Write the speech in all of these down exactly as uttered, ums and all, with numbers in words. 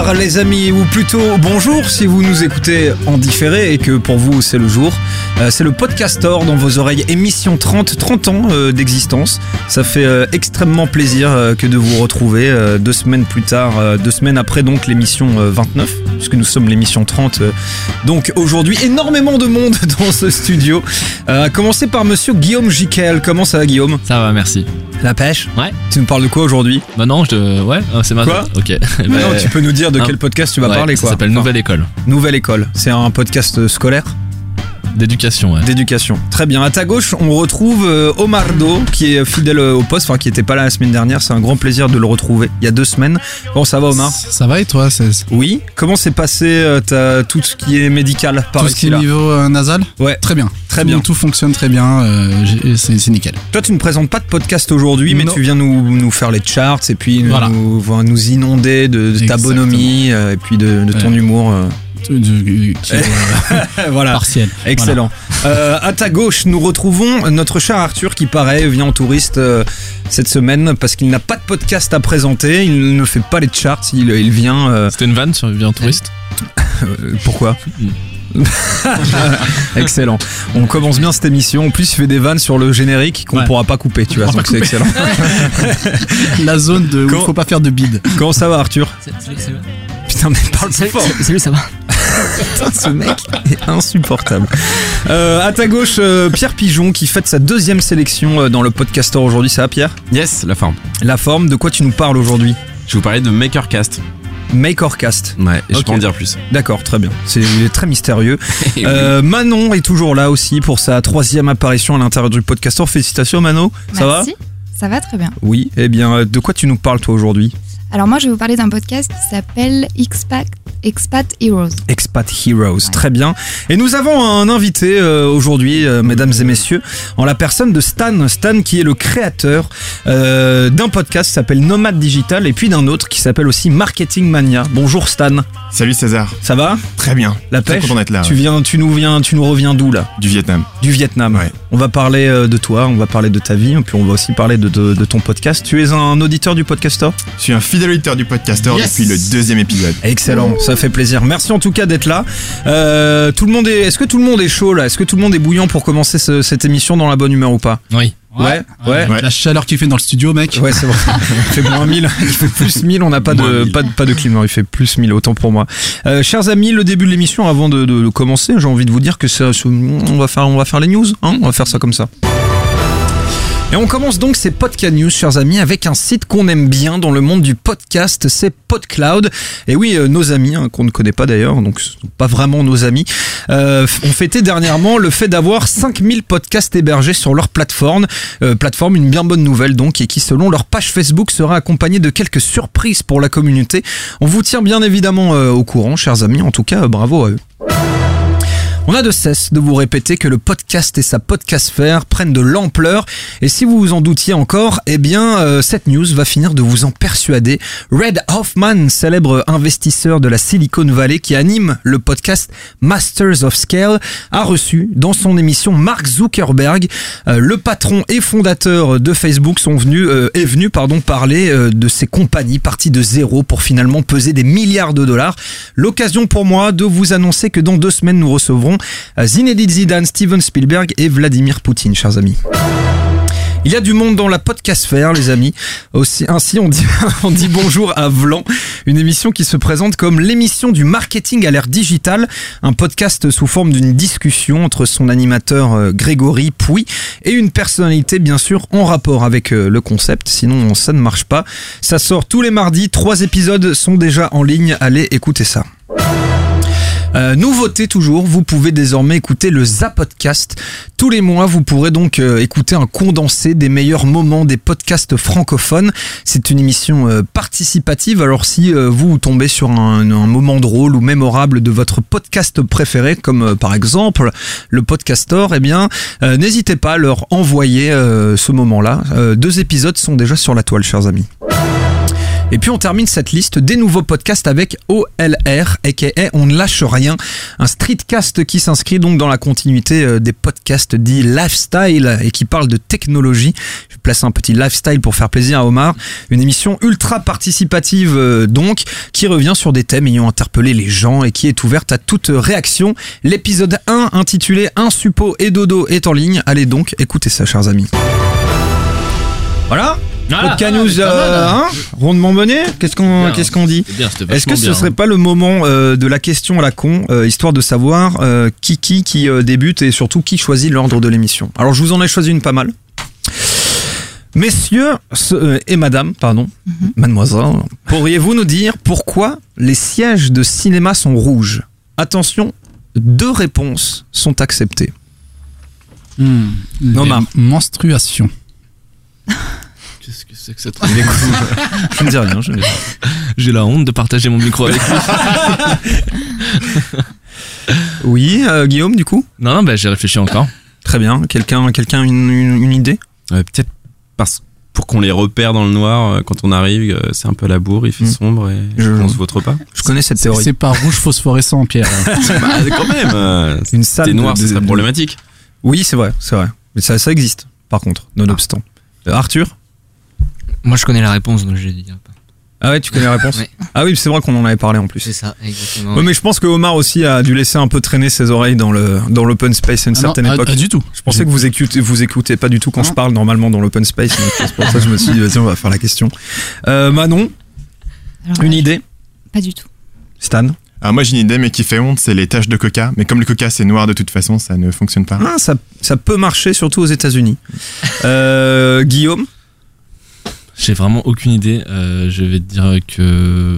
Bonsoir les amis, ou plutôt bonjour si vous nous écoutez en différé et que pour vous c'est le jour. Euh, c'est le Podcastor dans vos oreilles, émission trente, trente ans euh, d'existence. Ça fait euh, extrêmement plaisir euh, que de vous retrouver euh, deux semaines plus tard, euh, deux semaines après donc l'émission euh, vingt-neuf, puisque nous sommes l'émission trente. Euh, donc aujourd'hui, énormément de monde dans ce studio. Euh, à commencer par monsieur Guillaume Jiquel. Comment ça va Guillaume ? Ça va, merci. La pêche ? Ouais. Tu nous parles de quoi aujourd'hui ? Bah non, je te... Ouais, c'est maintenant. Quoi ? Ok. Mais bah, non, tu peux nous dire de non. quel podcast tu vas ouais, parler ça quoi. Ça s'appelle enfin, Nouvelle École. Nouvelle École, c'est un podcast scolaire ? D'éducation, ouais. D'éducation. Très bien. À ta gauche, on retrouve euh, Omardo, qui est fidèle au poste, enfin qui était pas là la semaine dernière. C'est un grand plaisir de le retrouver. Il y a deux semaines. Bon, ça va, Omar ? Ça va et toi, seize ? Oui. Comment s'est passé euh, ta, tout ce qui est médical par Tout ce ici qui est là ? niveau euh, nasal ? Ouais. Très bien. Très tout, bien. Tout fonctionne très bien. Euh, j'ai- c'est, c'est nickel. Toi, tu ne présentes pas de podcast aujourd'hui, mais Non. tu viens nous, nous faire les charts et puis Voilà. nous, enfin, nous inonder de, de ta Exactement. bonhomie euh, et puis de, de ton Ouais. humour. euh. Tout- du- qui est, euh, Voilà. partiel. Excellent. Euh, à ta gauche, nous retrouvons notre cher Arthur qui, pareil, vient en touriste euh, cette semaine parce qu'il n'a pas de podcast à présenter. Il ne fait pas les charts. Il, il vient. euh, C'était une vanne sur Vie en touriste. euh, pourquoi Excellent. On commence bien cette émission. En plus, il fait des vannes sur le générique qu'on ne Ouais. pourra pas couper. Tu vois, On pourra donc c'est excellent. La zone de, où Quand- il faut pas faire de bide. Comment ça va, Arthur ? Salut, salut. Putain, mais parle plus Salut, fort. salut, salut, ça va. Putain, ce mec est insupportable. Euh, à ta gauche, euh, Pierre Pigeon qui fête sa deuxième sélection euh, dans le Podcastor aujourd'hui. Ça va, Pierre ? Yes, la forme. La forme, de quoi tu nous parles aujourd'hui ? Je vais vous parler de Makercast. Makercast. Ouais, et je Ok. peux en dire plus. D'accord, très bien. C'est il est très mystérieux. Euh, Manon est toujours là aussi pour sa troisième apparition à l'intérieur du Podcastor. Félicitations, Mano. Ça va ? Merci. Ça va très bien. Oui. Eh bien, euh, de quoi tu nous parles toi aujourd'hui ? Alors moi, je vais vous parler d'un podcast qui s'appelle Expat, Expat Heroes. Expat Heroes, Ouais. très bien. Et nous avons un invité euh, aujourd'hui, euh, mesdames et messieurs, en la personne de Stan. Stan qui est le créateur euh, d'un podcast qui s'appelle Nomade Digital et puis d'un autre qui s'appelle aussi Marketing Mania. Bonjour Stan, Salut César, ça va ? très bien. La Très pêche ? content d'être là. Tu ouais. viens, tu nous viens, tu nous reviens d'où là ? Du Vietnam. Du Vietnam. Ouais. On va parler euh, de toi, on va parler de ta vie, et puis on va aussi parler de, de, de ton podcast. Tu es un auditeur du Podcastor ? Je suis un fidèle auditeur du Podcastor Yes. depuis le deuxième épisode. Excellent, ça fait plaisir. Merci en tout cas d'être là. Euh, tout le monde est, est-ce que tout le monde est chaud là ? Est-ce que tout le monde est bouillant pour commencer ce- cette émission dans la bonne humeur ou pas ? Oui. Ouais, ouais. Ouais. La chaleur qu'il fait dans le studio, mec. Ouais, c'est vrai. Il fait moins mille, il fait plus mille, on n'a pas Moins de, mille. pas de pas de clim, il fait plus mille, autant pour moi. Euh, chers amis, le début de l'émission, avant de, de, de commencer, j'ai envie de vous dire que ça, ça- on va faire, on va faire les news, hein, on va faire ça comme ça. Et on commence donc ces podcast news, chers amis, avec un site qu'on aime bien dans le monde du podcast, c'est PodCloud. Et oui, euh, nos amis, hein, qu'on ne connaît pas d'ailleurs, donc ce sont pas vraiment nos amis, euh, ont fêté dernièrement le fait d'avoir cinq mille podcasts hébergés sur leur plateforme. Euh, plateforme, une bien bonne nouvelle donc, et qui selon leur page Facebook sera accompagnée de quelques surprises pour la communauté. On vous tient bien évidemment euh, au courant, chers amis, en tout cas, euh, bravo à eux. On a de cesse de vous répéter que le podcast et sa podcastphère prennent de l'ampleur et si vous vous en doutiez encore, eh bien euh, cette news va finir de vous en persuader. Reid Hoffman, célèbre investisseur de la Silicon Valley qui anime le podcast Masters of Scale, a reçu dans son émission Mark Zuckerberg. Euh, le patron et fondateur de Facebook sont venus, euh, est venu pardon, parler euh, de ces compagnies parties de zéro pour finalement peser des milliards de dollars. L'occasion pour moi de vous annoncer que dans deux semaines nous recevrons Zinedine Zidane, Steven Spielberg et Vladimir Poutine, chers amis. Il y a du monde dans la podcastphère, les amis. Aussi, ainsi, on dit, on dit bonjour à Vlan, une émission qui se présente comme l'émission du marketing à l'ère digitale, un podcast sous forme d'une discussion entre son animateur euh, Grégory Pouy et une personnalité bien sûr en rapport avec euh, le concept, sinon ça ne marche pas. Ça sort tous les mardis, trois épisodes sont déjà en ligne, allez écoutez ça. Euh, nouveauté toujours, vous pouvez désormais écouter le Zapodcast. Tous les mois, vous pourrez donc euh, écouter un condensé des meilleurs moments des podcasts francophones. C'est une émission euh, participative, alors si euh, vous tombez sur un, un moment drôle ou mémorable de votre podcast préféré, comme euh, par exemple le Podcastor, eh bien, euh, n'hésitez pas à leur envoyer euh, ce moment-là. Euh, deux épisodes sont déjà sur la toile, chers amis. Et puis on termine cette liste des nouveaux podcasts avec O L R, aka On ne lâche rien, un streetcast qui s'inscrit donc dans la continuité des podcasts dits lifestyle et qui parle de technologie. Je place un petit lifestyle pour faire plaisir à Omar, une émission ultra participative donc, qui revient sur des thèmes ayant interpellé les gens et qui est ouverte à toute réaction. L'épisode un intitulé Un suppo et dodo est en ligne. Allez donc, écoutez ça, chers amis. Voilà. Voilà. Podcast News, euh, hein, rondement mené. Qu'est-ce qu'on, Bien. qu'est-ce qu'on dit? C'est bien, c'était Est-ce que vachement ce bien, serait hein. pas le moment euh, de la question à la con, euh, histoire de savoir euh, qui qui qui euh, débute et surtout qui choisit l'ordre de l'émission? Alors je vous en ai choisi une pas mal. Messieurs ce- euh, et madame, pardon, Mhm. mademoiselle, pourriez-vous nous dire pourquoi les sièges de cinéma sont rouges? Attention, deux réponses sont acceptées. Hmm. Non, Les Mar. menstruations. Qu'est-ce que c'est que cette truc? Je ne dis rien, je ne dis rien. J'ai la honte de partager mon micro avec lui. Oui, euh, Guillaume, du coup? Non, non, bah j'ai réfléchi encore. Très bien. Quelqu'un, quelqu'un une, une, une idée? Euh, Peut-être parce pour qu'on les repère dans le noir euh, quand on arrive, euh, c'est un peu la bourre, il fait Mm. sombre et Je- on se vautre pas. Je connais cette C'est théorie. c'est pas rouge phosphorescent, Pierre. Bah, quand même, euh, Une si salle t'es noir, de- ce de- serait de- problématique. Oui, c'est vrai, c'est vrai. Mais ça, ça existe, par contre, nonobstant. Euh, Arthur? Moi, je connais la réponse, donc je vais dire pas. Ah ouais, tu connais la réponse? Ouais. Ah oui, c'est vrai qu'on en avait parlé en plus. C'est ça, exactement. Ouais, mais je pense que Omar aussi a dû laisser un peu traîner ses oreilles dans le dans l'open space à une Ah non, certaine ah, époque. ah, du tout. Je pensais que vous écoutez, vous écoutez pas du tout quand Non. je parle normalement dans l'open space, donc c'est pour ça que je me suis dit, vas-y, on va faire la question. Euh, Manon, Alors, une ouais, idée? Pas du tout. Stan? Alors moi j'ai une idée mais qui fait honte, c'est les taches de coca. Mais comme le coca c'est noir de toute façon, ça ne fonctionne pas. Ah, ça, ça peut marcher, surtout aux États-Unis. Euh, Guillaume? J'ai vraiment aucune idée. Euh, je vais te dire que.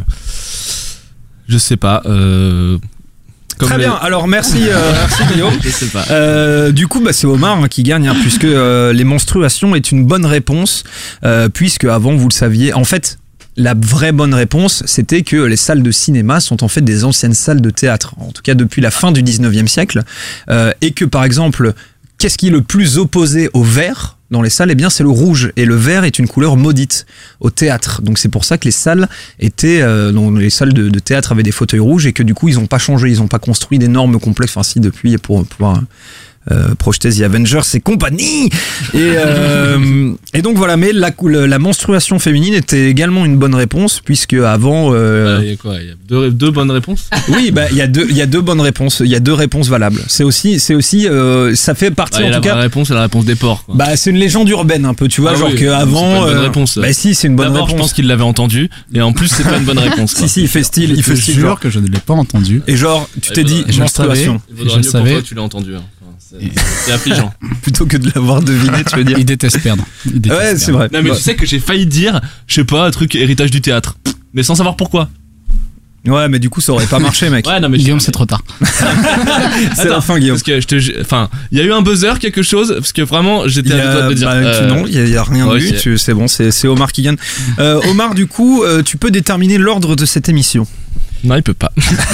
Je sais pas. Euh... comme Très les- bien, alors merci, euh, merci Guillaume. Je sais pas. Euh, du coup, bah, c'est Omar hein, qui gagne, hein, puisque euh, les menstruations est une bonne réponse, euh, puisque avant, vous le saviez, en fait, la vraie bonne réponse, c'était que les salles de cinéma sont en fait des anciennes salles de théâtre, en tout cas depuis la fin du dix-neuvième siècle, euh, et que par exemple, qu'est-ce qui est le plus opposé au vert dans les salles? Eh bien, c'est le rouge, et le vert est une couleur maudite au théâtre. Donc c'est pour ça que les salles étaient, euh, donc, les salles de, de théâtre avaient des fauteuils rouges et que du coup ils n'ont pas changé, ils n'ont pas construit d'énormes complexes. Enfin si, depuis pour pouvoir euh, projeter The Avengers et compagnie. Et, euh, et donc voilà, mais la, cou- la menstruation féminine était également une bonne réponse puisque avant. euh, Euh, Il y a quoi? Il y a deux, deux bonnes réponses? oui, bah il y a deux, il y a deux bonnes réponses, il y a deux réponses valables. C'est aussi, c'est aussi, euh, ça fait partie Bah, il y a en la tout cas. vraie réponse, c'est la réponse des porcs. Quoi. Bah c'est une légende urbaine un peu, tu vois, Ah genre oui, que c'est avant. pas une bonne réponse. Bah si, c'est une bonne D'abord, réponse. je pense qu'il l'avait entendu, et en plus, c'est pas une bonne réponse. Si si, il fait style, il Je fait te style. jure Genre. que je ne l'ai pas entendu. Et genre, tu Et t'es bah, dit et je le menstruation Il Et vaudrait je le mieux pour savais. toi que tu l'as entendu. hein. Enfin, c'est- c'est affligeant. plutôt que de l'avoir deviné, tu veux dire. Il déteste perdre. Il déteste Ouais, perdre. c'est vrai. Non, mais Bah, tu sais que j'ai failli dire, je sais pas, un truc héritage du théâtre. Mais sans savoir pourquoi. Ouais, mais du coup, ça aurait pas marché, mec. Ouais, non, mais Guillaume, je- c'est trop tard. C'est la Attends, fin, Guillaume. Parce que je te, ju- enfin, il y a eu un buzzer, quelque chose, parce que vraiment, j'étais Il y à deux doigts a, de le dire. bah, tu- Euh, non, il y a, il y a rien ouais, eu. c'est- tu- C'est bon, c'est c'est Omar qui gagne. Euh, Omar, du coup, euh, tu peux déterminer l'ordre de cette émission. Non, il peut pas.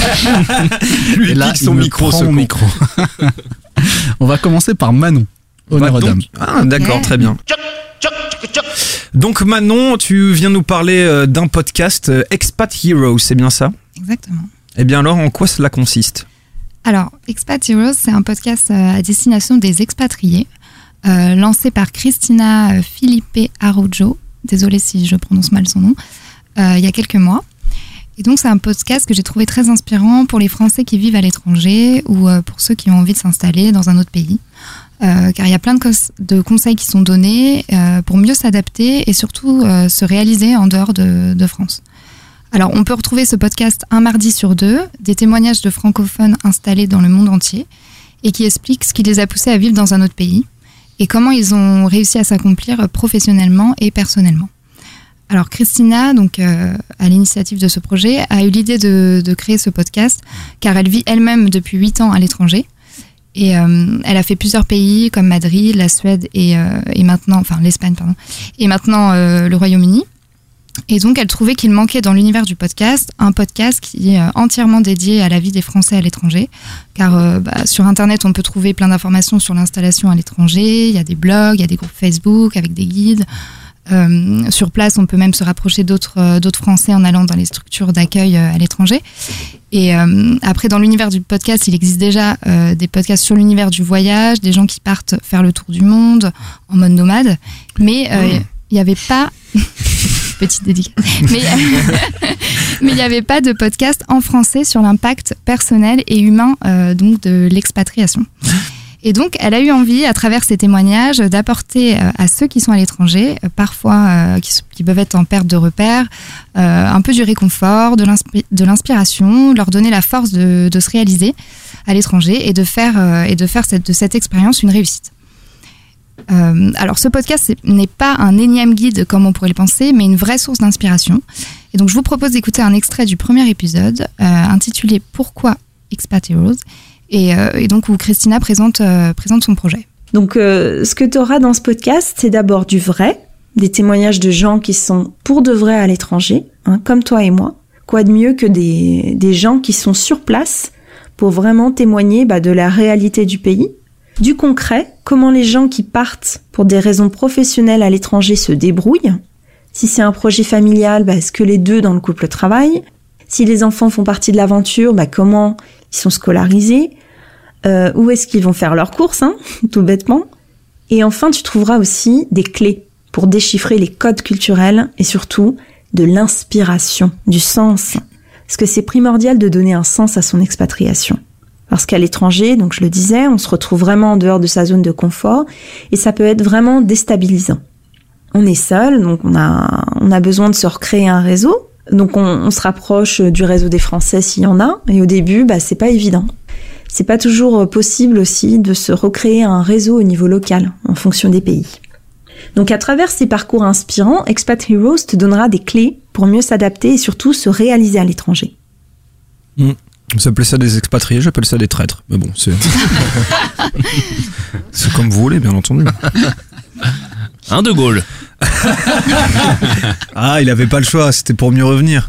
Lui Et là, pique son il me micro, prend ce mon con. micro. On va commencer par Manon. Honneur Bah, aux donc- dames. Ah, d'accord, Ok. très bien. Donc Manon, tu viens nous parler euh, d'un podcast euh, Expat Heroes, c'est bien ça? Exactement. Eh bien alors, en quoi cela consiste? Alors, Expat Heroes, c'est un podcast euh, à destination des expatriés, euh, lancé par Christina euh, Filipe Araujo, désolée si je prononce mal son nom, euh, il y a quelques mois. Et donc, c'est un podcast que j'ai trouvé très inspirant pour les Français qui vivent à l'étranger ou euh, pour ceux qui ont envie de s'installer dans un autre pays. Euh, car il y a plein de, cos- de conseils qui sont donnés euh, pour mieux s'adapter et surtout euh, se réaliser en dehors de, de France. Alors, on peut retrouver ce podcast un mardi sur deux, des témoignages de francophones installés dans le monde entier et qui expliquent ce qui les a poussés à vivre dans un autre pays et comment ils ont réussi à s'accomplir professionnellement et personnellement. Alors, Christina, donc, euh, à l'initiative de ce projet, a eu l'idée de, de créer ce podcast car elle vit elle-même depuis huit ans à l'étranger. Et euh, elle a fait plusieurs pays comme Madrid, la Suède et, euh, et maintenant, enfin l'Espagne, pardon, et maintenant euh, le Royaume-Uni. Et donc, elle trouvait qu'il manquait dans l'univers du podcast un podcast qui est euh, entièrement dédié à la vie des Français à l'étranger. Car euh, bah, sur Internet, on peut trouver plein d'informations sur l'installation à l'étranger. Il y a des blogs, il y a des groupes Facebook avec des guides. Euh, sur place, on peut même se rapprocher d'autres, euh, d'autres Français en allant dans les structures d'accueil euh, à l'étranger. Et euh, après, dans l'univers du podcast, il existe déjà euh, des podcasts sur l'univers du voyage, des gens qui partent faire le tour du monde en mode nomade. Mais il euh, n'y avait pas... Petite dédicace. Mais mais il n'y avait pas de podcast en français sur l'impact personnel et humain euh, donc de l'expatriation. Et donc, elle a eu envie, à travers ces témoignages, d'apporter euh, à ceux qui sont à l'étranger, euh, parfois euh, qui, qui peuvent être en perte de repères, euh, un peu du réconfort, de, l'inspi- de l'inspiration, leur donner la force de, de se réaliser à l'étranger et de faire, euh, et de faire cette, de cette expérience une réussite. Euh, alors, ce podcast c'est, n'est pas un énième guide comme on pourrait le penser, mais une vraie source d'inspiration. Et donc, je vous propose d'écouter un extrait du premier épisode euh, intitulé « Pourquoi Expat Heroes ?» Et, euh, et donc où Christina présente, euh, présente son projet. Donc euh, ce que tu auras dans ce podcast, c'est d'abord du vrai, des témoignages de gens qui sont pour de vrai à l'étranger, hein, comme toi et moi. Quoi de mieux que des, des gens qui sont sur place pour vraiment témoigner bah, de la réalité du pays. Du concret, comment les gens qui partent pour des raisons professionnelles à l'étranger se débrouillent. Si c'est un projet familial, bah, est-ce que les deux dans le couple travaillent ? Si les enfants font partie de l'aventure, bah, comment ils sont scolarisés ? Euh, où est-ce qu'ils vont faire leurs courses, hein, tout bêtement. Et enfin, tu trouveras aussi des clés pour déchiffrer les codes culturels et surtout de l'inspiration, du sens. Parce que c'est primordial de donner un sens à son expatriation. Parce qu'à l'étranger, donc je le disais, on se retrouve vraiment en dehors de sa zone de confort et ça peut être vraiment déstabilisant. On est seul, donc on a, on a besoin de se recréer un réseau. Donc on, on se rapproche du réseau des Français s'il y en a. Et au début, bah, c'est pas évident. C'est pas toujours possible aussi de se recréer un réseau au niveau local, en fonction des pays. Donc à travers ces parcours inspirants, Expat Heroes te donnera des clés pour mieux s'adapter et surtout se réaliser à l'étranger. Mmh. Vous appelez ça des expatriés, j'appelle ça des traîtres. Mais bon, c'est... c'est comme vous voulez, bien entendu. Un De Gaulle. Ah, il avait pas le choix, c'était pour mieux revenir.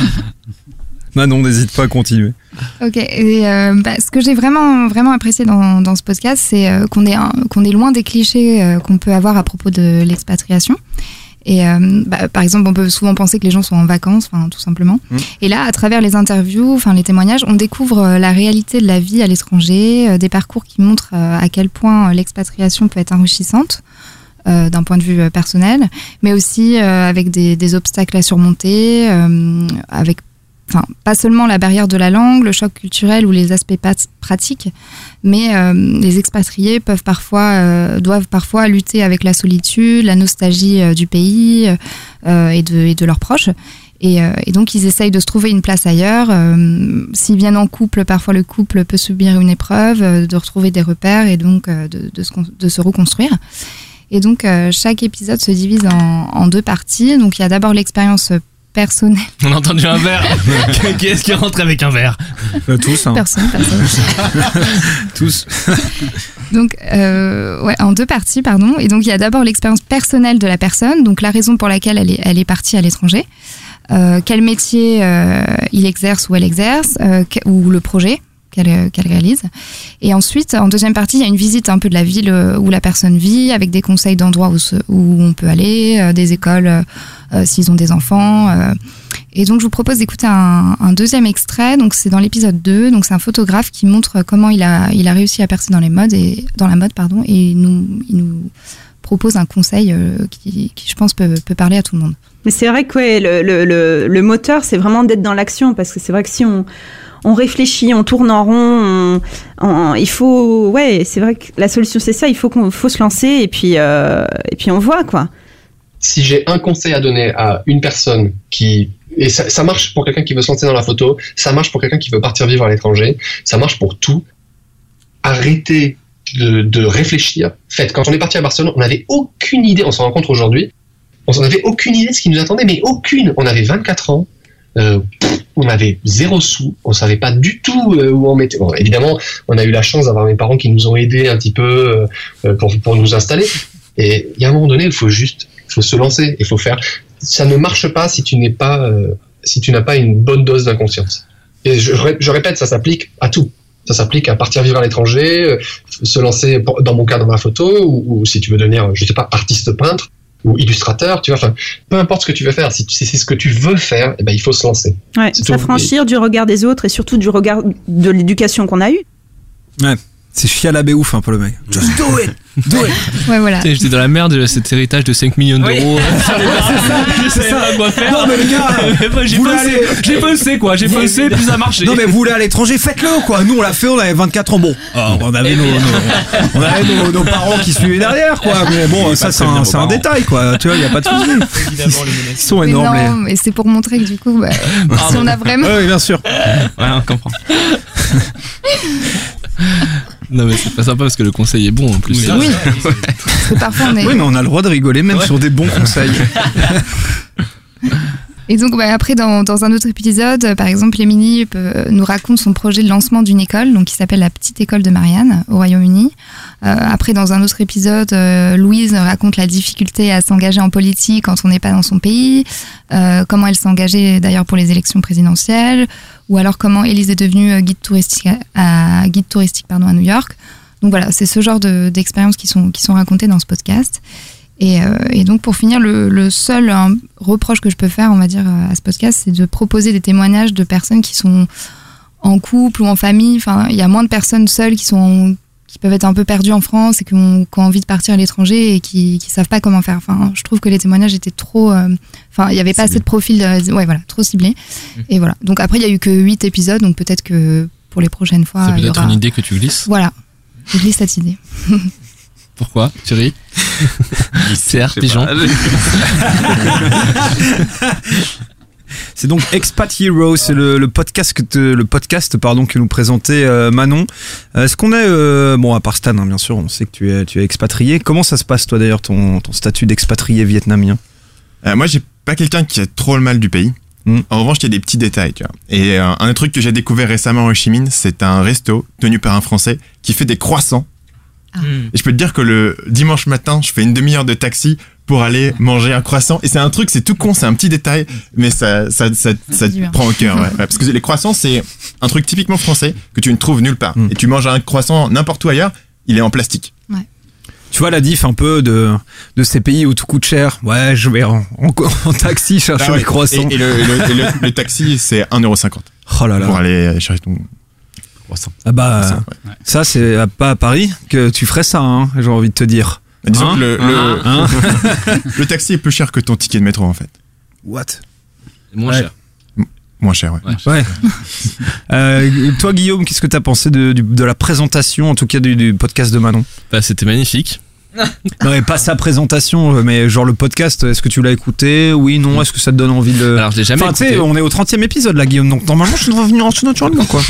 Manon, n'hésite pas à continuer. Ok, et euh, bah, ce que j'ai vraiment, vraiment apprécié dans, dans ce podcast, c'est euh, qu'on, est un, qu'on est loin des clichés euh, qu'on peut avoir à propos de l'expatriation. Et euh, bah, par exemple, on peut souvent penser que les gens sont en vacances, enfin, tout simplement. Mmh. Et là, à travers les interviews, enfin, les témoignages, on découvre euh, la réalité de la vie à l'étranger, euh, des parcours qui montrent euh, à quel point euh, l'expatriation peut être enrichissante. Euh, d'un point de vue euh, personnel, mais aussi euh, avec des, des obstacles à surmonter, euh, avec Enfin, pas seulement la barrière de la langue, le choc culturel ou les aspects pat- pratiques, mais euh, les expatriés peuvent parfois, euh, doivent parfois lutter avec la solitude, la nostalgie euh, du pays euh, et, de, et de leurs proches. Et, euh, et donc, ils essayent de se trouver une place ailleurs. Euh, s'ils viennent en couple, parfois le couple peut subir une épreuve, euh, de retrouver des repères et donc euh, de, de, se, de se reconstruire. Et donc, euh, chaque épisode se divise en, en deux parties. Donc, il y a d'abord l'expérience personnel. On a entendu un verre. Qui est-ce qui rentre avec un verre? euh, Tous. Hein. Personne, personne. Tous. Donc, euh, ouais, en deux parties, pardon. Et donc, il y a d'abord l'expérience personnelle de la personne, donc la raison pour laquelle elle est, elle est partie à l'étranger, euh, quel métier euh, il exerce ou elle exerce, euh, ou le projet qu'elle, qu'elle réalise. Et ensuite, en deuxième partie, il y a une visite un peu de la ville où la personne vit, avec des conseils d'endroits où, se, où on peut aller, euh, des écoles euh, s'ils ont des enfants. Euh. Et donc, je vous propose d'écouter un, un deuxième extrait. Donc, c'est dans l'épisode deux. Donc, c'est un photographe qui montre comment il a, il a réussi à percer dans les modes et dans la mode, pardon. Et il nous, il nous propose un conseil euh, qui, qui, je pense, peut, peut parler à tout le monde. Mais c'est vrai que ouais, le, le, le, le moteur, c'est vraiment d'être dans l'action, parce que c'est vrai que si on on réfléchit, on tourne en rond, on, on, il faut, ouais, c'est vrai que la solution c'est ça, il faut qu'on, faut se lancer et puis euh, et puis on voit quoi. Si j'ai un conseil à donner à une personne qui, et ça, ça marche pour quelqu'un qui veut se lancer dans la photo, ça marche pour quelqu'un qui veut partir vivre à l'étranger, ça marche pour tout. Arrêtez de, de réfléchir. Faites. Quand on est parti à Barcelone, on n'avait aucune idée. On s'en rend compte aujourd'hui. On n'avait aucune idée de ce qui nous attendait, mais aucune. On avait vingt-quatre ans. Euh, pff, on avait zéro sou, on savait pas du tout euh, où on mettait. Bon, évidemment, on a eu la chance d'avoir mes parents qui nous ont aidés un petit peu euh, pour, pour nous installer. Et il y a un moment donné, il faut juste, il faut se lancer, il faut faire. Ça ne marche pas si tu n'es pas, euh, si tu n'as pas une bonne dose d'inconscience. Et je, je répète, ça s'applique à tout. Ça s'applique à partir vivre à l'étranger, euh, se lancer, dans mon cas, dans ma photo, ou, ou si tu veux devenir, je sais pas, artiste peintre. ou illustrateur, tu vois, enfin, peu importe ce que tu veux faire, si, si c'est ce que tu veux faire, eh ben, il faut se lancer. Ouais, C'est s'affranchir tout. du regard des autres et surtout du regard de l'éducation qu'on a eue. Ouais. C'est chialabé ouf un peu le mec. Just do it, do it. Ouais, voilà. Tu sais, j'étais dans la merde, cet héritage de cinq millions d'euros. Je savais pas quoi faire. Non mais les gars, Mais moi, j'ai vous bossé, l'allez- j'ai bossé quoi, j'ai bossé, puis ça a marché. non mais vous voulez à l'étranger, faites-le quoi. Nous on l'a fait, on avait vingt-quatre ans. Bon, ah, on avait, nos, nos- on avait nos, nos parents qui suivaient derrière quoi. Mais bon, ça c'est un, c'est un détail quoi. Tu vois, il y a pas de souci. Évidemment, les menaces. Ils sont Mais énormes. non, mais c'est pour montrer que du coup, bah, si on a vraiment. les... Oui, bien sûr. Ouais, on comprend. Non mais c'est pas sympa parce que le conseil est bon en plus. Oui. Parce que parfois on est. Oui, mais on a le droit de rigoler même sur des bons conseils. Et donc bah, après dans, dans un autre épisode, euh, par exemple, Émilie euh, nous raconte son projet de lancement d'une école, donc qui s'appelle la Petite École de Marianne au Royaume-Uni. Euh, après dans un autre épisode, euh, Louise raconte la difficulté à s'engager en politique quand on n'est pas dans son pays, euh, comment elle s'est engagée d'ailleurs pour les élections présidentielles, ou alors comment Élise est devenue euh, guide touristique à, à- guide touristique pardon à New York. Donc voilà, c'est ce genre de, d'expériences qui sont qui sont racontées dans ce podcast. Et, euh, et donc pour finir, le, le seul hein, reproche que je peux faire, on va dire, à ce podcast, c'est de proposer des témoignages de personnes qui sont en couple ou en famille. Enfin, il y a moins de personnes seules qui sont qui peuvent être un peu perdues en France et qui ont, qui ont envie de partir à l'étranger et qui qui savent pas comment faire. Enfin, je trouve que les témoignages étaient trop. euh, Enfin, il y avait pas assez de profils. euh, ouais, voilà, trop ciblés. Et voilà. Donc après, il y a eu que huit épisodes, donc peut-être que pour les prochaines fois, C'est il y peut-être aura. une idée que tu glisses. Voilà. Je glisse cette idée. Pourquoi, Thierry? C R Pigeon. C'est donc Expat Hero, c'est le, le podcast que te- le podcast pardon que nous présentait euh, Manon. Euh, Est-ce qu'on est euh, bon à part Stan hein, bien sûr, on sait que tu es tu es expatrié. Comment ça se passe toi d'ailleurs ton ton statut d'expatrié vietnamien? Euh, moi, j'ai pas quelqu'un qui a trop le mal du pays. Mm. En revanche, il y a des petits détails, tu vois. Et euh, un truc que j'ai découvert récemment au Ho Chi Minh, c'est un resto tenu par un Français qui fait des croissants. Hmm. Et je peux te dire que le dimanche matin, je fais une demi-heure de taxi pour aller manger un croissant. Et c'est un truc, c'est tout con, c'est un petit détail, mais ça, ça, ça, ça, dit te bien. prend au cœur. Ouais. Ouais, parce que les croissants, c'est un truc typiquement français que tu ne trouves nulle part. Mm. Et tu manges un croissant n'importe où ailleurs, il est en plastique. Tu vois la diff un peu de de ces pays où tout coûte cher. Ouais, je vais en, en, en taxi chercher Ah ouais. les croissants. Et, et le, et le, et le, le taxi, c'est un euro cinquante Oh là là. pour aller chercher ton croissant. Ah bah Ça, ça c'est à- pas à Paris que tu ferais ça hein, j'ai envie de te dire. Disons Hein que le, le, Hein le taxi est plus cher que ton ticket de métro en fait. What? Moins Ouais. cher. Moins cher, ouais. Ouais. Ouais. Euh, toi Guillaume, qu'est-ce que t'as pensé de, du- de la présentation, en tout cas du, du podcast de Manon? Bah, c'était magnifique. Non mais pas sa présentation, mais genre le podcast, est-ce que tu l'as écouté? Oui, non, est-ce que ça te donne envie de... Alors, je l'ai jamais Enfin, tu sais, écouté. on est au trentième épisode là Guillaume, donc normalement je devrais venir en tout naturellement quoi.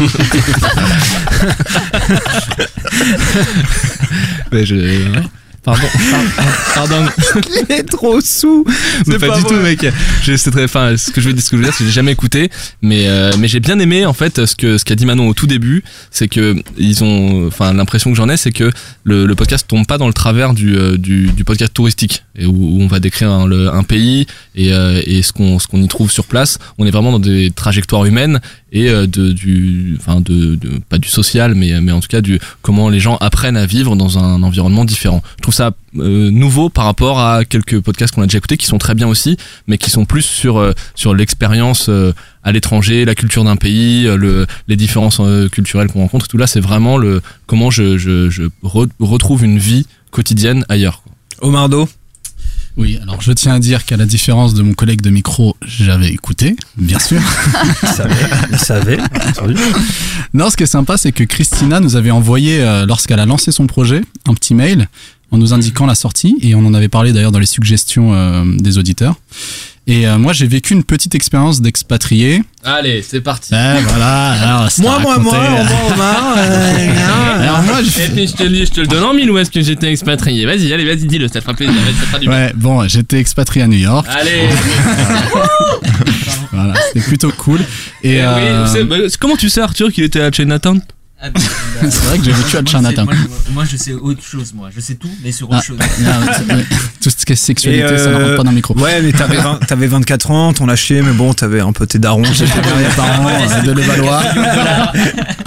Ouais, je... Pardon. Pardon. Il est trop sous. Mais C'est pas, pas du vrai. tout, mec. Je, c'est très, enfin, ce que je veux dire, ce que je veux dire, c'est que j'ai jamais écouté, mais euh, mais j'ai bien aimé en fait ce que ce qu'a dit Manon au tout début, c'est que ils ont, enfin, l'impression que j'en ai, c'est que le, le podcast tombe pas dans le travers du euh, du, du podcast touristique, et où, où on va décrire un, le, un pays et euh, et ce qu'on ce qu'on y trouve sur place. On est vraiment dans des trajectoires humaines et euh, de du, enfin, de, de pas du social, mais mais en tout cas du comment les gens apprennent à vivre dans un environnement différent. Je trouve ça euh, nouveau par rapport à quelques podcasts qu'on a déjà écoutés qui sont très bien aussi, mais qui sont plus sur euh, sur l'expérience euh, à l'étranger, la culture d'un pays, euh, le, les différences euh, culturelles qu'on rencontre. Tout là, c'est vraiment le comment je je, je re- retrouve une vie quotidienne ailleurs, quoi. Omardo. Oui, alors je tiens à dire qu'à la différence de mon collègue de micro, j'avais écouté, bien sûr. Il savait, il savait. entendu. Non, ce qui est sympa, c'est que Christina nous avait envoyé, euh, lorsqu'elle a lancé son projet, un petit mail en nous indiquant la sortie, et on en avait parlé d'ailleurs dans les suggestions euh, des auditeurs. Et euh, moi, j'ai vécu une petite expérience d'expatrié. Allez, c'est parti. Eh, voilà, alors, c'est Moi, à moi, moi, raconter. moi, Omar. euh, Alors moi, je... Et puis je te le dis, je te le donne en mille ou est-ce que j'étais expatrié? Vas-y, allez, vas-y, dis-le, ça te fera plaisir, ça te fera du bien. Ouais, bon, j'étais expatrié à New York. Allez. Voilà, c'était plutôt cool. Et Eh euh, oui, c'est- bah, comment tu sais Arthur qu'il était à Chinatown? Ah, bah, c'est vrai que j'ai vécu à moi, Chinatown. c'est- Moi, je- moi, je sais autre chose, moi. Je sais tout, mais sur autre Ah, chose. non, c'est- tout ce qui est sexualité, Et ça ne euh, rentre pas dans le micro. Ouais, mais t'avais, vingt t'avais vingt-quatre ans, t'en lâchais, mais bon, t'avais un peu tes darons qui étaient derrière tes parents, euh, de Levallois.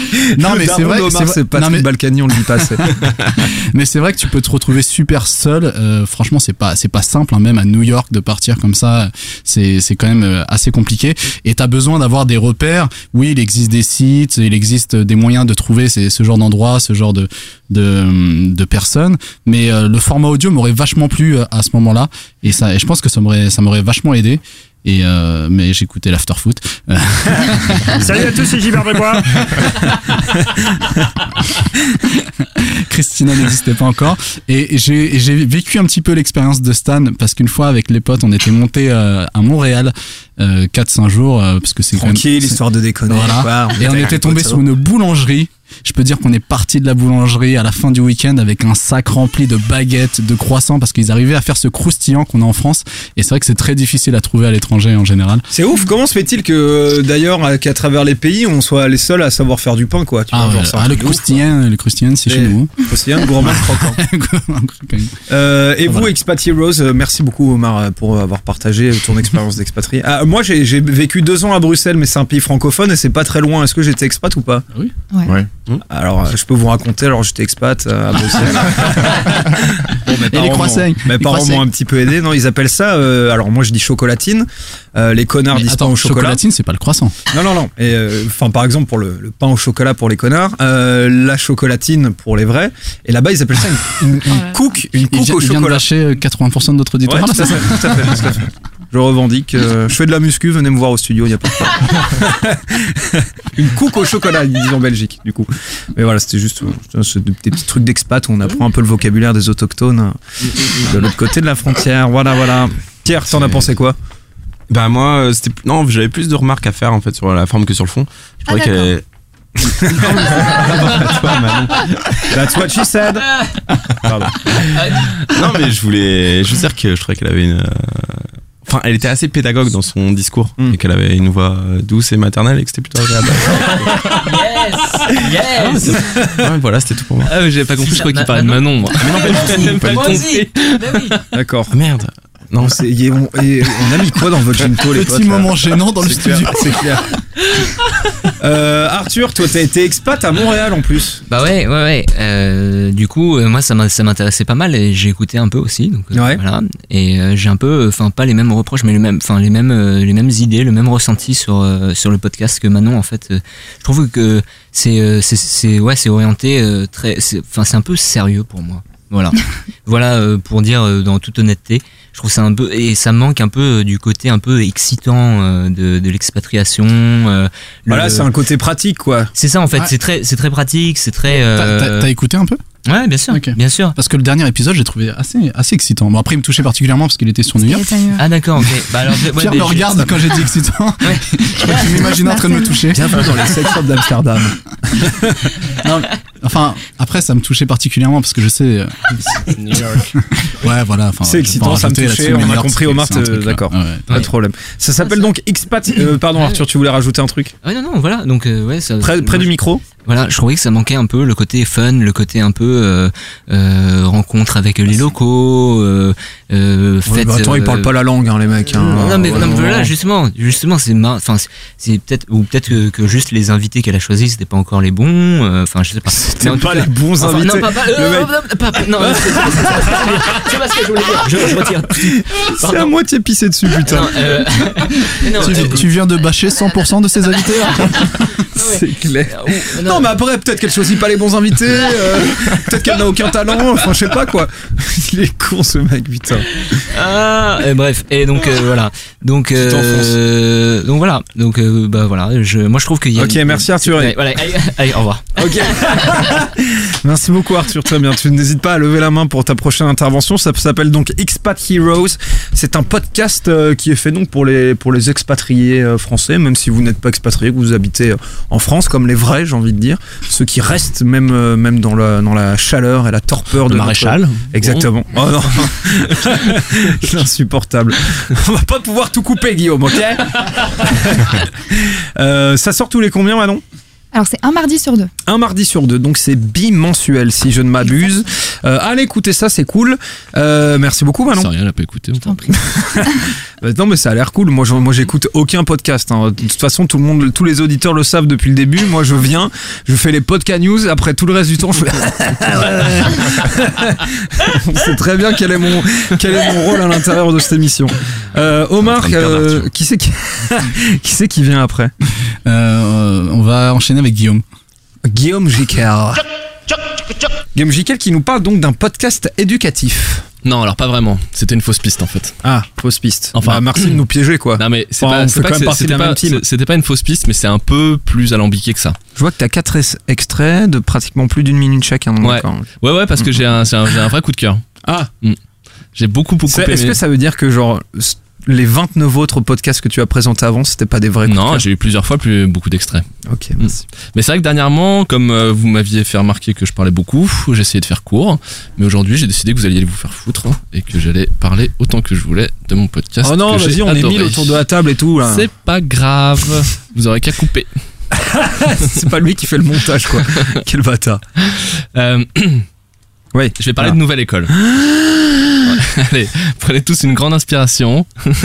Non, Le mais c'est daron vrai, d'Omar, c'est vrai- c'est Patrick non, mais- Balkany, on le dit pas assez. Mais c'est vrai que tu peux te retrouver super seul. Euh, franchement, c'est pas c'est pas simple, hein, même à New York de partir comme ça. C'est c'est quand même euh, assez compliqué. Et t'as besoin d'avoir des repères. Oui, il existe des sites, il existe des moyens de trouver ces, ce genre d'endroits, ce genre de de, de personnes. Mais euh, le format audio m'aurait vachement plu euh, à ce moment-là. Et ça, et je pense que ça m'aurait ça m'aurait vachement aidé. Et euh, mais j'écoutais l'afterfoot. Salut à tous, c'est Gilbert Bébois. Christina n'existait pas encore. Et j'ai et j'ai vécu un petit peu l'expérience de Stan parce qu'une fois avec les potes, on était monté euh, à Montréal euh, quatre cinq jours euh, parce que c'est quand même- Tranquille, c'est- histoire de déconner. Voilà. quoi. Et on était tombé sur une boulangerie. Je peux dire qu'on est parti de la boulangerie à la fin du week-end avec un sac rempli de baguettes, de croissants, parce qu'ils arrivaient à faire ce croustillant qu'on a en France. Et c'est vrai que c'est très difficile à trouver à l'étranger en général. C'est ouf, comment se fait-il que euh, d'ailleurs euh, qu'à travers les pays on soit les seuls à savoir faire du pain quoi, tu Ah, vois, ouais. genre, c'est un Ah, le truc de ouf, croustillant, le croustillant, c'est Et- chez nous. quoi. Croustillant, gourmand, croquant. Euh, et vous, Voilà. Expat Heroes, euh, merci beaucoup Omar pour avoir partagé ton expérience d'expatrié. Ah, moi j'ai j'ai vécu deux ans à Bruxelles, mais c'est un pays francophone et c'est pas très loin. Est-ce que j'étais expat ou pas? Oui. Ouais. Ouais. Alors euh, je peux vous raconter, alors j'étais expat euh, à Bruxelles. Bon, mes Et les parents croissants. m'ont- Mes Les parents croissants. m'ont un petit peu aidé. Non, ils appellent ça, euh, alors moi je dis chocolatine. Euh, les connards Mais disent attends, pain au chocolat. chocolatine, c'est pas le croissant. Non, non, non. Et euh, enfin, par exemple, pour le, le pain au chocolat pour les connards, euh, la chocolatine pour les vrais. Et là-bas, ils appellent ça une, une, une Oh là là. cook, une Il cook vient, au il vient de chocolat. lâcher quatre-vingts pour cent de notre Ouais, auditoire. là, tout à ça fait, tout à fait, tout à fait. Je revendique. euh, je fais de la muscu, venez me voir au studio, il y a pas de problème. Une cook au chocolat, ils disent en Belgique, du coup. Mais voilà, c'était juste euh, c'est des petits trucs d'expat où on apprend un peu le vocabulaire des autochtones euh, de l'autre côté de la frontière. Voilà, voilà. Pierre, t'en as C'est- pensé quoi? Bah moi, euh, c'était non, j'avais plus de remarques à faire en fait sur la forme que sur le fond. Je Ah, trouvais qu'elle est... Toi, Manon. That's what she said. Pardon. Non mais je voulais, je veux dire que je trouvais qu'elle avait une, euh, enfin, elle était assez pédagogue dans son discours Mm. et qu'elle avait une voix euh, douce et maternelle et que c'était plutôt agréable. Yes. Yes. Ouais, voilà, c'était tout pour moi. Ah, mais j'avais pas compris, je crois qu'il parlait de Manon, moi. Mais non, pas du tout, pas du Moi tout. aussi. Mais oui. D'accord. Ah, merde. Non, c'est, y est- on, et on a mis quoi dans votre ginto, les potes Petit là moment gênant dans le C'est clair, studio. c'est clair. Euh, Arthur, toi, t'as été expat à Montréal en plus. Bah ouais, ouais, ouais. Euh, du coup, euh, moi, ça m'a- ça m'intéressait pas mal et j'ai écouté un peu aussi. Donc, euh, Ouais. voilà. Et euh, j'ai un peu, enfin, pas les mêmes reproches, mais les mêmes, enfin, les mêmes, euh, les mêmes idées, le même ressenti sur euh, sur le podcast que Manon. En fait, euh, je trouve que c'est, euh, c'est, c'est, ouais, c'est orienté euh, très, c'est- enfin, c'est un peu sérieux pour moi. Voilà, voilà euh, pour dire euh, dans toute honnêteté. Je trouve ça un peu et ça manque un peu euh, du côté un peu excitant euh, de, de l'expatriation. euh, le- Voilà, c'est un côté pratique, quoi. c'est ça en fait. Ouais. C'est très, c'est très pratique. C'est très. T'as- euh, T'as t'as écouté un peu? Ouais, bien sûr, Ok. bien sûr. Parce que le dernier épisode, j'ai trouvé assez, assez excitant. Bon, après, il me touchait particulièrement parce qu'il était sur New York. Ah d'accord, ok. Bah alors, je- ouais, Pierre mais me je- regarde quand j'ai dit excitant. Ouais. Je crois qu'il m'imagine en train de me toucher. Bienvenue dans les sex shops d'Amsterdam. Non, enfin, après, ça me touchait particulièrement parce que je sais. euh, New York. Ouais, voilà. Enfin, C'est je vais excitant, pas ça me rajouter touchait, là-dessus, mais on a New York, compris, c'est- Omar, c'est un te- truc, là. d'accord. Ouais, ouais. Pas de problème. Ça s'appelle donc Expat. euh, pardon, Arthur, tu voulais rajouter un truc Ah non non, voilà. Donc euh, ouais, ça. Près, près moi, du micro. Voilà, je trouvais que ça manquait un peu le côté fun, le côté un peu euh, euh, rencontre avec les locaux. Euh, euh, Ouais, fête, bah, attends, ils euh, parlent pas la langue, hein, les mecs. Hein. Non, mais, Ouais, non, mais ouais, voilà, ouais. justement, justement, c'est mar- enfin, c'est- c'est peut-être ou peut-être que, que juste les invités qu'elle a choisis, c'était pas encore les bons. euh, Enfin, je sais pas. C'était Mais en tout pas cas- les bons enfin, invités. non, pas, pas, Le euh, mec- non, pas- pas- non, c'est c'est- c'est- c'est- c'est pas ce que je voulais dire. Je, je retire. C'est à Pardon. moitié pissé dessus, putain. Non, euh, non, Tu, euh, tu viens de bâcher cent pour cent de ses invités là C'est clair. euh, Non, mais après, peut-être qu'elle choisit pas les bons invités. euh, peut-être qu'elle n'a aucun talent. Enfin, je sais pas quoi. Il est con, ce mec, putain. Ah, et bref, et donc euh, voilà, donc euh, donc voilà, donc euh, bah voilà, je, moi je trouve qu'il y a. Ok, merci, Arthur. Ouais, voilà, allez, allez, au revoir. Ok. Merci beaucoup, Arthur. Très bien. Tu n'hésites pas à lever la main pour ta prochaine intervention. Ça s'appelle donc Expat Heroes. C'est un podcast euh, qui est fait donc pour les pour les expatriés euh, français, même si vous n'êtes pas expatrié, que vous habitez euh, en France, comme les vrais, j'ai envie de dire, ceux qui restent même euh, même dans la dans la chaleur et la torpeur de Le notre- maréchal. Exactement. Oh non. C'est insupportable. On va pas pouvoir tout couper, Guillaume, ok? euh, Ça sort tous les combien, Manon? Alors c'est un mardi sur deux. Un mardi sur deux, donc c'est bimensuel si je ne m'abuse. Euh, allez écoutez ça, c'est cool. Euh, merci beaucoup Manon. C'est rien, elle a pas écouté. Je t'en prie. Euh, non mais ça a l'air cool. Moi, je, moi j'écoute aucun podcast. Hein. De toute façon, tout le monde, tous les auditeurs le savent depuis le début. Moi, je viens, je fais les podcast news. Après tout le reste du temps, je fais. On sait très bien quel est mon quel est mon rôle à l'intérieur de cette émission. Euh, Omar, euh, qui c'est qui qui c'est qui vient après? Euh, on va enchaîner avec Guillaume. Guillaume Jiquel. Guillaume Jiquel qui nous parle donc d'un podcast éducatif. Non, alors pas vraiment. C'était une fausse piste en fait. Ah, fausse piste. Enfin, bah, merci de nous piéger quoi. Non mais c'est Enfin, pas, on c'est fait pas quand que même partie de c'était la pas, même team. c'est- c'était pas une fausse piste, mais c'est un peu plus alambiqué que ça. Je vois que t'as quatre es- extraits de pratiquement plus d'une minute chacun. Ouais. D'accord. Ouais, ouais, parce que j'ai un, j'ai un, j'ai un vrai coup de cœur. Ah. J'ai beaucoup, beaucoup C'est- aimé. Est-ce que ça veut dire que genre les vingt-neuf autres podcasts que tu as présentés avant, c'était pas des vrais coups de Non, cœur? j'ai eu plusieurs fois plus, beaucoup d'extraits. Ok, merci. Mais c'est vrai que dernièrement, comme euh, vous m'aviez fait remarquer que je parlais beaucoup, j'ai essayé de faire court. Mais aujourd'hui, j'ai décidé que vous alliez vous faire foutre hein, et que j'allais parler autant que je voulais de mon podcast. Oh non, que vas-y, j'ai on est adoré. mille autour de la table et tout là. C'est pas grave, vous aurez qu'à couper. C'est pas lui qui fait le montage quoi. Quel bâtard. Euh, Oui. je vais parler Ah. de nouvelle école. Allez, prenez tous une grande inspiration.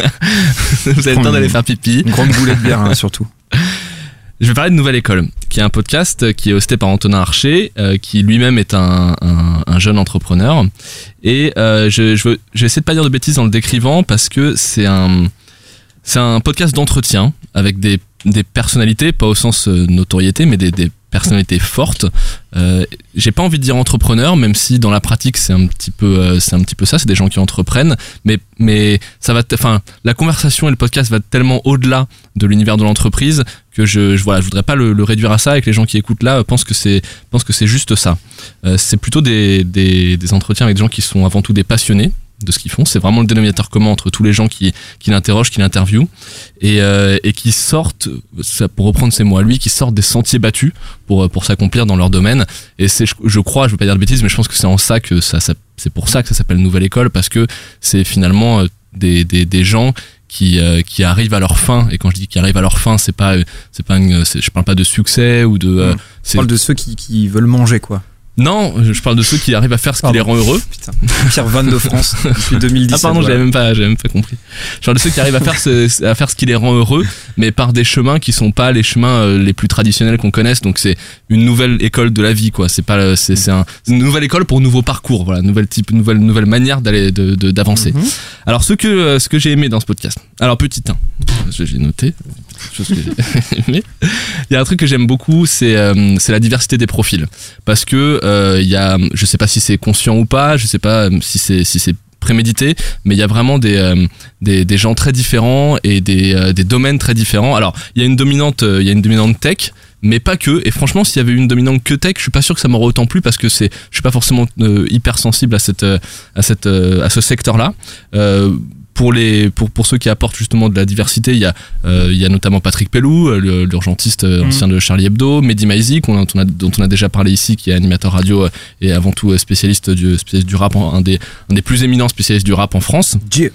Vous avez le temps d'aller faire pipi. Une grande boulet de bière hein, surtout. Je vais parler de Nouvelle École, qui est un podcast qui est hosté par Antonin Archer, euh, qui lui-même est un, un, un jeune entrepreneur. Et euh, je, je, veux, je vais essayer de pas dire de bêtises en le décrivant parce que c'est un, c'est un podcast d'entretien avec des, des personnalités, pas au sens euh, notoriété, mais des, des personnalités fortes. Euh, j'ai pas envie de dire entrepreneur, même si dans la pratique c'est un petit peu, euh, c'est un petit peu ça. C'est des gens qui entreprennent, mais mais ça va, enfin la conversation et le podcast va tellement au-delà de l'univers de l'entreprise que je, je voilà, je voudrais pas le, le réduire à ça et que les gens qui écoutent là pensent que c'est pensent que c'est juste ça. Euh, c'est plutôt des, des des entretiens avec des gens qui sont avant tout des passionnés de ce qu'ils font. C'est vraiment le dénominateur commun entre tous les gens qui, qui l'interrogent, qui l'interviewent et, euh, et qui sortent, ça, pour reprendre ces mots à lui, qui sortent des sentiers battus pour, pour s'accomplir dans leur domaine. Et c'est, je, je crois, je veux pas dire de bêtises, mais je pense que c'est en ça que ça, ça c'est pour ça que ça s'appelle Nouvelle École, parce que c'est finalement euh, des, des, des gens qui, euh, qui arrivent à leur fin. Et quand je dis qu'ils arrivent à leur fin, c'est pas, c'est pas une, c'est, je parle pas de succès ou de, euh, Mmh. c'est, Je parle de ceux qui, qui veulent manger quoi. non, je parle de ceux qui arrivent à faire ce qui Pardon. les rend heureux. Putain, pire vanne de France depuis deux mille dix-sept. Ah pardon, voilà. j'avais même pas, j'avais même pas compris. Genre de ceux qui arrivent à faire ce, à faire ce qui les rend heureux, mais par des chemins qui sont pas les chemins euh, les plus traditionnels qu'on connaisse. Donc c'est une nouvelle école de la vie, quoi. C'est pas, le- c'est, c'est un, c'est une nouvelle école pour nouveau parcours, voilà, nouvelle type, nouvelle, nouvelle manière d'aller, de, de- d'avancer. Mhm. Alors ce que, euh, ce que j'ai aimé dans ce podcast. Alors petit un, j'ai noté. Chose que j'ai aimé. Il y a un truc que j'aime beaucoup, c'est euh, c'est la diversité des profils, parce que euh, il y a, je sais pas si c'est conscient ou pas, je sais pas si c'est si c'est prémédité, mais il y a vraiment des euh, des, des gens très différents et des euh, des domaines très différents. Alors il y a une dominante, euh, il y a une dominante tech. Mais pas que, et franchement s'il y avait eu une dominante que tech, je suis pas sûr que ça m'aurait autant plu parce que c'est, je suis pas forcément euh, hyper sensible à cette euh, à cette euh, à ce secteur là. Euh, pour les pour pour ceux qui apportent justement de la diversité, il y a euh, il y a notamment Patrick Pellou, le- l'urgentiste euh, ancien de Charlie Hebdo, Mehdi Maizi qu'on a- dont on a dont on a déjà parlé ici, qui est animateur radio euh, et avant tout euh, spécialiste du spécialiste du rap, en- un des un des plus éminents spécialistes du rap en France. Dieu.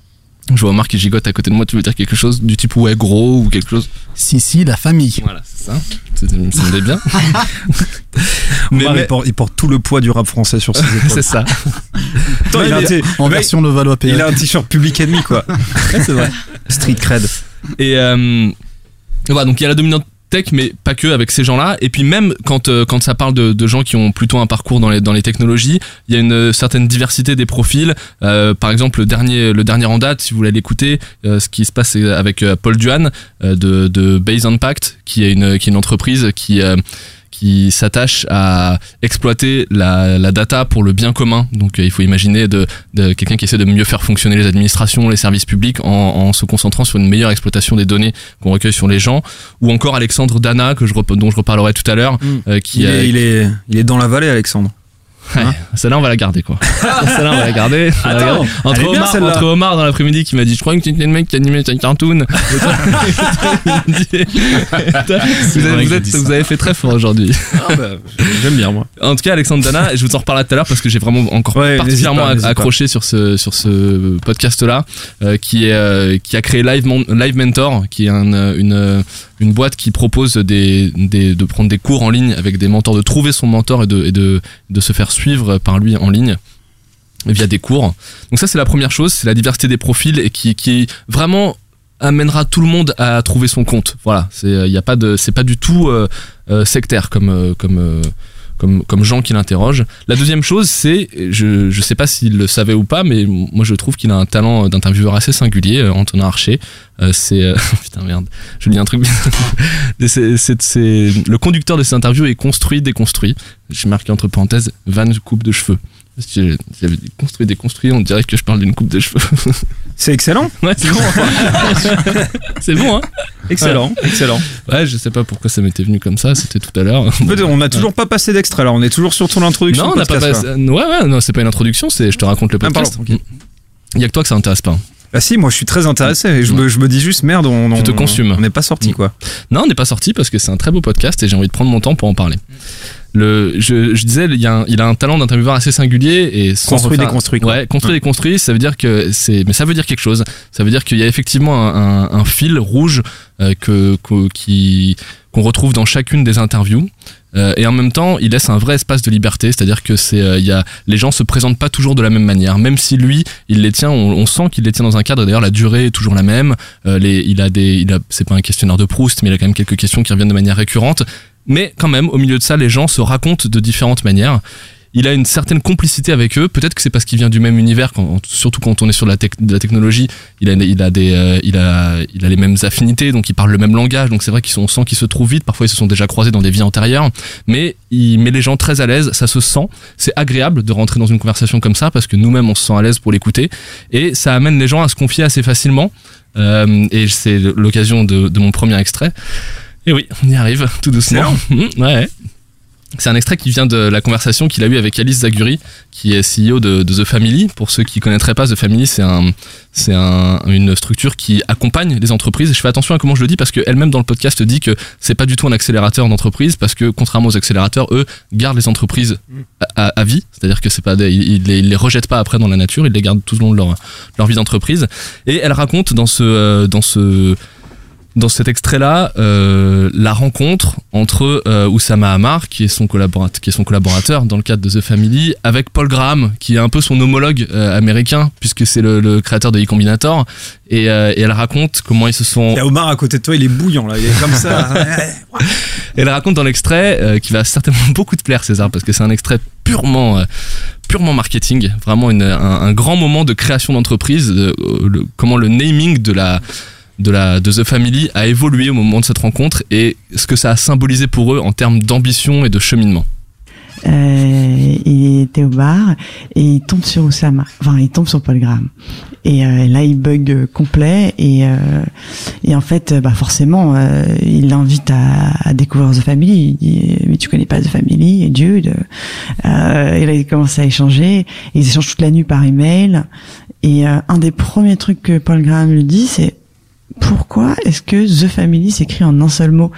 Je vois Omar qui gigote à côté de moi. Tu veux dire quelque chose du type ouais gros ou quelque chose? Si, si, la famille. Voilà, c'est ça. Ça me semblait bien. Mais, mais- il, porte, il porte tout le poids du rap français sur ses épaules. C'est ça. Attends, il, a un t- En le mec, version Levallois P il R. a un t-shirt Public Enemy quoi. c'est vrai. Street cred. Et euh, voilà, donc il y a la dominante tech, mais pas que, avec ces gens-là. Et puis même quand euh, quand ça parle de, de gens qui ont plutôt un parcours dans les dans les technologies, il y a une euh, certaine diversité des profils. Euh, par exemple, le dernier le dernier en date, si vous voulez l'écouter, euh, ce qui se passe c'est avec euh, Paul Duhan euh, de de Base Impact, qui est une qui est une entreprise qui euh, qui s'attache à exploiter la, la data pour le bien commun. Donc euh, il faut imaginer de, de quelqu'un qui essaie de mieux faire fonctionner les administrations, les services publics en, en se concentrant sur une meilleure exploitation des données qu'on recueille sur les gens. Ou encore Alexandre Dana, que je, rep- dont je reparlerai tout à l'heure, Mm. euh, qui Il a- est, il, est, il est dans la vallée Alexandre. Ouais, celle-là on va la garder quoi. Celle-là on va la garder. On va la Attends, garder. Entre, elle est bien, Omar, celle-là. entre Omar dans l'après-midi qui m'a dit je crois que tu es le mec qui animait un cartoon. Et toi, il me dit, vous, avez, vous, êtes, vous avez fait très fort aujourd'hui. Ah bah, j'aime bien moi. En tout cas Alexandre Dana, je vous en reparlerai tout à l'heure parce que j'ai vraiment encore Ouais, particulièrement n'hésite pas, accroché sur ce sur ce podcast là euh, qui est euh, qui a créé Live, Mon- Live Mentor, qui est un, une une boîte qui propose des, des de prendre des cours en ligne avec des mentors, de trouver son mentor et de et de de se faire suivre par lui en ligne via des cours. Donc ça c'est la première chose, c'est la diversité des profils et qui qui vraiment amènera tout le monde à trouver son compte. Voilà, c'est il y a pas de c'est pas du tout euh, euh, sectaire comme euh, comme euh, comme comme gens qui l'interrogent. La deuxième chose, c'est je je sais pas s'il le savait ou pas, mais moi je trouve qu'il a un talent d'intervieweur assez singulier, euh, Antonin Archer. Euh, c'est euh, putain merde, je lis un truc. c'est, c'est c'est le conducteur de ces interviews est construit déconstruit. J'ai marqué entre parenthèses Van coupe de cheveux. Parce que j'ai- j'avais dit construit déconstruit, on dirait que je parle d'une coupe de cheveux. C'est excellent. Ouais, c'est bon. C'est bon, hein. Excellent, excellent. Ouais, je sais pas pourquoi ça m'était venu comme ça, c'était tout à l'heure. En fait, on n'a toujours pas passé d'extrait là, on est toujours sur ton introduction. Non, on n'a pas podcast, passé. là. Ouais, ouais, non, c'est pas une introduction, c'est je te raconte le Ah, podcast. pardon, ok. Il y a que toi que ça intéresse pas. Ah si, moi je suis très intéressé et je, me, je me dis juste merde, on, on Tu te consumes. On n'est pas sorti quoi. Non, on n'est pas sorti parce que c'est un très beau podcast et j'ai envie de prendre mon temps pour en parler. Le, je, je disais, il, y a un, il a un talent d'intervieweur assez singulier et sans Construit, refaire- déconstruit, quoi. Ouais, construit, Ouais. déconstruit, ça veut dire que c'est, mais ça veut dire quelque chose. Ça veut dire qu'il y a effectivement un, un, un fil rouge euh, que, que- qui qu'on retrouve dans chacune des interviews. Euh, et en même temps, il laisse un vrai espace de liberté, c'est-à-dire que c'est, euh, il y a, les gens se présentent pas toujours de la même manière, même si lui, il les tient, on, on sent qu'il les tient dans un cadre. Et d'ailleurs, la durée est toujours la même. Euh, les, il a des, il a, c'est pas un questionnaire de Proust, mais il a quand même quelques questions qui reviennent de manière récurrente. Mais quand même, au milieu de ça, les gens se racontent de différentes manières. Il a une certaine complicité avec eux. Peut-être que c'est parce qu'il vient du même univers, quand, surtout quand on est sur la, tec- de la technologie. Il a, il a des, euh, il a, il a les mêmes affinités, donc il parle le même langage. Donc c'est vrai qu'ils sont, on sent qu'ils se trouvent vite. Parfois ils se sont déjà croisés dans des vies antérieures. Mais il met les gens très à l'aise. Ça se sent. C'est agréable de rentrer dans une conversation comme ça parce que nous-mêmes on se sent à l'aise pour l'écouter et ça amène les gens à se confier assez facilement. Euh, et c'est l'occasion de, de mon premier extrait. Et oui, on y arrive tout doucement. Mmh, ouais. C'est un extrait qui vient de la conversation qu'il a eue avec Alice Zaguri, qui est C E O de, de The Family. Pour ceux qui connaîtraient pas, The Family, c'est un, c'est un, une structure qui accompagne les entreprises. Et je fais attention à comment je le dis parce qu'elle-même dans le podcast dit que c'est pas du tout un accélérateur d'entreprise parce que contrairement aux accélérateurs, eux gardent les entreprises à, à, à vie. C'est-à-dire que c'est pas des, ils, ils les, ils les rejettent pas après dans la nature, ils les gardent tout au long de leur, leur vie d'entreprise. Et elle raconte dans ce, euh, dans ce, dans cet extrait-là, euh, la rencontre entre euh, Oussama Hamar, qui est son collaborateur, qui est son collaborateur dans le cadre de The Family, avec Paul Graham, qui est un peu son homologue euh, américain, puisque c'est le, le créateur de Y Combinator. Et, euh, et elle raconte comment ils se sont. Il y a Omar à côté de toi, il est bouillant là, il est comme ça. Et elle raconte dans l'extrait euh, qui va certainement beaucoup te plaire, César, parce que c'est un extrait purement euh, purement marketing, vraiment une, un, un grand moment de création d'entreprise, de, euh, le, comment le naming de la de la de The Family a évolué au moment de cette rencontre et ce que ça a symbolisé pour eux en termes d'ambition et de cheminement. Euh, il était au bar et il tombe sur Oussama, enfin il tombe sur Paul Graham et euh, là il bug euh, complet et euh, et en fait euh, bah forcément euh, il l'invite à, à découvrir The Family. Il dit mais tu connais pas The Family et Jude euh, et là il commence à échanger, ils échangent toute la nuit par email et euh, un des premiers trucs que Paul Graham lui dit c'est pourquoi est-ce que The Family s'écrit en un seul mot?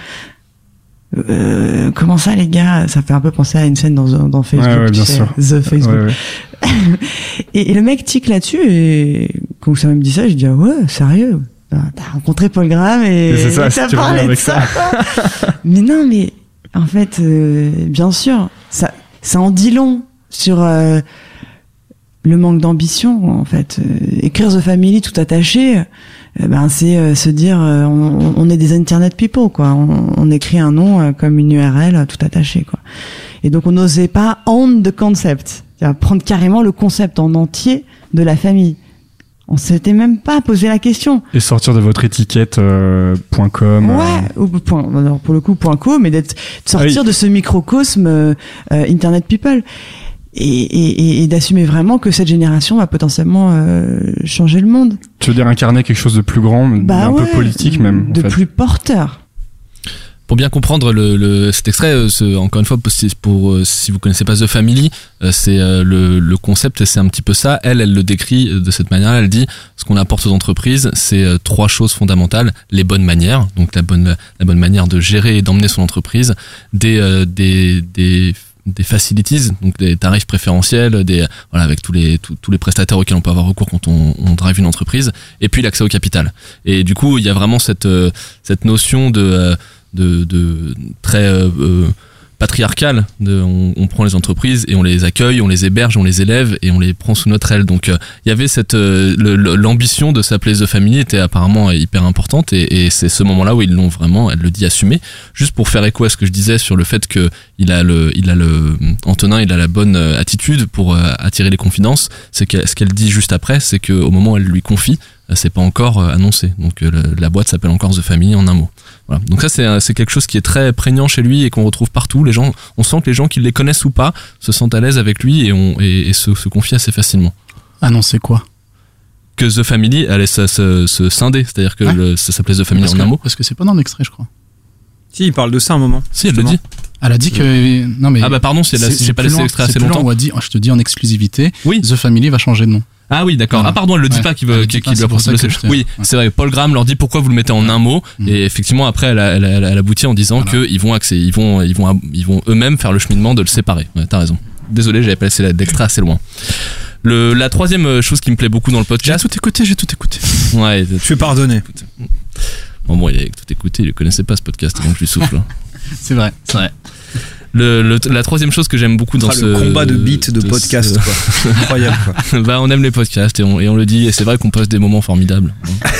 Euh, comment ça les gars? Ça fait un peu penser à une scène dans, dans Facebook, ouais, ouais, tu bien sais, sûr. The Facebook. Ouais, ouais. et, et le mec tique là-dessus et quand ça me dit ça, je dis ah ouais, sérieux? T'as rencontré Paul Graham et, Et c'est ça, et si t'as tu reviens parlé de avec ça, ça. quoi. Mais non, mais en fait, euh, bien sûr, ça, ça en dit long sur euh, le manque d'ambition. En fait, euh, écrire The Family tout attaché. Euh, ben c'est euh, se dire euh, on, on est des internet people quoi, on, on écrit un nom euh, comme une U R L euh, tout attaché quoi. Et donc on n'osait pas own the concept, c'est-à-dire prendre carrément le concept en entier de la famille. On s'était même pas posé la question. Et sortir de votre étiquette euh, .com. Ouais, euh, ou point, alors pour le coup point .co, mais d'être de sortir oui. de ce microcosme euh, euh, internet people. Et, et, et d'assumer vraiment que cette génération va potentiellement euh, changer le monde. Tu veux dire incarner quelque chose de plus grand, Bah un ouais, peu politique même. de en fait. plus porteur. Pour bien comprendre le, le, cet extrait, euh, ce, encore une fois, pour, pour euh, si vous connaissez pas The Family, euh, c'est euh, le, le concept, c'est un petit peu ça. Elle, elle le décrit de cette manière. Elle dit ce qu'on apporte aux entreprises, c'est euh, trois choses fondamentales les bonnes manières, donc la bonne la bonne manière de gérer et d'emmener son entreprise, des euh, des des des facilities, donc des tarifs préférentiels, des voilà avec tous les tous, tous les prestataires auxquels on peut avoir recours quand on, on drive une entreprise, et puis l'accès au capital. Et du coup, il y a vraiment cette euh, cette notion de euh, de, de très euh, patriarcale. De, on, on prend les entreprises et on les accueille, on les héberge, on les élève et on les prend sous notre aile. Donc euh, il y avait cette euh, le, l'ambition de s'appeler The Family était apparemment hyper importante et, et c'est ce moment-là où ils l'ont vraiment, elle le dit, assumé. Juste pour faire écho à ce que je disais sur le fait que il a le, il a le Antonin, il a la bonne attitude pour euh, attirer les confidences. C'est que ce qu'elle dit juste après, c'est que au moment où elle lui confie, c'est pas encore annoncé. Donc le, la boîte s'appelle encore The Family en un mot. Voilà. Donc ça c'est c'est quelque chose qui est très prégnant chez lui et qu'on retrouve partout. Les gens, on sent que les gens qui les connaissent ou pas se sentent à l'aise avec lui et on et, et se, se confient assez facilement. Annoncer quoi? Que The Family allait se, se, se scinder, c'est-à-dire que ouais. le, ça s'appelait The Family parce en que, un mot. Parce que c'est pas dans l'extrait, je crois. Si, il parle de ça un moment. Si, elle le dit. Elle a dit que non mais ah bah pardon, si elle a, si j'ai pas laissé l'extrait assez longtemps. On a dit, je te dis en exclusivité. Oui. The Family va changer de nom. Ah oui, d'accord. Voilà. Ah pardon, elle le dit ouais. pas qu'il veut qu'il lui a proposé. Oui, ouais. C'est vrai. Paul Graham leur dit pourquoi vous le mettez en un mot mmh. et effectivement après elle, a, elle, a, elle aboutit en disant voilà. que ils vont accéder, ils vont ils vont ils vont eux-mêmes faire le cheminement de le séparer. Ouais, t'as raison. Désolé, j'avais pas laissé l'extrait assez loin. Le, la troisième chose qui me plaît beaucoup dans le podcast. J'ai tout écouté, j'ai tout écouté. Ouais. Je suis pardonné. Bon bon, il a tout écouté, il le connaissait pas ce podcast avant que je lui souffle. C'est vrai, c'est vrai. Le, le, la troisième chose que j'aime beaucoup dans ah, ce le combat de beats de, de podcast ce... quoi. Incroyable quoi. Bah on aime les podcasts et on, et on le dit et c'est vrai qu'on passe des moments formidables.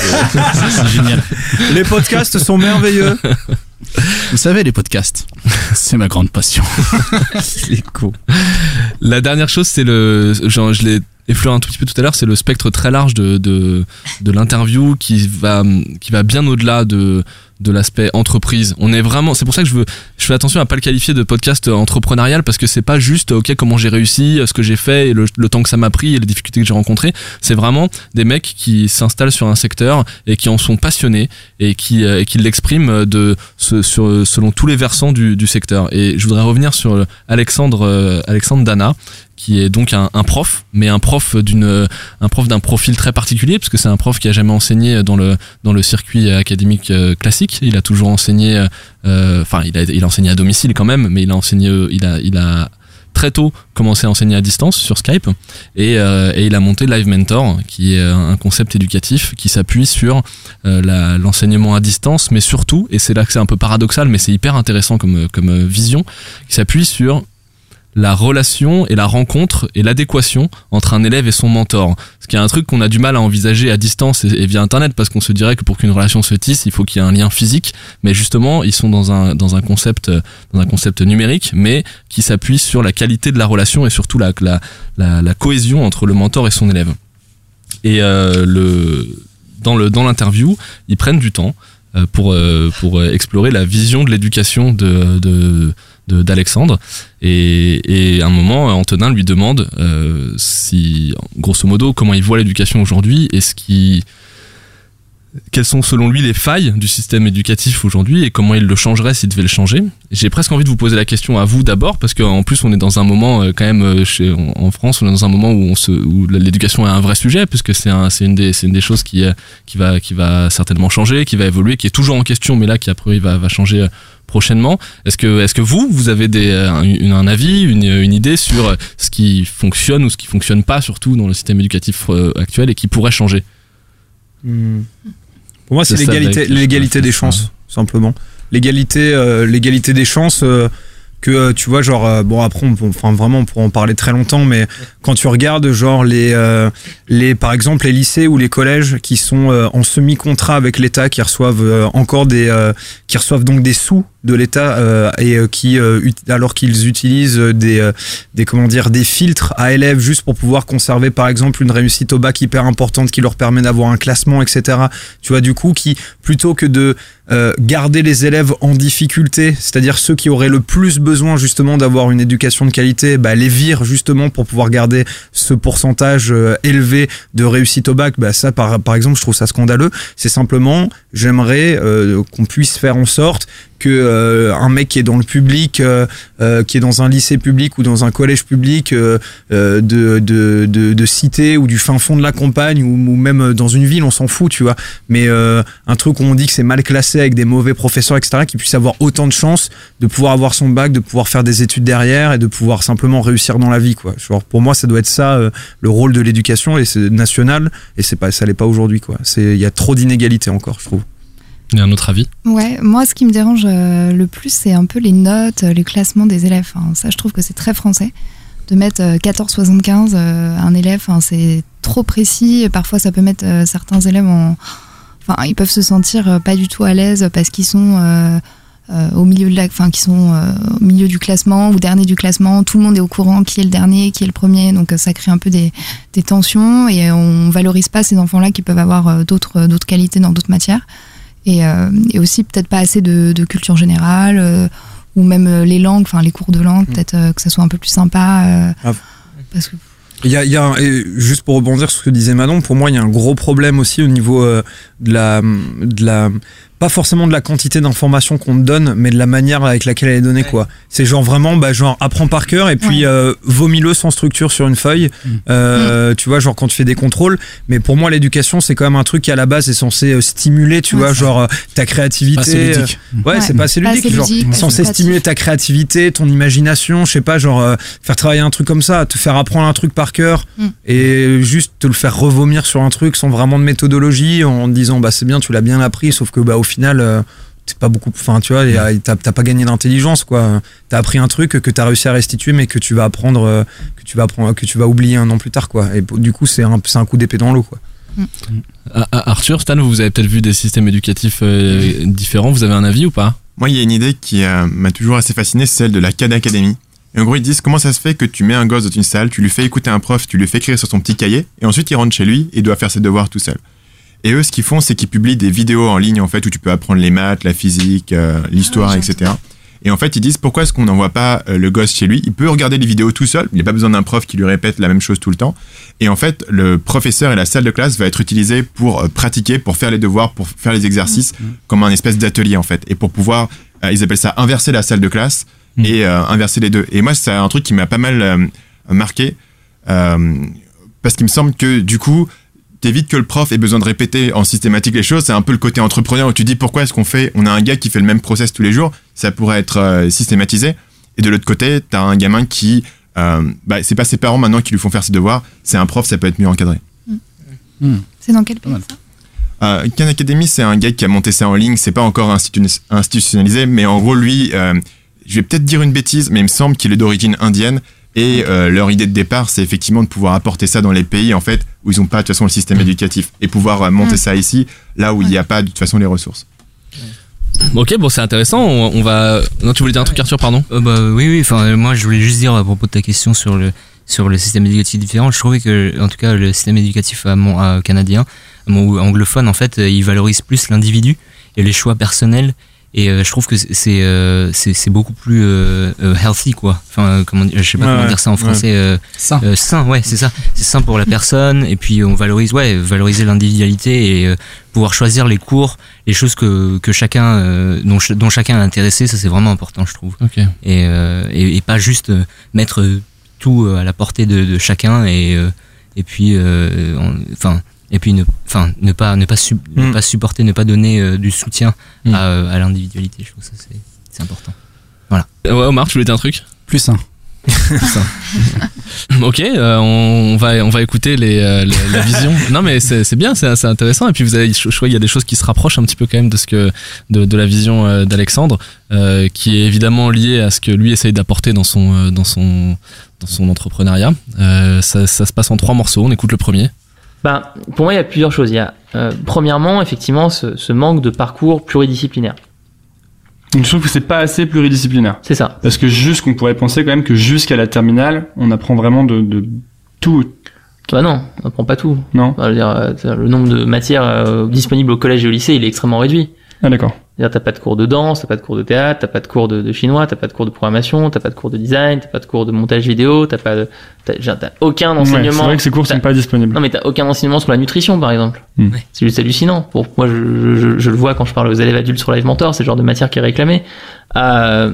C'est génial. Les podcasts sont merveilleux. Vous savez les podcasts, c'est ma grande passion. Les co. La dernière chose c'est le genre je l'ai effleuré un tout petit peu tout à l'heure, c'est le spectre très large de de de l'interview qui va qui va bien au-delà de de l'aspect entreprise. On est vraiment, c'est pour ça que je veux, je fais attention à pas le qualifier de podcast entrepreneurial parce que c'est pas juste, ok, comment j'ai réussi, ce que j'ai fait et le, le temps que ça m'a pris et les difficultés que j'ai rencontrées. C'est vraiment des mecs qui s'installent sur un secteur et qui en sont passionnés et qui, et qui l'expriment de, ce, sur, selon tous les versants du, du secteur. Et je voudrais revenir sur Alexandre, Alexandre Dana, qui est donc un, un prof, mais un prof d'une, un prof d'un profil très particulier, parce que c'est un prof qui a jamais enseigné dans le dans le circuit académique classique. Il a toujours enseigné, euh, enfin, il a il a enseigné à domicile quand même, mais il a enseigné, il a il a très tôt commencé à enseigner à distance sur Skype, et euh, et il a monté Live Mentor, qui est un concept éducatif qui s'appuie sur euh, la, l'enseignement à distance, mais surtout, et c'est là que c'est un peu paradoxal, mais c'est hyper intéressant comme comme vision, qui s'appuie sur la relation et la rencontre et l'adéquation entre un élève et son mentor. Ce qui est un truc qu'on a du mal à envisager à distance et, et via internet, parce qu'on se dirait que pour qu'une relation se tisse, il faut qu'il y ait un lien physique, mais justement, ils sont dans un dans un concept dans un concept numérique, mais qui s'appuie sur la qualité de la relation et surtout la la la, la cohésion entre le mentor et son élève. Et euh, le dans le dans l'interview, ils prennent du temps pour pour explorer la vision de l'éducation de de De, d'Alexandre et, et à un moment Antonin lui demande euh, si grosso modo comment il voit l'éducation aujourd'hui et ce qui quelles sont selon lui les failles du système éducatif aujourd'hui et comment il le changerait s'il devait le changer. J'ai presque envie de vous poser la question à vous d'abord parce qu'en plus on est dans un moment quand même chez, en France on est dans un moment où, on se, où l'éducation est un vrai sujet puisque c'est, un, c'est, une, des, c'est une des choses qui, qui, va, qui va certainement changer, qui va évoluer, qui est toujours en question mais là qui après va, va changer prochainement. Est-ce que, est-ce que vous, vous avez des, un, un avis, une, une idée sur ce qui fonctionne ou ce qui fonctionne pas surtout dans le système éducatif actuel et qui pourrait changer? Mmh. Pour moi, c'est, c'est l'égalité, ça, l'égalité des chances, simplement. L'égalité, euh, l'égalité des chances euh, que euh, tu vois, genre, euh, bon après, on, enfin vraiment, on pourra en parler très longtemps, mais quand tu regardes, genre les, euh, les, par exemple, les lycées ou les collèges qui sont euh, en semi-contrat avec l'État, qui reçoivent euh, encore des, euh, qui reçoivent donc des sous de l'État euh, et euh, qui euh, ut- alors qu'ils utilisent des euh, des comment dire des filtres à élèves juste pour pouvoir conserver par exemple une réussite au bac hyper importante qui leur permet d'avoir un classement, etc. Tu vois, du coup, qui plutôt que de euh, garder les élèves en difficulté, c'est-à-dire ceux qui auraient le plus besoin justement d'avoir une éducation de qualité, bah, les vire justement pour pouvoir garder ce pourcentage euh, élevé de réussite au bac. Bah, ça, par, par exemple, je trouve ça scandaleux. C'est simplement, j'aimerais euh, qu'on puisse faire en sorte que euh, un mec qui est dans le public, euh, euh, qui est dans un lycée public ou dans un collège public euh, euh, de, de, de, de cité ou du fin fond de la campagne ou, ou même dans une ville, on s'en fout, tu vois. Mais euh, un truc où on dit que c'est mal classé avec des mauvais professeurs, et cetera, qui puisse avoir autant de chances de pouvoir avoir son bac, de pouvoir faire des études derrière et de pouvoir simplement réussir dans la vie, quoi. Genre, pour moi, ça doit être ça euh, le rôle de l'éducation, et c'est national, et c'est pas, ça l'est pas aujourd'hui, quoi. C'est, il y a trop d'inégalités encore, je trouve. Il y a un autre avis? Ouais, moi ce qui me dérange euh, le plus, c'est un peu les notes, les classements des élèves. Enfin, ça, je trouve que c'est très français de mettre euh, quatorze soixante-quinze euh, un élève. Enfin, c'est trop précis. Et parfois, ça peut mettre euh, certains élèves en. Enfin, ils peuvent se sentir euh, pas du tout à l'aise parce qu'ils sont euh, euh, au milieu de la, enfin, qui sont euh, au milieu du classement ou dernier du classement. Tout le monde est au courant qui est le dernier, qui est le premier. Donc, euh, ça crée un peu des, des tensions et on valorise pas ces enfants-là qui peuvent avoir euh, d'autres, d'autres qualités dans d'autres matières. Et, euh, et aussi peut-être pas assez de, de culture générale euh, ou même euh, les langues, enfin les cours de langue, mmh. peut-être euh, que ça soit un peu plus sympa. Euh, ah. Parce que il y a, il y a et juste pour rebondir sur ce que disait Manon, pour moi il y a un gros problème aussi au niveau euh, de la de la pas forcément de la quantité d'informations qu'on te donne, mais de la manière avec laquelle elle est donnée, quoi. C'est genre vraiment, bah, genre, apprends par cœur et puis, ouais. euh, vomis-le sans structure sur une feuille. Mmh. Euh, mmh. Tu vois, genre, quand tu fais des contrôles. Mais pour moi, l'éducation, c'est quand même un truc qui, à la base, est censé euh, stimuler, tu ouais, vois, genre, euh, ta créativité. Pas assez ludique. Euh, ouais, ouais, c'est pas assez ludique. Pas assez genre, ludique, censé stimuler ta créativité, ton imagination, je sais pas, genre, euh, faire travailler un truc comme ça, te faire apprendre un truc par cœur mmh. et juste te le faire revomir sur un truc sans vraiment de méthodologie en te disant, bah, c'est bien, tu l'as bien appris, sauf que, bah, au final, euh, c'est pas beaucoup, enfin, tu vois, t'as, t'as pas gagné d'intelligence, quoi. T'as appris un truc que t'as réussi à restituer, mais que tu vas apprendre, euh, que tu vas apprendre, que tu vas oublier un an plus tard, quoi. Et du coup, c'est un, c'est un coup d'épée dans l'eau, quoi. Mm. Ah, Arthur, Stan, vous avez peut-être vu des systèmes éducatifs euh, différents. Vous avez un avis ou pas? Moi, il y a une idée qui euh, m'a toujours assez fasciné, c'est celle de la Khan Academy. Et en gros, ils disent comment ça se fait que tu mets un gosse dans une salle, tu lui fais écouter un prof, tu lui fais écrire sur son petit cahier, et ensuite il rentre chez lui et doit faire ses devoirs tout seul. Et eux, ce qu'ils font, c'est qu'ils publient des vidéos en ligne, en fait, où tu peux apprendre les maths, la physique, euh, l'histoire, ah, et cetera. Et en fait, ils disent pourquoi est-ce qu'on n'envoie pas euh, le gosse chez lui? Il peut regarder les vidéos tout seul, il n'a pas besoin d'un prof qui lui répète la même chose tout le temps. Et en fait, le professeur et la salle de classe va être utilisé pour euh, pratiquer, pour faire les devoirs, pour faire les exercices, mmh. comme un espèce d'atelier, en fait. Et pour pouvoir, euh, ils appellent ça inverser la salle de classe mmh. et euh, inverser les deux. Et moi, c'est un truc qui m'a pas mal euh, marqué, euh, parce qu'il me semble que, du coup, t'évites que le prof ait besoin de répéter en systématique les choses. C'est un peu le côté entrepreneur où tu dis pourquoi est-ce qu'on fait, on a un gars qui fait le même process tous les jours, ça pourrait être euh, systématisé. Et de l'autre côté, t'as un gamin qui, euh, bah, c'est pas ses parents maintenant qui lui font faire ses devoirs, c'est un prof, ça peut être mieux encadré. Mmh. Mmh. C'est dans quel pays ça? euh, Khan Academy, c'est un gars qui a monté ça en ligne, c'est pas encore institu- institutionnalisé, mais en gros, lui, euh, je vais peut-être dire une bêtise, mais il me semble qu'il est d'origine indienne. Et euh, leur idée de départ, c'est effectivement de pouvoir apporter ça dans les pays en fait où ils n'ont pas de toute façon le système éducatif et pouvoir euh, monter mmh. ça ici, là où il n'y a pas de toute façon les ressources. Ok, bon, c'est intéressant. On, on va. Non, tu voulais dire un truc, Arthur, pardon. Euh, bah oui, oui. Enfin, moi, je voulais juste dire à propos de ta question sur le sur le système éducatif différent. Je trouvais que, en tout cas, le système éducatif à mon, à canadien, à mon anglophone, en fait, il valorise plus l'individu et les choix personnels. Et euh, je trouve que c'est euh, c'est c'est beaucoup plus euh, euh, healthy, quoi. Enfin, comment je sais pas ouais, comment dire ça en français. Ouais. Euh, sain. Euh, sain, ouais, c'est ça. C'est sain pour la personne. Et puis on valorise, ouais, valoriser l'individualité et euh, pouvoir choisir les cours, les choses que que chacun euh, dont dont chacun est intéressé. Ça, c'est vraiment important, je trouve. Okay. Et, euh, et et pas juste mettre tout à la portée de, de chacun et euh, et puis enfin. Euh, et puis ne enfin ne pas ne pas sub, mmh. ne pas supporter, ne pas donner euh, du soutien mmh. à, à l'individualité. Je trouve que ça c'est c'est important. Voilà. Ouais, Omar, tu voulais dire un truc? Plus sain. Ok, euh, on, on va on va écouter les, euh, les la vision. Non mais c'est c'est bien, c'est, c'est intéressant. Et puis vous avez, je, je crois qu'il y a des choses qui se rapprochent un petit peu quand même de ce que de, de la vision euh, d'Alexandre, euh, qui est évidemment liée à ce que lui essaye d'apporter dans son euh, dans son dans son entrepreneuriat. Euh, ça ça se passe en trois morceaux. On écoute le premier. Ben, pour moi, il y a plusieurs choses. Il y a, euh, premièrement, effectivement, ce, ce manque de parcours pluridisciplinaire. Je trouve que c'est pas assez pluridisciplinaire. C'est ça. Parce que juste qu'on pourrait penser quand même que jusqu'à la terminale, on apprend vraiment de, de tout. Bah non, on n'apprend pas tout. Non. Bah, je veux dire, le nombre de matières euh, disponibles au collège et au lycée, il est extrêmement réduit. Ah d'accord. C'est-à-dire, t'as pas de cours de danse, t'as pas de cours de théâtre, t'as pas de cours de, de chinois, t'as pas de cours de programmation, t'as pas de cours de design, t'as pas de cours de montage vidéo, t'as pas de, t'as, genre, t'as aucun enseignement. Ouais, c'est vrai que ces cours t'as, sont pas disponibles. Non, mais t'as aucun enseignement sur la nutrition, par exemple. Mm. C'est juste hallucinant. Pour moi, je, je, je le vois quand je parle aux élèves adultes sur Live Mentor, c'est le genre de matière qui est réclamée. Euh,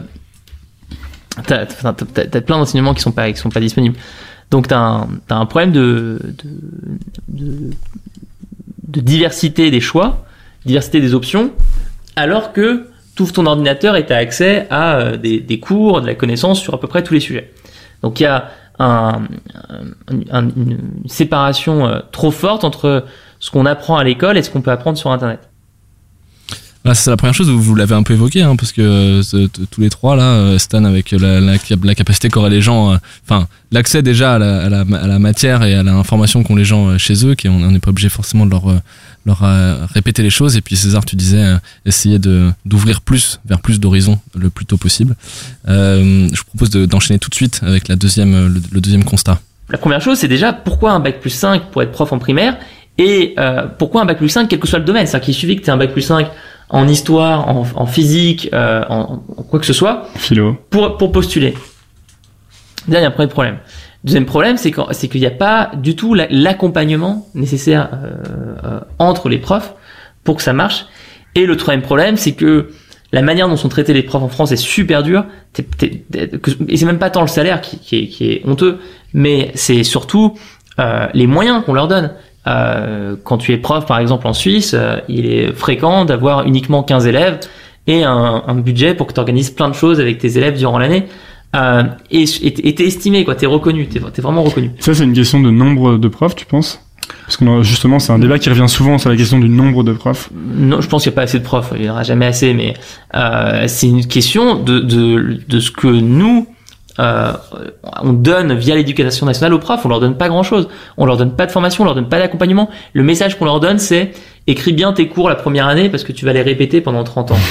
t'as, t'as, t'as, t'as plein d'enseignements qui sont pas, qui sont pas disponibles. Donc, t'as un, t'as un problème de, de, de, de diversité des choix, diversité des options, alors que tu ouvres ton ordinateur et tu as accès à euh, des, des cours, de la connaissance sur à peu près tous les sujets. Donc il y a un, un, un, une séparation euh, trop forte entre ce qu'on apprend à l'école et ce qu'on peut apprendre sur Internet. Ah, c'est la première chose, vous l'avez un peu évoqué, hein, parce que euh, tous les trois là, Stan avec la, la, la capacité qu'auraient les gens, enfin euh, l'accès déjà à la, à, la, à la matière et à l'information qu'ont les gens chez eux, qu'on n'est pas obligé forcément de leur euh, leur euh, répéter les choses. Et puis César, tu disais euh, essayer de d'ouvrir plus vers plus d'horizons le plus tôt possible. Euh, je vous propose de, d'enchaîner tout de suite avec la deuxième le, le deuxième constat. La première chose, c'est déjà pourquoi un bac plus cinq pour être prof en primaire et euh, pourquoi un bac plus cinq quel que soit le domaine. C'est-à-dire qu'il suffit que tu aies un bac plus cinq en histoire, en, en physique, euh, en, en quoi que ce soit, philo, pour pour postuler. Là, il y a un premier problème. Deuxième problème, c'est, quand, c'est qu'il n'y a pas du tout la, l'accompagnement nécessaire euh, euh, entre les profs pour que ça marche. Et le troisième problème, c'est que la manière dont sont traités les profs en France est super dure. T'es, t'es, t'es, et c'est même pas tant le salaire qui, qui, est, qui est honteux, mais c'est surtout euh, les moyens qu'on leur donne. Euh, quand tu es prof, par exemple en Suisse, euh, il est fréquent d'avoir uniquement quinze élèves et un, un budget pour que tu organises plein de choses avec tes élèves durant l'année. Euh, et, et t'es estimé, quoi, t'es reconnu, t'es, t'es vraiment reconnu. Ça, c'est une question de nombre de profs, tu penses? Parce que justement, c'est un débat qui revient souvent, c'est la question du nombre de profs. Non, je pense qu'il n'y a pas assez de profs, il n'y en aura jamais assez, mais euh, c'est une question de, de, de ce que nous, euh, on donne via l'éducation nationale aux profs. On leur donne pas grand-chose, on leur donne pas de formation, on leur donne pas d'accompagnement. Le message qu'on leur donne, c'est écris bien tes cours la première année parce que tu vas les répéter pendant trente ans.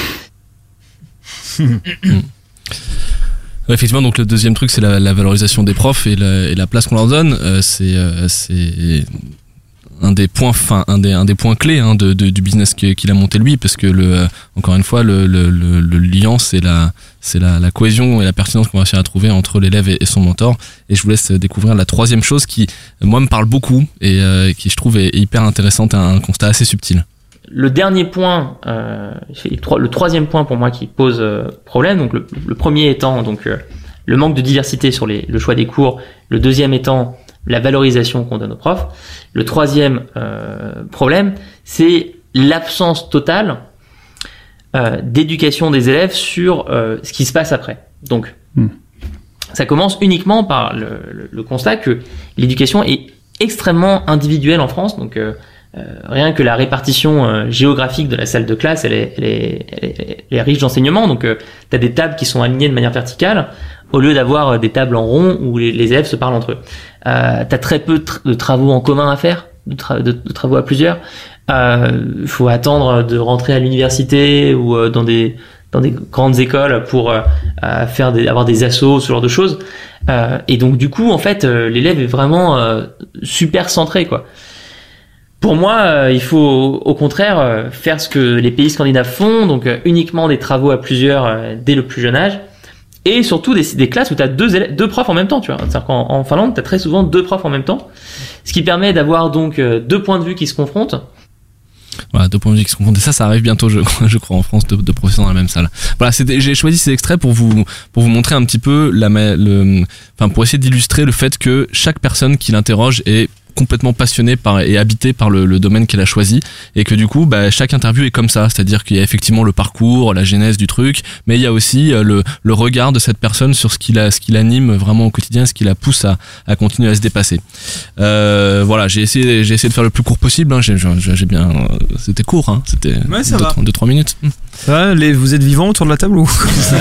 Effectivement, donc le deuxième truc, c'est la, la valorisation des profs et la, et la place qu'on leur donne. Euh, c'est, euh, c'est un des points, enfin un des un des points clés hein, de, de du business que, qu'il a monté lui, parce que le euh, encore une fois le le le, le lien, c'est la c'est la, la cohésion et la pertinence qu'on va réussir à trouver entre l'élève et, et son mentor. Et je vous laisse découvrir la troisième chose qui moi me parle beaucoup et euh, qui je trouve est, est hyper intéressante, un, un constat assez subtil. Le dernier point, euh, le troisième point pour moi qui pose euh, problème, donc le, le premier étant donc euh, le manque de diversité sur les, le choix des cours, le deuxième étant la valorisation qu'on donne aux profs, le troisième euh, problème, c'est l'absence totale euh, d'éducation des élèves sur euh, ce qui se passe après. Donc, mmh. ça commence uniquement par le, le, le constat que l'éducation est extrêmement individuelle en France, donc euh, Euh, rien que la répartition euh, géographique de la salle de classe, elle est, elle est, elle est, elle est riche d'enseignement. Donc, euh, tu as des tables qui sont alignées de manière verticale, au lieu d'avoir euh, des tables en rond où les, les élèves se parlent entre eux. Euh, tu as très peu de, tra- de travaux en commun à faire, de, tra- de, de travaux à plusieurs. Il euh, faut attendre de rentrer à l'université ou euh, dans des dans des grandes écoles pour euh, faire des, avoir des assos, ce genre de choses. Euh, et donc, du coup, en fait, euh, l'élève est vraiment euh, super centré, quoi. Pour moi, euh, il faut au contraire euh, faire ce que les pays scandinaves font, donc euh, uniquement des travaux à plusieurs euh, dès le plus jeune âge, et surtout des, des classes où tu as deux, élèves, deux profs en même temps. Tu vois. C'est-à-dire qu'en en Finlande, tu as très souvent deux profs en même temps, ce qui permet d'avoir donc euh, deux points de vue qui se confrontent. Voilà, deux points de vue qui se confondent. Et ça, ça arrive bientôt, je crois, je crois en France, de, de professeurs dans la même salle. Voilà, c'était, j'ai choisi ces extraits pour vous, pour vous montrer un petit peu la, le, enfin, pour essayer d'illustrer le fait que chaque personne qui l'interroge est complètement passionné par et habité par le, le domaine qu'elle a choisi, et que du coup bah, chaque interview est comme ça, c'est-à-dire qu'il y a effectivement le parcours, la genèse du truc, mais il y a aussi le, le regard de cette personne sur ce qui la, ce qui l'anime vraiment au quotidien, ce qui la pousse à, à continuer à se dépasser. Euh, voilà, j'ai essayé j'ai essayé de faire le plus court possible, hein. j'ai, j'ai bien c'était court, hein. C'était deux trois minutes. Ça va, les, vous êtes vivants autour de la table ou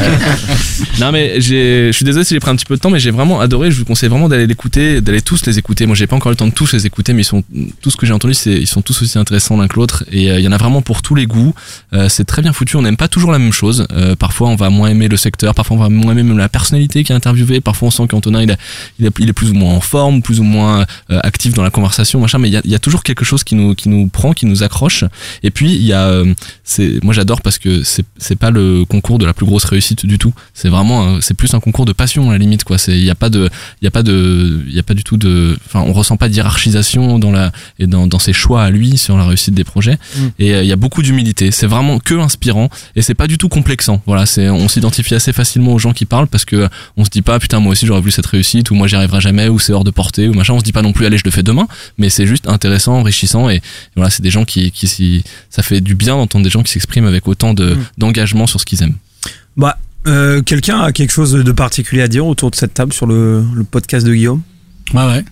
Non mais j'ai, je suis désolé si j'ai pris un petit peu de temps, mais j'ai vraiment adoré. Je vous conseille vraiment d'aller l'écouter, d'aller tous les écouter. Moi j'ai pas encore eu le temps de tous les écouter, mais ils sont tout ce que j'ai entendu, c'est ils sont tous aussi intéressants l'un que l'autre. Et il euh, y en a vraiment pour tous les goûts. Euh, c'est très bien foutu. On n'aime pas toujours la même chose. Euh, parfois on va moins aimer le secteur, parfois on va moins aimer même la personnalité qui est interviewée. Parfois on sent qu'Antonin il, a, il, a, il est plus ou moins en forme, plus ou moins euh, actif dans la conversation, machin. Mais il y a, y a toujours quelque chose qui nous qui nous prend, qui nous accroche. Et puis il y a, euh, c'est moi j'adore parce que que c'est c'est pas le concours de la plus grosse réussite du tout. C'est vraiment un- c'est plus un concours de passion à la limite quoi. C'est il y a pas de il y a pas de il y a pas du tout de enfin on ressent pas de hiérarchisation dans la et dans dans ses choix à lui sur la réussite des projets. Mm. Et euh, il y a beaucoup d'humilité. C'est vraiment que inspirant et c'est pas du tout complexant. Voilà, c'est on s'identifie assez facilement aux gens qui parlent parce que on se dit pas putain moi aussi j'aurais voulu cette réussite ou moi j'y arriverai jamais ou c'est hors de portée ou machin. On se dit pas non plus allez je le fais demain, mais c'est juste intéressant, enrichissant et voilà c'est des gens qui qui s'y ça fait du bien d'entendre des gens qui s'expriment avec autant de Mm. d'engagement sur ce qu'ils aiment. Bah, euh, quelqu'un a quelque chose de particulier à dire autour de cette table sur le, le podcast de Guillaume? Ouais, ouais.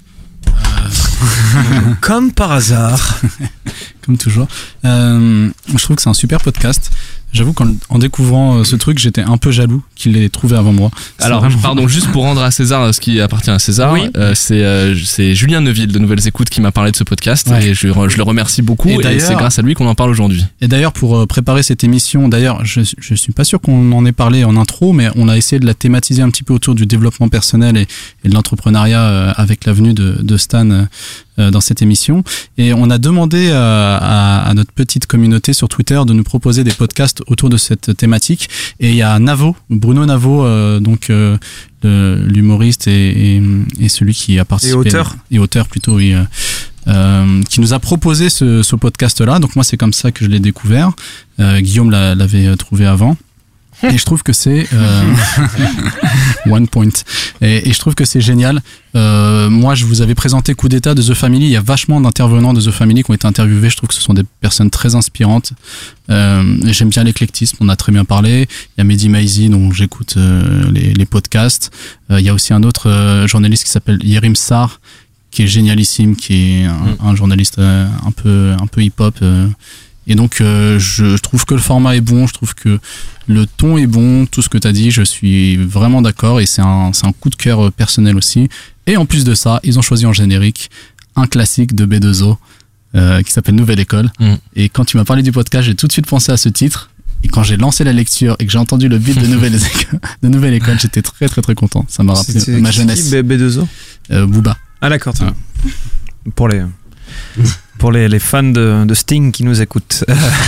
Comme par hasard. Comme toujours. Euh, je trouve que c'est un super podcast. J'avoue qu'en en découvrant euh, ce truc, j'étais un peu jaloux qu'il l'ait trouvé avant moi. C'est Alors, vraiment- pardon, juste pour rendre à César ce qui appartient à César, Oui. euh, c'est euh, c'est Julien Neuville de Nouvelles Écoutes qui m'a parlé de ce podcast Ouais. et je, je le remercie beaucoup Et et, d'ailleurs- c'est grâce à lui qu'on en parle aujourd'hui. Et d'ailleurs, pour euh, préparer cette émission, d'ailleurs, je, je suis pas sûr qu'on en ait parlé en intro, mais on a essayé de la thématiser un petit peu autour du développement personnel et, et de l'entrepreneuriat euh, avec la venue de, de Stan euh, euh, dans cette émission. Et on a demandé euh, à, à notre petite communauté sur Twitter de nous proposer des podcasts autour de cette thématique. Et il y a Navo, Bruno Navo, euh, donc euh, le- l'humoriste et, et, et celui qui a participé. Et auteur. Et auteur plutôt, oui. euh, euh, qui nous a proposé ce, ce podcast-là. Donc moi, c'est comme ça que je l'ai découvert. Euh, Guillaume l'a- l'avait euh, trouvé avant. Et je trouve que c'est euh, one point. Et, et je trouve que c'est génial. Euh, moi, je vous avais présenté Coup d'État de The Family. Il y a vachement d'intervenants de The Family qui ont été interviewés. Je trouve que ce sont des personnes très inspirantes. Euh, et j'aime bien l'éclectisme. On a très bien parlé. Il y a Mehdi Maizi dont j'écoute euh, les, les podcasts. Euh, il y a aussi un autre euh, journaliste qui s'appelle Yerim Sar, qui est génialissime, qui est un, un journaliste euh, un peu un peu hip-hop. euh. Et donc, euh, je, je trouve que le format est bon, je trouve que le ton est bon, tout ce que tu as dit, je suis vraiment d'accord et c'est un, c'est un coup de cœur euh, personnel aussi. Et en plus de ça, ils ont choisi en générique un classique de B deux O euh, qui s'appelle Nouvelle École. Mm. Et quand tu m'as parlé du podcast, j'ai tout de suite pensé à ce titre. Et quand j'ai lancé la lecture et que j'ai entendu le beat de Nouvelle École, de Nouvelle École, j'étais très très très content. Ça m'a rappelé C'est- ma c'est jeunesse. qui, B deux O? Euh, Booba. Ah d'accord, tiens. Ouais. Pour les pour les, les fans de, de Sting qui nous écoutent.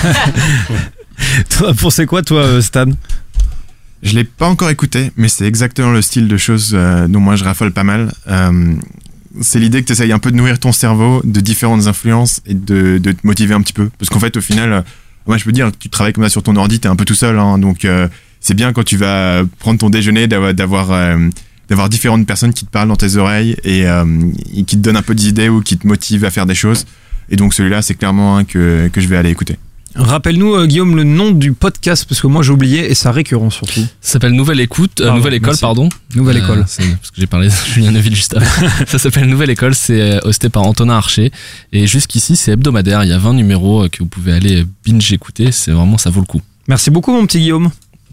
Toi, pour c'est quoi toi euh, Stan? Je l'ai pas encore écouté, mais c'est exactement le style de choses euh, dont moi je raffole pas mal. Euh, c'est l'idée que tu essayes un peu de nourrir ton cerveau de différentes influences et de, de te motiver un petit peu. Parce qu'en fait, au final, euh, moi je peux dire que tu travailles comme ça sur ton ordi, t'es un peu tout seul. Hein, donc euh, c'est bien quand tu vas prendre ton déjeuner d'avoir, d'avoir, euh, d'avoir différentes personnes qui te parlent dans tes oreilles et, euh, et qui te donnent un peu d'idées ou qui te motivent à faire des choses. Et donc celui-là, c'est clairement un que, que je vais aller écouter. Rappelle-nous euh, Guillaume le nom du podcast parce que moi j'ai oublié et ça récurrent surtout. Ça s'appelle Nouvelle Écoute, euh, Pardon, Nouvelle École, merci. pardon. Nouvelle Euh, École. c'est- parce que j'ai parlé de Julien Neuville juste avant. Ça s'appelle Nouvelle École, c'est euh, hosté par Antonin Archer. Et jusqu'ici, c'est hebdomadaire. Il y a vingt numéros euh, que vous pouvez aller binge écouter. C'est vraiment, ça vaut le coup. Merci beaucoup mon petit Guillaume.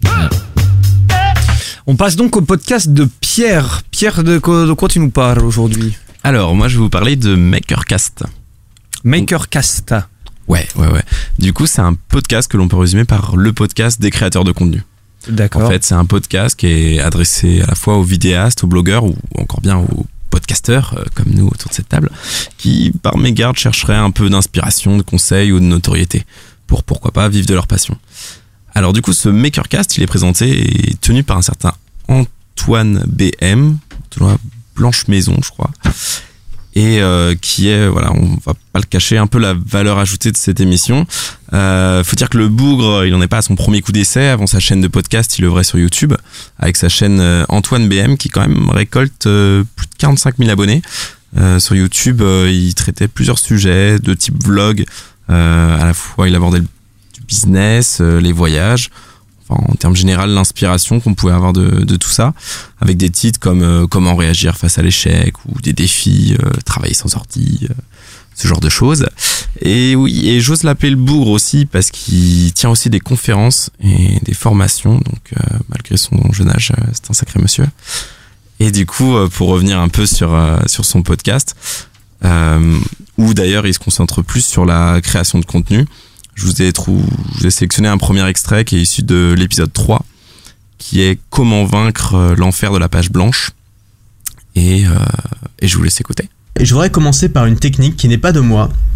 On passe donc au podcast de Pierre. Pierre, de quoi, de quoi tu nous parles aujourd'hui? Alors, moi, je vais vous parler de Makercast. Makercast. Ouais, ouais, ouais. Du coup, c'est un podcast que l'on peut résumer par le podcast des créateurs de contenu. D'accord. En fait, c'est un podcast qui est adressé à la fois aux vidéastes, aux blogueurs ou encore bien aux podcasteurs, euh, comme nous autour de cette table, qui, par mégarde, chercheraient un peu d'inspiration, de conseils ou de notoriété pour, pourquoi pas, vivre de leur passion. Alors du coup, ce Makercast, il est présenté et tenu par un certain Antoine B M, Antoine Blanche Maison, je crois, et euh, qui est, voilà, on va pas le cacher, un peu la valeur ajoutée de cette émission. Euh, faut dire que le bougre, il en est pas à son premier coup d'essai. Avant sa chaîne de podcast, il œuvrait sur YouTube avec sa chaîne euh, Antoine B M, qui quand même récolte euh, plus de quarante-cinq mille abonnés. Euh, sur YouTube, euh, il traitait plusieurs sujets de type vlog. Euh, à la fois, il abordait le du business, euh, les voyages, enfin, en termes généraux, l'inspiration qu'on pouvait avoir de, de tout ça, avec des titres comme euh, comment réagir face à l'échec ou des défis, euh, travailler sans ordi, euh, ce genre de choses. Et oui, et j'ose l'appeler le bougre aussi parce qu'il tient aussi des conférences et des formations, donc euh, malgré son jeune âge, euh, c'est un sacré monsieur. Et du coup, euh, pour revenir un peu sur, euh, sur son podcast, euh, où d'ailleurs il se concentre plus sur la création de contenu, je vous ai, trou... je vous ai sélectionné un premier extrait qui est issu de l'épisode trois, qui est Comment vaincre l'enfer de la page blanche. Et, euh, et je vous laisse écouter. Et je voudrais commencer par une technique qui n'est pas de moi,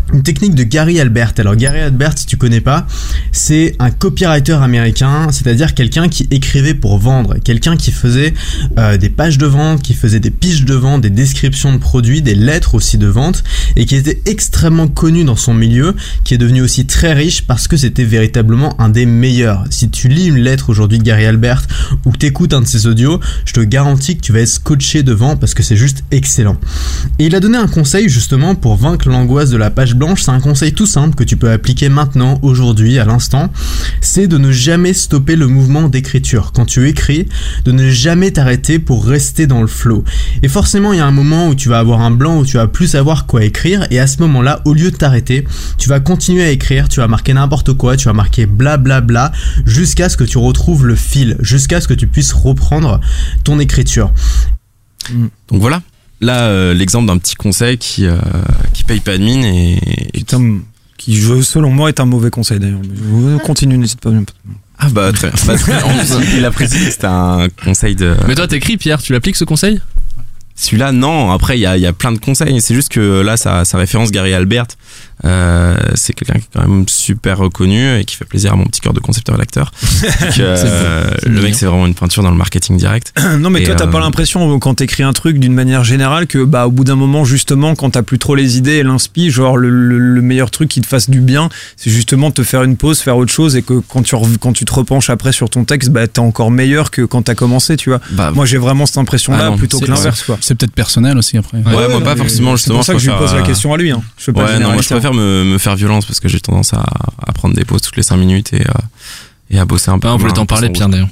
une technique de Gary Albert. Alors Gary Albert, si tu connais pas, c'est un copywriter américain, c'est-à-dire quelqu'un qui écrivait pour vendre, quelqu'un qui faisait euh, des pages de vente, qui faisait des pitches de vente, des descriptions de produits, des lettres aussi de vente, et qui était extrêmement connu dans son milieu, qui est devenu aussi très riche parce que c'était véritablement un des meilleurs. Si tu lis une lettre aujourd'hui de Gary Albert ou que t'écoutes un de ses audios, je te garantis que tu vas être scotché devant parce que c'est juste excellent. Et il a donné un conseil justement pour vaincre l'angoisse de la page blanche. C'est un conseil tout simple que tu peux appliquer maintenant, aujourd'hui, à l'instant. C'est de ne jamais stopper le mouvement d'écriture. Quand tu écris, de ne jamais t'arrêter pour rester dans le flow. Et forcément, il y a un moment où tu vas avoir un blanc, où tu vas plus savoir quoi écrire. Et à ce moment-là, au lieu de t'arrêter, tu vas continuer à écrire, tu vas marquer n'importe quoi, tu vas marquer blablabla, bla, bla, jusqu'à ce que tu retrouves le fil, jusqu'à ce que tu puisses reprendre ton écriture. Donc voilà. Là, euh, l'exemple d'un petit conseil qui euh, qui paye pas de mine et, et qui, qui je, selon moi est un mauvais conseil d'ailleurs. Mais continue, n'hésite pas. Ah bah très bien. Bah, il a précisé que c'était un conseil de. Mais toi t'écris Pierre, tu l'appliques ce conseil? Celui-là non. Après il y a il y a plein de conseils. C'est juste que là ça ça référence Gary Albert. Euh, c'est quelqu'un qui est quand même super reconnu et qui fait plaisir à mon petit cœur de concepteur et lecteur. Donc, euh, le mec, c'est vraiment une peinture dans le marketing direct. Non, mais et toi, t'as euh... pas l'impression quand t'écris un truc d'une manière générale que, bah, au bout d'un moment, justement, quand t'as plus trop les idées et l'inspi, genre le, le, le meilleur truc qui te fasse du bien, c'est justement de te faire une pause, faire autre chose, et que quand tu quand tu te repenches après sur ton texte, bah, t'es encore meilleur que quand t'as commencé, tu vois. Bah, moi, j'ai vraiment cette impression-là ah non, plutôt que l'inverse, quoi. C'est peut-être personnel aussi après. Ouais, ouais moi pas forcément justement. C'est pour ça que je lui pose la question à lui. Hein. Je ouais, pas non, moi je préfère me, me faire violence parce que j'ai tendance à, à prendre des pauses toutes les cinq minutes et, euh, et à bosser un peu. Ah, on voulait t'en parler, Pierre, d'ailleurs.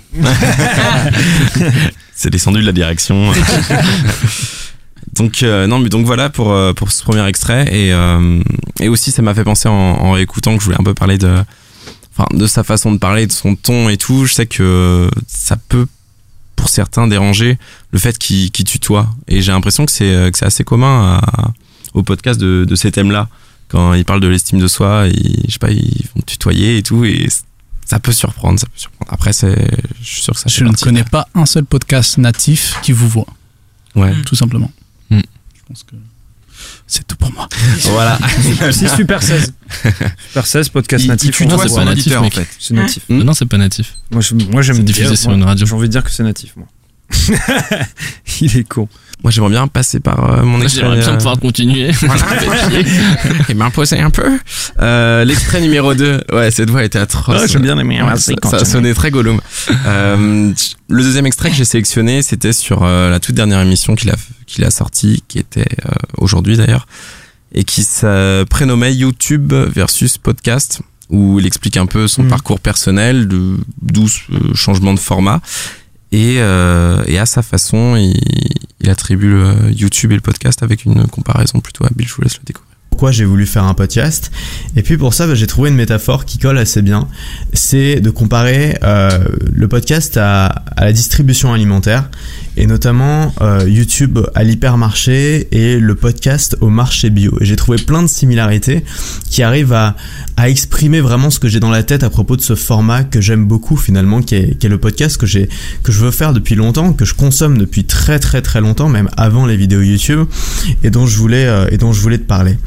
C'est descendu de la direction. Donc euh, non mais donc voilà pour euh, pour ce premier extrait et euh, et aussi ça m'a fait penser en, en réécoutant que je voulais un peu parler de enfin de sa façon de parler, de son ton et tout. Je sais que ça peut pour certains déranger le fait qu'il qu'il tutoie et j'ai l'impression que c'est que c'est assez commun à, au podcast de de ces thèmes-là. Quand ils parlent de l'estime de soi, ils, je sais pas, ils vont tutoyer et tout, et ça peut surprendre, ça peut surprendre. Après, c'est, je suis sûr que ça. Je ne connais de... pas un seul podcast natif qui vous voit. Ouais. Tout simplement. Mm. Je pense que c'est tout pour moi. Voilà. C'est Super seize. Super seize, podcast il, natif. Il non, c'est pas natif, en fait. C'est natif. Mm. Non, c'est pas natif. Moi, je, moi j'aime c'est diffusé dire, sur moi, une radio. J'ai envie de dire que c'est natif, moi. Il est con. Moi, j'aimerais bien passer par euh, mon extrait. J'aimerais bien pouvoir continuer. Voilà. Et m'imposer un peu. Euh, l'extrait numéro deux. Ouais, cette voix était atroce. Ouais, j'aime bien les ouais, ça, ça sonnait très Gollum. Euh, le deuxième extrait que j'ai sélectionné, c'était sur euh, la toute dernière émission qu'il a, qu'il a sortie, qui était euh, aujourd'hui d'ailleurs, et qui se prénommait YouTube versus podcast, où il explique un peu son mmh. parcours personnel, de douze euh, changements de format. Et, euh, et à sa façon, il, il attribue le YouTube et le podcast avec une comparaison plutôt habile. Je vous laisse le découvrir. Pourquoi j'ai voulu faire un podcast? Et puis pour ça, bah, j'ai trouvé une métaphore qui colle assez bien. C'est de comparer euh, le podcast à, à la distribution alimentaire et notamment euh, YouTube à l'hypermarché et le podcast au marché bio. Et j'ai trouvé plein de similarités qui arrivent à, à exprimer vraiment ce que j'ai dans la tête à propos de ce format que j'aime beaucoup finalement, qui est, qui est le podcast que j'ai, que je veux faire depuis longtemps, que je consomme depuis très très très longtemps, même avant les vidéos YouTube, et dont je voulais euh, et dont je voulais te parler.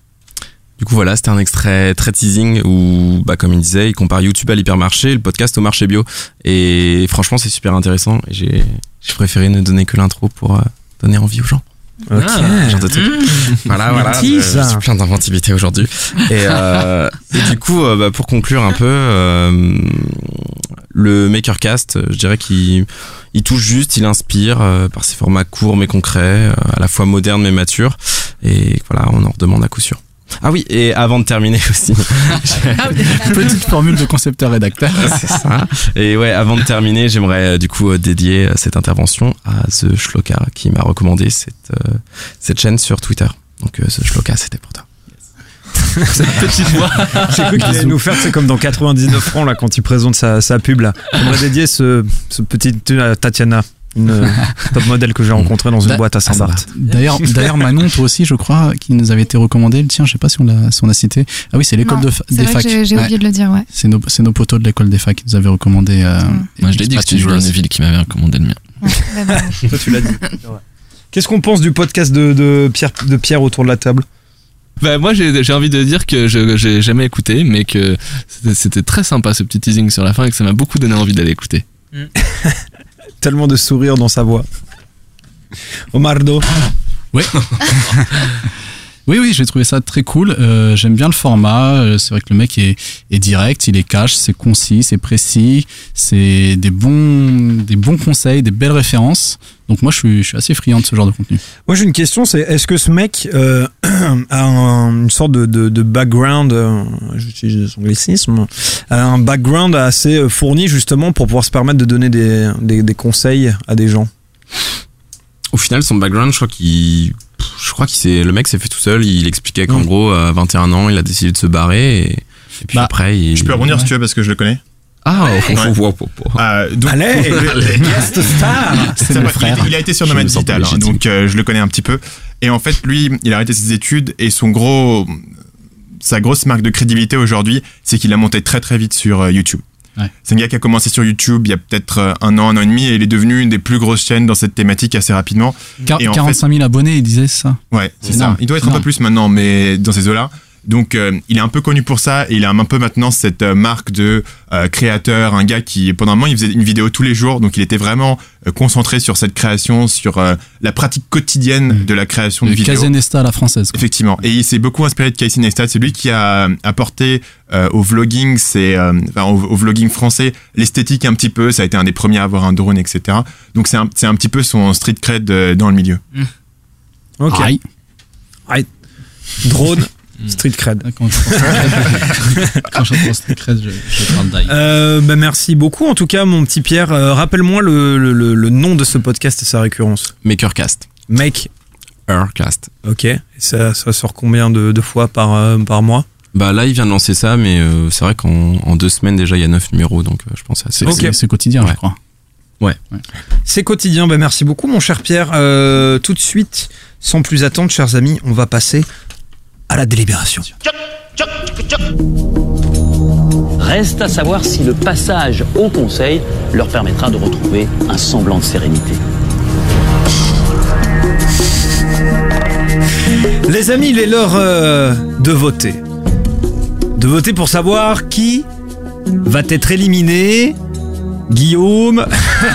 Du coup voilà, c'était un extrait très teasing où, bah, comme il disait, il compare YouTube à l'hypermarché et le podcast au marché bio. Et franchement, c'est super intéressant. Et j'ai, j'ai préféré ne donner que l'intro pour euh, donner envie aux gens. Ok. Ah, genre de truc. Voilà, voilà. Je, je suis plein d'inventivité aujourd'hui. Et, euh, et du coup, euh, bah, pour conclure un peu, euh, le Makercast, je dirais qu'il il touche juste, il inspire euh, par ses formats courts mais concrets, euh, à la fois modernes mais matures. Et voilà, on en redemande à coup sûr. Ah oui, et avant de terminer aussi, petite formule de concepteur-rédacteur. C'est ça. Et ouais, avant de terminer, j'aimerais du coup dédier cette intervention à The Shloka qui m'a recommandé cette euh, cette chaîne sur Twitter. Donc euh, The Shloka, c'était pour toi. Cette petite voix. J'ai cru qu'il allait nous faire, c'est comme dans quatre-vingt-dix-neuf francs là quand il présente sa sa pub là. J'aimerais dédier ce ce petit à Tatiana. Une top modèle que j'ai rencontrée dans une da- boîte à Saint-Barth. D'ailleurs, d'ailleurs, Manon, toi aussi, je crois, qui nous avait été recommandé. Le tien, je sais pas si on l'a, si on a cité. Ah oui, c'est l'école non, de fa- c'est des vrai facs. Que j'ai, j'ai oublié ouais. de le dire, ouais. C'est nos, c'est nos potos de l'école des facs qui nous avaient recommandé. Euh, Moi, je l'ai dit que c'était Julien Neville qui m'avait recommandé le mien. Ouais, bah, toi, tu l'as dit. Qu'est-ce qu'on pense du podcast de, de Pierre, de Pierre autour de la table? Bah moi j'ai j'ai envie de dire que je j'ai jamais écouté, mais que c'était, c'était très sympa ce petit teasing sur la fin et que ça m'a beaucoup donné envie d'aller écouter. Tellement de sourire dans sa voix. Omardo. Oui. Oui, oui, j'ai trouvé ça très cool. Euh, j'aime bien le format. Euh, C'est vrai que le mec est, est direct, il est cash, c'est concis, c'est précis, c'est des bons, des bons conseils, des belles références. Donc moi, je suis, je suis assez friand de ce genre de contenu. Moi, j'ai une question, c'est est-ce que ce mec euh, a un- une sorte de, de, de background, euh, j'utilise son anglicisme, a un background assez fourni justement pour pouvoir se permettre de donner des, des, des conseils à des gens? Au final, son background, je crois qu'il, je crois qu'il s'est, le mec s'est fait tout seul. Il expliquait qu'en Mm. gros, à vingt et un ans, il a décidé de se barrer et, et puis Bah, après, il. Je peux rebondir si tu veux parce que je le connais. Ah, oh, Ouais. oh, oh, oh, oh. Euh, donc, Allez, guest star. C'est Ça mon va, frère. Il, il a été sur Je Nomad me sens Digital, pas hein, légitime. donc euh, je le connais un petit peu. Et en fait, lui, il a arrêté ses études et son gros, sa grosse marque de crédibilité aujourd'hui, c'est qu'il a monté très très vite sur euh, YouTube. Ouais. C'est un gars qui a commencé sur YouTube il y a peut-être euh, un an, un an et demi, et il est devenu une des plus grosses chaînes dans cette thématique assez rapidement. Quar- Et en quarante-cinq mille abonnés, il disait ça. Ouais, c'est C'est ça. énorme. Il doit être C'est un peu énorme. plus maintenant, mais dans ces eaux-là. Donc, euh, il est un peu connu pour ça, et il a un peu maintenant cette euh, marque de euh, créateur, un gars qui, pendant un moment, il faisait une vidéo tous les jours, donc il était vraiment euh, concentré sur cette création, sur euh, la pratique quotidienne de la création de Le vidéos. Casey Neistat à la française. quoi. Effectivement. Et il s'est beaucoup inspiré de Casey Neistat. C'est lui qui a apporté euh, au vlogging, c'est, euh, enfin, au, au vlogging français, l'esthétique un petit peu. Ça a été un des premiers à avoir un drone, et cetera. Donc c'est un, c'est un petit peu son street cred euh, dans le milieu. Ok. Aïe. Drone, street cred. Quand je quand je pense street cred, je, je parle d'aïe. Euh, bah merci beaucoup en tout cas mon petit Pierre. Euh, rappelle-moi le, le, le, le nom de ce podcast et sa récurrence. Makercast. Make. Earcast. Ok. Et ça, ça sort combien de, de fois par, euh, par mois? Bah là, il vient de lancer ça, mais euh, c'est vrai qu'en en deux semaines déjà, il y a neuf numéros, donc euh, je pense que c'est C'est assez. c'est- c'est quotidien, Ouais. je crois. C'est quotidien. Bah merci beaucoup mon cher Pierre. Euh, tout de suite, sans plus attendre, chers amis, on va passer à la délibération. Reste à savoir si le passage au Conseil leur permettra de retrouver un semblant de sérénité. Les amis, il est l'heure euh, de voter. De voter pour savoir qui va être éliminé. Guillaume.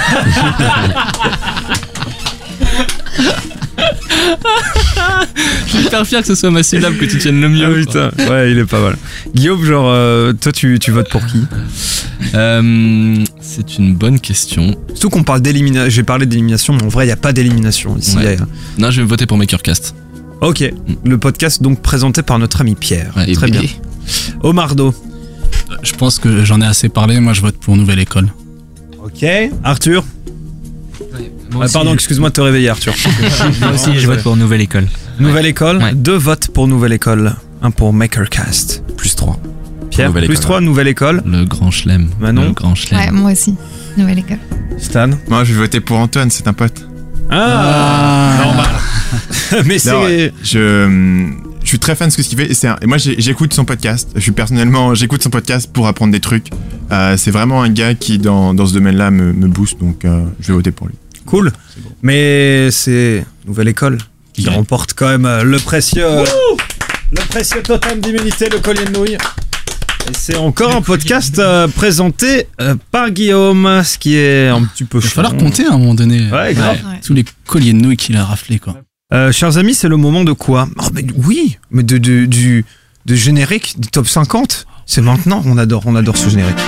Je suis hyper fier que ce soit ma syllabe que tu tiennes le mieux. putain, ouais, il est pas mal. Guillaume, genre, euh, toi, tu, tu votes pour qui? Euh, c'est une bonne question. Surtout qu'on parle d'élimination. J'ai parlé d'élimination, mais en vrai, il n'y a pas d'élimination ici. Ouais. Il y a- Non, je vais voter pour Makercast. Ok, le podcast donc présenté par notre ami Pierre. Ouais, Très et- bien. Omardo. Je pense que j'en ai assez parlé. Moi, je vote pour Nouvelle École. Ok. Arthur. Moi Ah, aussi, pardon, je- excuse-moi de te réveiller, Arthur. Moi aussi, je vote pour Nouvelle École. Nouvelle école. Ouais. Deux votes pour Nouvelle école. Un pour Makercast. Plus trois. Pierre, Nouvelle plus école. trois, Nouvelle école. Le grand chelem. Manon. Le grand chelem. Ouais, moi aussi. Nouvelle école. Stan. Moi, je vais voter pour Antoine, c'est un pote. Ah, normal. Mais Non, c'est. je, je suis très fan de ce qu'il fait. Et, c'est un- et moi, j'ai- j'écoute son podcast. Je suis personnellement, j'écoute son podcast pour apprendre des trucs. Euh, c'est vraiment un gars qui, dans, dans ce domaine-là, me, me booste. Donc, euh, je vais voter pour lui. Cool. Mais c'est Nouvelle école qui Ouais. remporte quand même euh, le précieux. Le précieux totem d'immunité, le collier de nouilles. Et c'est encore un podcast euh, présenté euh, par Guillaume, ce qui est un petit peu Il va chiant. falloir compter à un moment donné. Ouais, grave. Ouais. Tous les colliers de nouilles qu'il a raflés, quoi. Euh, chers amis, c'est le moment de quoi? Oh, mais oui, mais de, de, du de générique du top cinquante. C'est maintenant, on adore, on adore ce générique.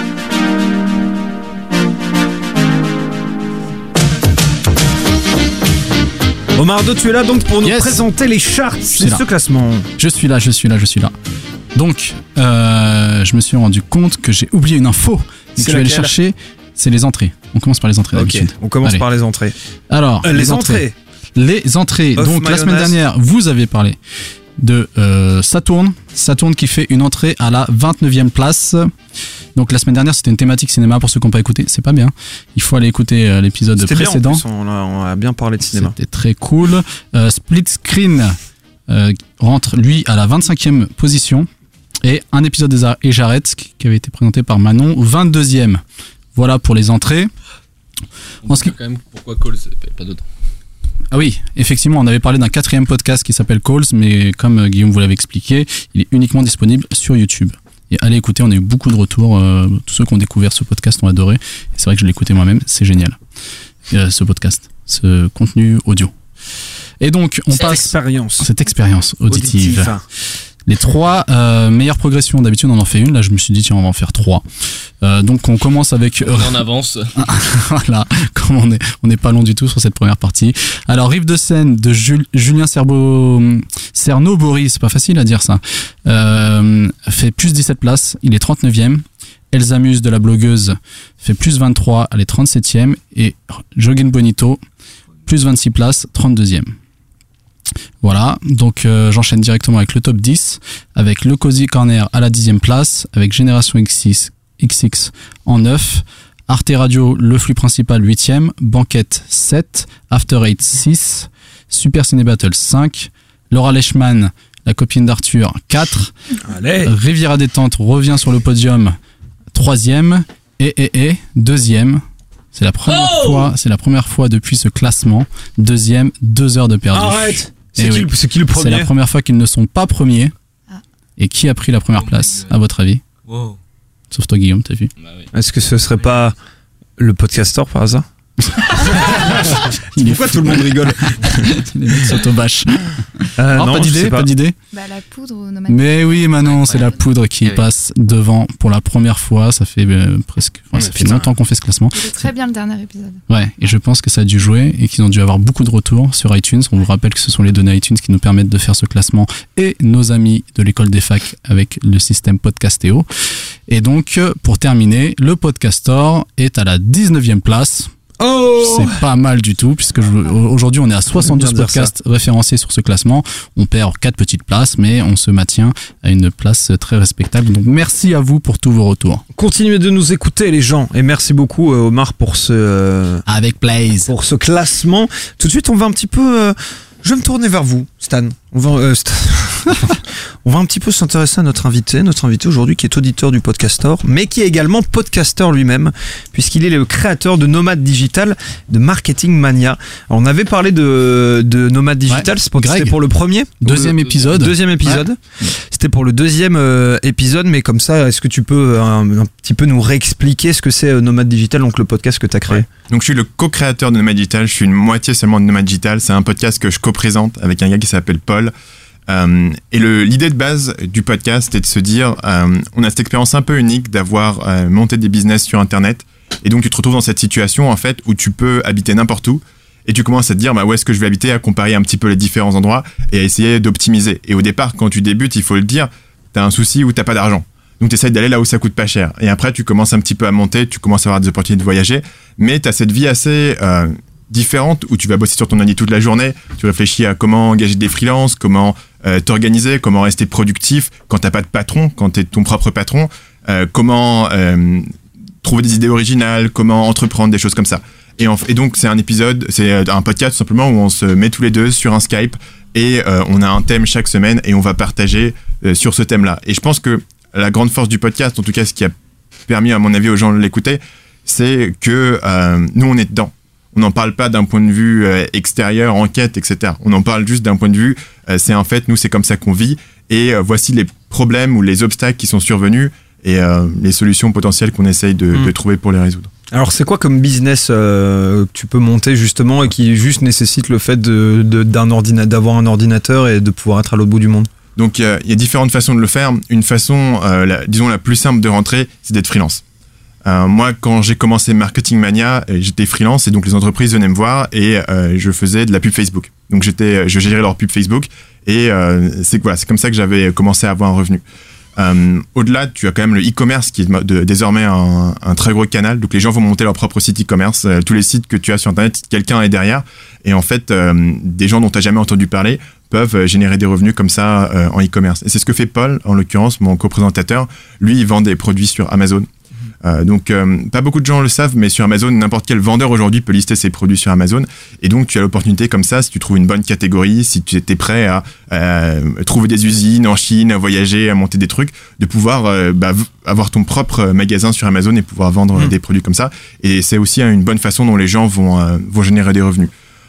Omardo, tu es là donc pour nous Yes. présenter les charts de suis là. ce classement. Je suis là, je suis là, je suis là. Donc, euh, je me suis rendu compte que j'ai oublié une info. Donc, C'est je vais aller laquelle chercher. C'est les entrées. On commence par les entrées Ok, d'habitude. on commence Allez. par les entrées. Alors, Euh, les entrées. Les entrées. Œuf Donc, la semaine mayonnaise. dernière, vous avez parlé de euh, Saturne. Saturne qui fait une entrée à la vingt-neuvième place. Donc, la semaine dernière, c'était une thématique cinéma pour ceux qui n'ont pas écouté. C'est pas bien. Il faut aller écouter euh, l'épisode C'était bien en précédent. plus, on a, on a bien parlé de cinéma. C'était très cool. Euh, Split Screen euh, rentre, lui, à la vingt-cinquième position. Et un épisode des Ar- et Jarrett qui qui avait été présenté par Manon, vingt-deuxième. Voilà pour les entrées. On En ce qui- sait quand même pourquoi Cole c'est pas dedans. Ah oui, effectivement, on avait parlé d'un quatrième podcast qui s'appelle Calls, mais comme euh, Guillaume vous l'avait expliqué, il est uniquement disponible sur YouTube. Et allez écouter, on a eu beaucoup de retours. Euh, tous ceux qui ont découvert ce podcast ont adoré. Et c'est vrai que je l'ai écouté moi-même, c'est génial. Euh, ce podcast, ce contenu audio. Et donc, on cette passe expérience. cette expérience auditive. Auditive. Les trois euh, meilleures progressions. D'habitude, on en fait une. Là, je me suis dit, tiens, on va en faire trois. Euh, donc, on commence avec. On en avance. Voilà, comme on est, on n'est pas long du tout sur cette première partie. Alors, Rive de Seine de Jul- Julien Cerbo, Cerno-Boris, c'est pas facile à dire ça, euh, fait plus dix-sept places. Il est trente-neuvième. Elsa Muse de la blogueuse fait plus vingt-trois. Elle est trente-septième. Et Jogging Bonito, plus vingt-six places, trente-deuxième. Voilà, donc euh, j'enchaîne directement avec le top dix, avec le Cozy Corner à la dixième place, avec Génération X six, X X en neuf, Arte Radio, le flux principal huitième, Banquette sept, After Eight six, Super Ciné Battle cinq, Laura Lechman, la copine d'Arthur quatre, Allez. Riviera Détente revient sur le podium troisième, et et et deuxième. C'est la première Oh fois, c'est la première fois depuis ce classement. Deuxième, deux heures de perdu. Arrête. C'est Eh qui, oui. le- c'est qui le premier? C'est la première fois qu'ils ne sont pas premiers. Et qui a pris la première place, à votre avis? Wow. Sauf toi, Guillaume, t'as vu? Est-ce que ce serait pas le podcaster par hasard? Il est Pourquoi fou. tout le monde rigole? Les mecs s'auto-bâchent. Euh, Non, non, pas je d'idée, sais pas, pas. d'idée. Bah, la poudre au Nomad. Mais oui, Manon, c'est la poudre qui Eh oui. passe devant pour la première fois. Ça fait euh, presque, enfin, ça Mais fait putain. longtemps qu'on fait ce classement. C'était très bien le dernier épisode. Ouais, et je pense que ça a dû jouer et qu'ils ont dû avoir beaucoup de retours sur iTunes. On vous rappelle que ce sont les données iTunes qui nous permettent de faire ce classement et nos amis de l'école des facs avec le système Podcastéo. Et donc, pour terminer, le Podcastor est à la dix-neuvième place. Oh C'est pas mal du tout, puisque je- aujourd'hui on est à soixante-douze bien dire podcasts référencés sur ce classement. On perd quatre petites places, mais on se maintient à une place très respectable. Donc merci à vous pour tous vos retours. Continuez de nous écouter, les gens. Et merci beaucoup, euh, Omar, pour ce, euh, Avec plaisir. pour ce classement. Tout de suite, on va un petit peu. euh, je vais me tourner vers vous, Stan. On va, euh, Stan. On va un petit peu s'intéresser à notre invité, notre invité aujourd'hui qui est auditeur du Podcastor, mais qui est également podcasteur lui-même, puisqu'il est le créateur de Nomad Digital, de Marketing Mania. Alors, on avait parlé de, de Nomad Digital, Ouais, c'est pour, Greg. c'était pour le premier. Deuxième Le- épisode. Deuxième épisode. C'était pour le deuxième euh, épisode, mais comme ça, est-ce que tu peux euh, un, un petit peu nous réexpliquer ce que c'est euh, Nomad Digital, donc le podcast que tu as créé? Ouais. Donc je suis le co-créateur de Nomad Digital, je suis une moitié seulement de Nomad Digital, c'est un podcast que je co-présente avec un gars qui s'appelle Paul. Euh, et le, l'idée de base du podcast est de se dire, euh, on a cette expérience un peu unique d'avoir euh, monté des business sur Internet, et donc tu te retrouves dans cette situation en fait où tu peux habiter n'importe où, et tu commences à te dire bah, où est-ce que je vais habiter, à comparer un petit peu les différents endroits et à essayer d'optimiser. Et au départ, quand tu débutes, il faut le dire, t'as un souci où t'as pas d'argent. Donc tu essaies d'aller là où ça coûte pas cher. Et après, tu commences un petit peu à monter, tu commences à avoir des opportunités de voyager, mais tu as cette vie assez euh, différente où tu vas bosser sur ton ordi toute la journée, tu réfléchis à comment engager des freelances, comment euh, t'organiser, comment rester productif quand t'as pas de patron, quand t'es ton propre patron, euh, comment euh, trouver des idées originales, comment entreprendre, des choses comme ça. Et, en, et donc c'est un épisode, c'est un podcast tout simplement où on se met tous les deux sur un Skype et euh, on a un thème chaque semaine et on va partager euh, sur ce thème-là. Et je pense que la grande force du podcast, en tout cas ce qui a permis à mon avis aux gens de l'écouter, c'est que euh, nous on est dedans. On n'en parle pas d'un point de vue euh, extérieur, enquête, et cetera. On en parle juste d'un point de vue, euh, c'est en fait, nous c'est comme ça qu'on vit et euh, voici les problèmes ou les obstacles qui sont survenus et euh, les solutions potentielles qu'on essaye de, Mmh. de trouver pour les résoudre. Alors c'est quoi comme business euh, que tu peux monter justement et qui juste nécessite le fait de, de, d'un ordina- d'avoir un ordinateur et de pouvoir être à l'autre bout du monde? Donc il euh, y a différentes façons de le faire. Une façon, euh, la, disons la plus simple de rentrer, c'est d'être freelance. Euh, moi, quand j'ai commencé Marketing Mania, euh, j'étais freelance et donc les entreprises venaient me voir et euh, je faisais de la pub Facebook. Donc j'étais, je gérais leur pub Facebook et euh, c'est voilà, c'est comme ça que j'avais commencé à avoir un revenu. Euh, au-delà, tu as quand même le e-commerce qui est de, désormais un, un très gros canal. Donc les gens vont monter leur propre site e-commerce. Euh, tous les sites que tu as sur Internet, quelqu'un est derrière. Et en fait, euh, des gens dont tu n'as jamais entendu parler peuvent générer des revenus comme ça euh, en e-commerce. Et c'est ce que fait Paul, en l'occurrence, mon coprésentateur. Lui, il vend des produits sur Amazon. Euh, donc, euh, pas beaucoup de gens le savent, mais sur Amazon, n'importe quel vendeur aujourd'hui peut lister ses produits sur Amazon. Et donc, tu as l'opportunité comme ça, si tu trouves une bonne catégorie, si tu étais prêt à euh, trouver des usines en Chine, à voyager, à monter des trucs, de pouvoir euh, bah, v- avoir ton propre magasin sur Amazon et pouvoir vendre Mmh. des produits comme ça. Et c'est aussi hein, une bonne façon dont les gens vont, euh, vont générer des revenus.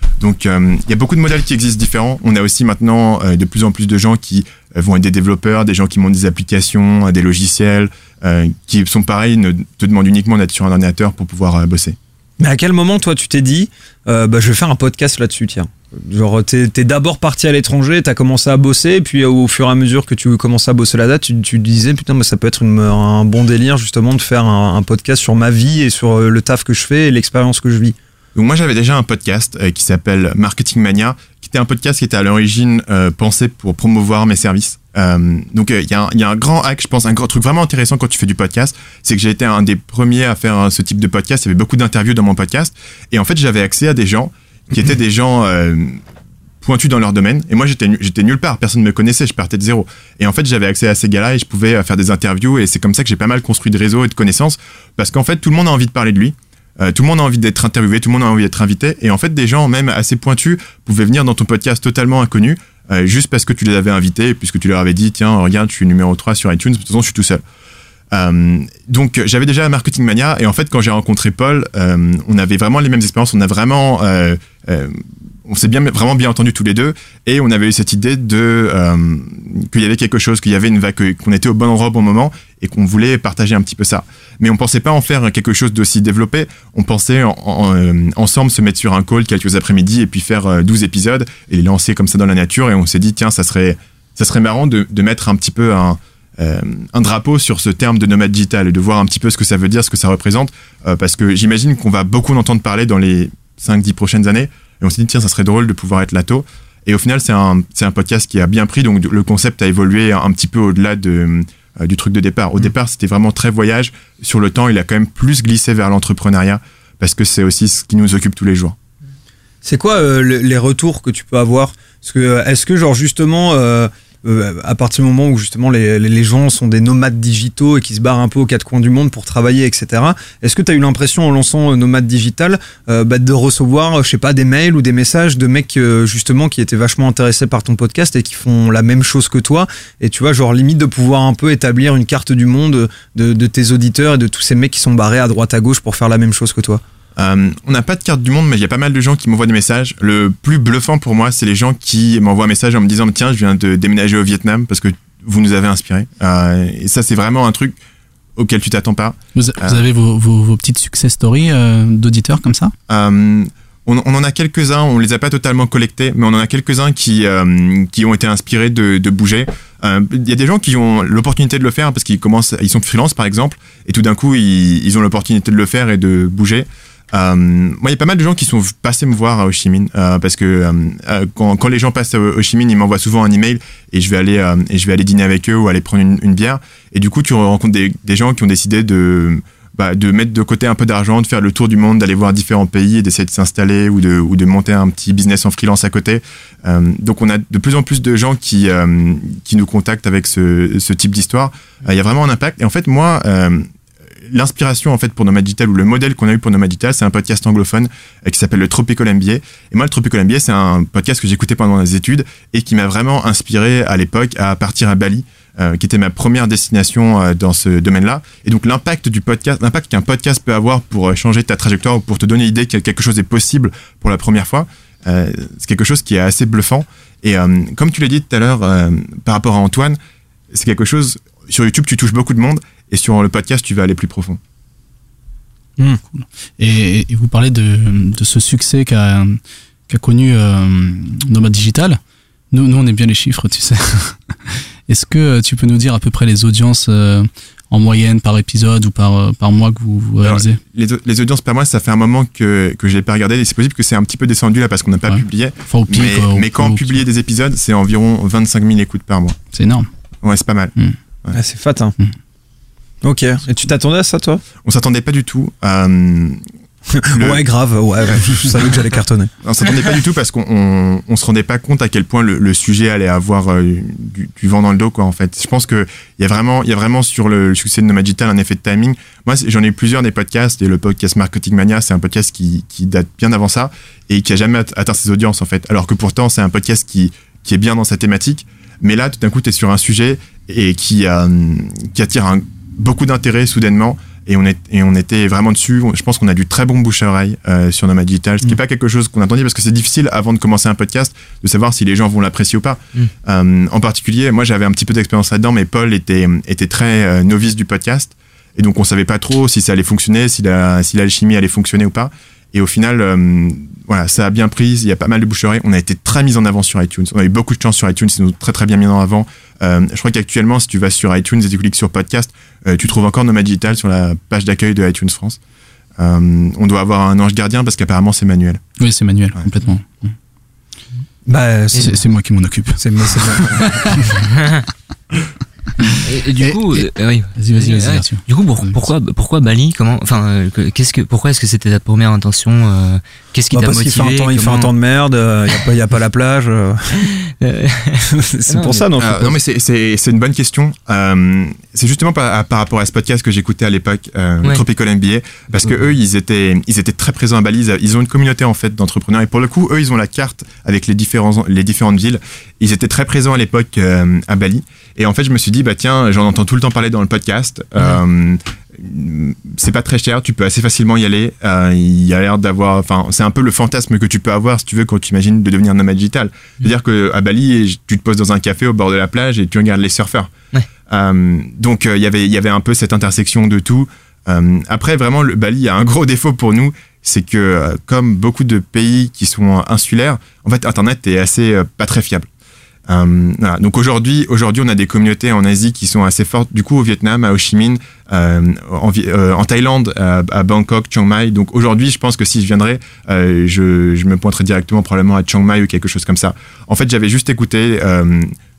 Donc, euh, il y a beaucoup de modèles qui existent différents. On a aussi maintenant euh, de plus en plus de gens qui euh, vont être des développeurs, des gens qui montent des applications, euh, des logiciels, euh, qui sont pareils, ne te demandent uniquement d'être sur un ordinateur pour pouvoir euh, bosser. Mais à quel moment, toi, tu t'es dit, euh, bah, je vais faire un podcast là-dessus, tiens. Genre, t'es, t'es d'abord parti à l'étranger, t'as commencé à bosser, et puis au fur et à mesure que tu commençais à bosser là-dedans, tu, tu disais, putain, mais ça peut être une, un bon délire, justement, de faire un, un podcast sur ma vie et sur le taf que je fais et l'expérience que je vis. Donc moi, j'avais déjà un podcast euh, qui s'appelle Marketing Mania, qui était un podcast qui était à l'origine euh, pensé pour promouvoir mes services. Euh, donc il euh, y, y a un grand hack, je pense, un grand truc vraiment intéressant quand tu fais du podcast, c'est que j'ai été un des premiers à faire ce type de podcast. Il y avait beaucoup d'interviews dans mon podcast, et en fait, j'avais accès à des gens qui étaient des gens euh, pointus dans leur domaine, et moi j'étais j'étais nulle part, personne ne me connaissait, je partais de zéro. Et en fait, j'avais accès à ces gars-là et je pouvais faire des interviews, et c'est comme ça que j'ai pas mal construit de réseaux et de connaissances, parce qu'en fait, tout le monde a envie de parler de lui. Euh, tout le monde a envie d'être interviewé, tout le monde a envie d'être invité, et en fait des gens même assez pointus pouvaient venir dans ton podcast totalement inconnus, euh, juste parce que tu les avais invités et puisque tu leur avais dit tiens regarde je suis numéro trois sur iTunes, de toute façon je suis tout seul. Euh, donc j'avais déjà Marketing Mania, et en fait quand j'ai rencontré Paul, euh, on avait vraiment les mêmes expériences, on a vraiment euh, euh, on s'est bien, vraiment bien entendus tous les deux, et on avait eu cette idée de euh, qu'il y avait quelque chose, qu'il y avait une vague, qu'on était au bon endroit au bon moment, et qu'on voulait partager un petit peu ça. Mais on pensait pas en faire quelque chose d'aussi développé. On pensait en, en, euh, ensemble se mettre sur un call quelques après-midi et puis faire euh, douze épisodes et les lancer comme ça dans la nature. Et on s'est dit tiens, ça serait ça serait marrant de, de mettre un petit peu un euh, un drapeau sur ce terme de nomade digital et de voir un petit peu ce que ça veut dire, ce que ça représente, euh, parce que j'imagine qu'on va beaucoup en entendre parler dans les cinq dix prochaines années. Et on s'est dit tiens, ça serait drôle de pouvoir être là tôt. Et au final, c'est un c'est un podcast qui a bien pris. Donc le concept a évolué un petit peu au-delà de euh, du truc de départ. Au mmh. départ, c'était vraiment très voyage. Sur le temps, il a quand même plus glissé vers l'entrepreneuriat parce que c'est aussi ce qui nous occupe tous les jours. C'est quoi euh, les retours que tu peux avoir? Parce que est-ce que genre justement euh, euh, à partir du moment où justement les, les gens sont des nomades digitaux et qui se barrent un peu aux quatre coins du monde pour travailler, et cetera. Est-ce que tu as eu l'impression en lançant Nomade Digital euh, bah, de recevoir, je sais pas, des mails ou des messages de mecs euh, justement qui étaient vachement intéressés par ton podcast et qui font la même chose que toi, et tu vois genre limite de pouvoir un peu établir une carte du monde de, de tes auditeurs et de tous ces mecs qui sont barrés à droite à gauche pour faire la même chose que toi? Euh, on n'a pas de carte du monde, mais il y a pas mal de gens qui m'envoient des messages. Le plus bluffant pour moi, c'est les gens qui m'envoient un message en me disant tiens, je viens de déménager au Vietnam parce que vous nous avez inspiré. Euh, et ça, c'est vraiment un truc auquel tu t'attends pas. Vous, euh, vous avez vos, vos, vos petites success stories euh, d'auditeurs comme ça? euh, on, on en a quelques-uns, on les a pas totalement collectés, mais on en a quelques-uns qui, euh, qui ont été inspirés de, de bouger. Il euh, y a des gens qui ont l'opportunité de le faire parce qu'ils commencent, ils sont freelance par exemple, et tout d'un coup, ils, ils ont l'opportunité de le faire et de bouger. Euh, moi, il y a pas mal de gens qui sont passés me voir à Ho Chi Minh euh, parce que euh, quand, quand les gens passent à Ho Chi Minh, ils m'envoient souvent un email et je vais aller euh, et je vais aller dîner avec eux ou aller prendre une, une bière. Et du coup, tu rencontres des, des gens qui ont décidé de bah, de mettre de côté un peu d'argent, de faire le tour du monde, d'aller voir différents pays et d'essayer de s'installer ou de ou de monter un petit business en freelance à côté. Euh, donc, on a de plus en plus de gens qui euh, qui nous contactent avec ce ce type d'histoire. Il euh, y a vraiment un impact. Et en fait, moi. Euh, L'inspiration en fait pour Nomade Digital, ou le modèle qu'on a eu pour Nomade Digital, c'est un podcast anglophone euh, qui s'appelle le Tropical M B A. Et moi, le Tropical M B A, c'est un podcast que j'écoutais pendant mes études et qui m'a vraiment inspiré à l'époque à partir à Bali, euh, qui était ma première destination euh, dans ce domaine-là. Et donc l'impact du podcast, l'impact qu'un podcast peut avoir pour changer ta trajectoire ou pour te donner l'idée que quelque chose est possible pour la première fois, euh, c'est quelque chose qui est assez bluffant. Et euh, comme tu l'as dit tout à l'heure euh, par rapport à Antoine, c'est quelque chose. Sur YouTube, tu touches beaucoup de monde, et sur le podcast, tu vas aller plus profond. Mmh, cool. et, et vous parlez de, de ce succès qu'a, qu'a connu euh, Nomade Digital. Nous, nous, on aime bien les chiffres, tu sais. Est-ce que tu peux nous dire à peu près les audiences euh, en moyenne par épisode ou par, par mois que vous, vous réalisez? Alors, les, les audiences par mois, ça fait un moment que, que je n'ai pas regardé, et c'est possible que c'est un petit peu descendu là parce qu'on n'a pas ouais. publié. Enfin, au pic, mais, quoi, mais au, quand au, on publiait des épisodes, c'est environ vingt-cinq mille écoutes par mois. C'est énorme. Ouais, c'est pas mal. Mmh. Ouais. Ah, c'est fat, hein. Mmh. Ok. Et tu t'attendais à ça, toi? On s'attendait pas du tout. Euh, le... Ouais, grave. Ouais, je savais que j'allais cartonner. On s'attendait pas du tout parce qu'on on, on se rendait pas compte à quel point le, le sujet allait avoir euh, du, du vent dans le dos, quoi. En fait, je pense que il y a vraiment, il y a vraiment sur le, le succès de Nomade Digital un effet de timing. Moi, j'en ai eu plusieurs des podcasts, et le podcast Marketing Mania, c'est un podcast qui, qui date bien avant ça et qui a jamais atteint ses audiences, en fait. Alors que pourtant, c'est un podcast qui, qui est bien dans sa thématique. Mais là, tout d'un coup, tu es sur un sujet et qui, euh, qui attire un, beaucoup d'intérêt soudainement. Et on, est, et on était vraiment dessus. Je pense qu'on a du très bon bouche à oreille euh, sur Nomad Digital, ce qui n'est pas quelque chose qu'on attendait parce que c'est difficile avant de commencer un podcast de savoir si les gens vont l'apprécier ou pas. Mm. Euh, en particulier, moi j'avais un petit peu d'expérience là-dedans, mais Paul était, était très euh, novice du podcast. Et donc on savait pas trop si ça allait fonctionner, si la, si l'alchimie allait fonctionner ou pas. Et au final, euh, voilà, ça a bien pris. Il y a pas mal de bouche à oreille. On a été très mis en avant sur iTunes. On a eu beaucoup de chance sur iTunes. Ils nous ont très très bien mis en avant. Euh, je crois qu'actuellement, si tu vas sur iTunes et tu cliques sur podcast, euh, tu trouves encore Nomad Digital sur la page d'accueil de iTunes France. Euh, on doit avoir un ange gardien parce qu'apparemment c'est Manuel. Oui, c'est Manuel, ouais. Complètement. Bah, c'est, c'est, c'est moi qui m'en occupe. C'est moi, c'est moi. Et, et du et, coup, et, euh, oui. Vas-y, vas-y, vas-y. Ouais. Du coup, pour, pourquoi, pourquoi Bali? Comment, enfin, euh, qu'est-ce que, pourquoi est-ce que c'était ta première intention? euh, Qu'est-ce qui bah t'a parce motivé? Parce qu'il fait un temps, il fait un temps de merde. Il euh, y a pas, il y a pas la plage. Euh. c'est non, pour mais... ça, non? Euh, non, mais c'est, c'est, c'est une bonne question. Euh, c'est justement par, par rapport à ce podcast que j'écoutais à l'époque, euh, ouais. Tropical M B A, parce que ouais. eux, ils étaient, ils étaient très présents à Bali. Ils ont une communauté en fait d'entrepreneurs et pour le coup, eux, ils ont la carte avec les différents, les différentes villes. Ils étaient très présents à l'époque euh, à Bali. Et en fait, je me suis dit, bah tiens, j'en entends tout le temps parler dans le podcast. Euh, c'est pas très cher, tu peux assez facilement y aller. Euh, il y a l'air d'avoir, enfin, c'est un peu le fantasme que tu peux avoir si tu veux quand tu imagines de devenir nomade digital. C'est-à-dire que à Bali, tu te poses dans un café au bord de la plage et tu regardes les surfeurs. Ouais. Euh, donc il euh, y avait, il y avait un peu cette intersection de tout. Euh, après, vraiment, le Bali a un gros défaut pour nous, c'est que euh, comme beaucoup de pays qui sont insulaires, en fait, Internet est assez euh, pas très fiable. Euh, voilà. Donc aujourd'hui, aujourd'hui, on a des communautés en Asie qui sont assez fortes. Du coup, au Vietnam, à Ho Chi Minh, euh, en, euh, en Thaïlande, euh, à Bangkok, Chiang Mai. Donc aujourd'hui, je pense que si je viendrais, euh, je, je me pointerais directement probablement à Chiang Mai ou quelque chose comme ça. En fait, j'avais juste écouté euh,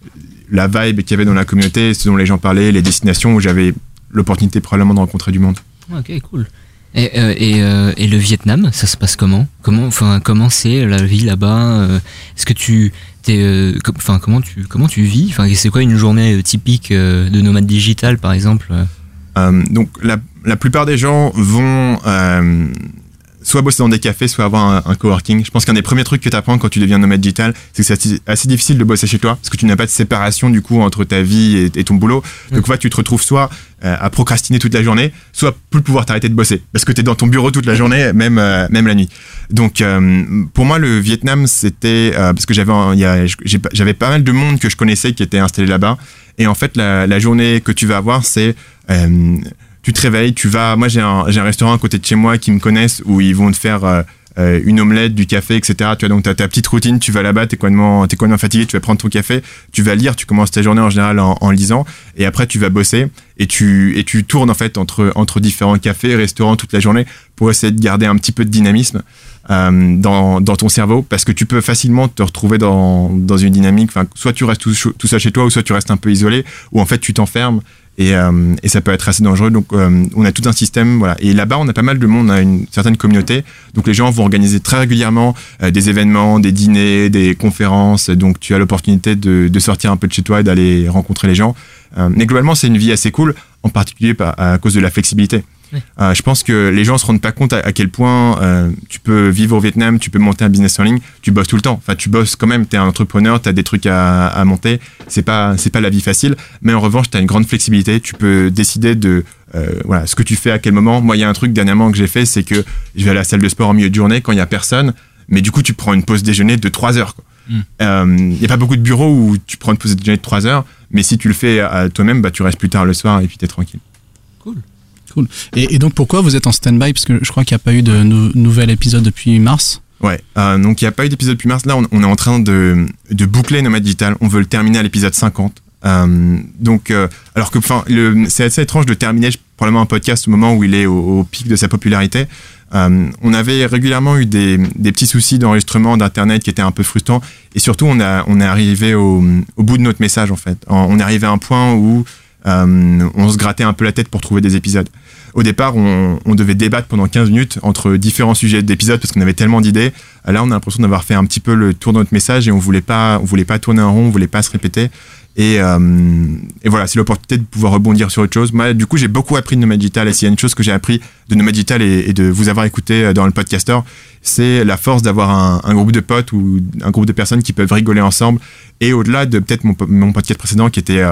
la vibe qu'il y avait dans la communauté, ce dont les gens parlaient, les destinations où j'avais l'opportunité probablement de rencontrer du monde. Ok, cool. Et, euh, et, euh, et le Vietnam, ça se passe comment? Comment, enfin, comment c'est la vie là-bas? Est-ce que tu, t'es, enfin, comment tu, comment tu vis? Enfin, c'est quoi une journée typique de nomade digital, par exemple? euh, Donc, la, la plupart des gens vont euh, soit bosser dans des cafés, soit avoir un, un coworking. Je pense qu'un des premiers trucs que tu apprends quand tu deviens nomade digital, c'est que c'est assez, assez difficile de bosser chez toi, parce que tu n'as pas de séparation du coup entre ta vie et, et ton boulot. Donc, en fait, tu te retrouves soit euh, à procrastiner toute la journée, soit plus pouvoir t'arrêter de bosser, parce que tu es dans ton bureau toute la journée, même euh, même la nuit. Donc, euh, pour moi, le Vietnam, c'était euh, parce que j'avais, il y a, j'ai, j'avais pas mal de monde que je connaissais qui était installé là-bas, et en fait, la, la journée que tu vas avoir, c'est euh, tu te réveilles, tu vas. Moi, j'ai un, j'ai un restaurant à côté de chez moi qui me connaissent où ils vont te faire euh, euh, une omelette, du café, et cetera. Tu vois, donc t'as ta petite routine. Tu vas là-bas, t'es complètement, t'es complètement fatigué. Tu vas prendre ton café, tu vas lire. Tu commences ta journée en général en, en lisant, et après tu vas bosser et tu et tu tournes en fait entre entre différents cafés, restaurants toute la journée pour essayer de garder un petit peu de dynamisme euh, dans dans ton cerveau, parce que tu peux facilement te retrouver dans dans une dynamique. Enfin, soit tu restes tout, tout seul chez toi, ou soit tu restes un peu isolé, ou en fait tu t'enfermes. Et, euh, et ça peut être assez dangereux. Donc euh, on a tout un système, voilà. Et là-bas on a pas mal de monde, on a une certaine communauté. Donc les gens vont organiser très régulièrement euh, des événements, des dîners, des conférences. Donc tu as l'opportunité de, de sortir un peu de chez toi et d'aller rencontrer les gens. Euh, mais globalement c'est une vie assez cool, en particulier à, à cause de la flexibilité. Oui. Euh, je pense que les gens se rendent pas compte à, à quel point euh, tu peux vivre au Vietnam, tu peux monter un business en ligne, tu bosses tout le temps. Enfin, tu bosses quand même, t'es un entrepreneur, t'as des trucs à, à monter. C'est pas, c'est pas la vie facile, mais en revanche, t'as une grande flexibilité. Tu peux décider de, euh, voilà, ce que tu fais à quel moment. Moi, il y a un truc dernièrement que j'ai fait, c'est que je vais à la salle de sport en milieu de journée quand il y a personne, mais du coup, tu prends une pause déjeuner de trois heures, quoi. Il mm. n'y euh, a pas beaucoup de bureaux où tu prends une pause déjeuner de trois heures, mais si tu le fais à toi-même, bah, tu restes plus tard le soir et puis t'es tranquille. Cool. Cool. Et, et donc pourquoi vous êtes en stand-by? Parce que je crois qu'il n'y a pas eu de nou- nouvel épisode depuis mars. Ouais, euh, donc il n'y a pas eu d'épisode depuis mars. Là, on, on est en train de, de boucler Nomad Digital. On veut le terminer à l'épisode cinquante. Euh, donc, euh, alors que enfin, le, c'est assez étrange de terminer probablement un podcast au moment où il est au, au pic de sa popularité. Euh, on avait régulièrement eu des, des petits soucis d'enregistrement d'internet qui étaient un peu frustrants, et surtout on a on est arrivé au, au bout de notre message en fait. On est arrivé à un point où euh, on se grattait un peu la tête pour trouver des épisodes. Au départ, on, on devait débattre pendant quinze minutes entre différents sujets d'épisodes parce qu'on avait tellement d'idées. Là, on a l'impression d'avoir fait un petit peu le tour de notre message et on voulait pas on voulait pas tourner en rond, on voulait pas se répéter. Et, euh, et voilà, c'est l'opportunité de pouvoir rebondir sur autre chose. Moi, du coup, j'ai beaucoup appris de Nomad Digital, et s'il y a une chose que j'ai appris de Nomad Digital et, et de vous avoir écouté dans le podcaster, c'est la force d'avoir un, un groupe de potes ou un groupe de personnes qui peuvent rigoler ensemble. Et au-delà de peut-être mon, mon podcast précédent qui était euh,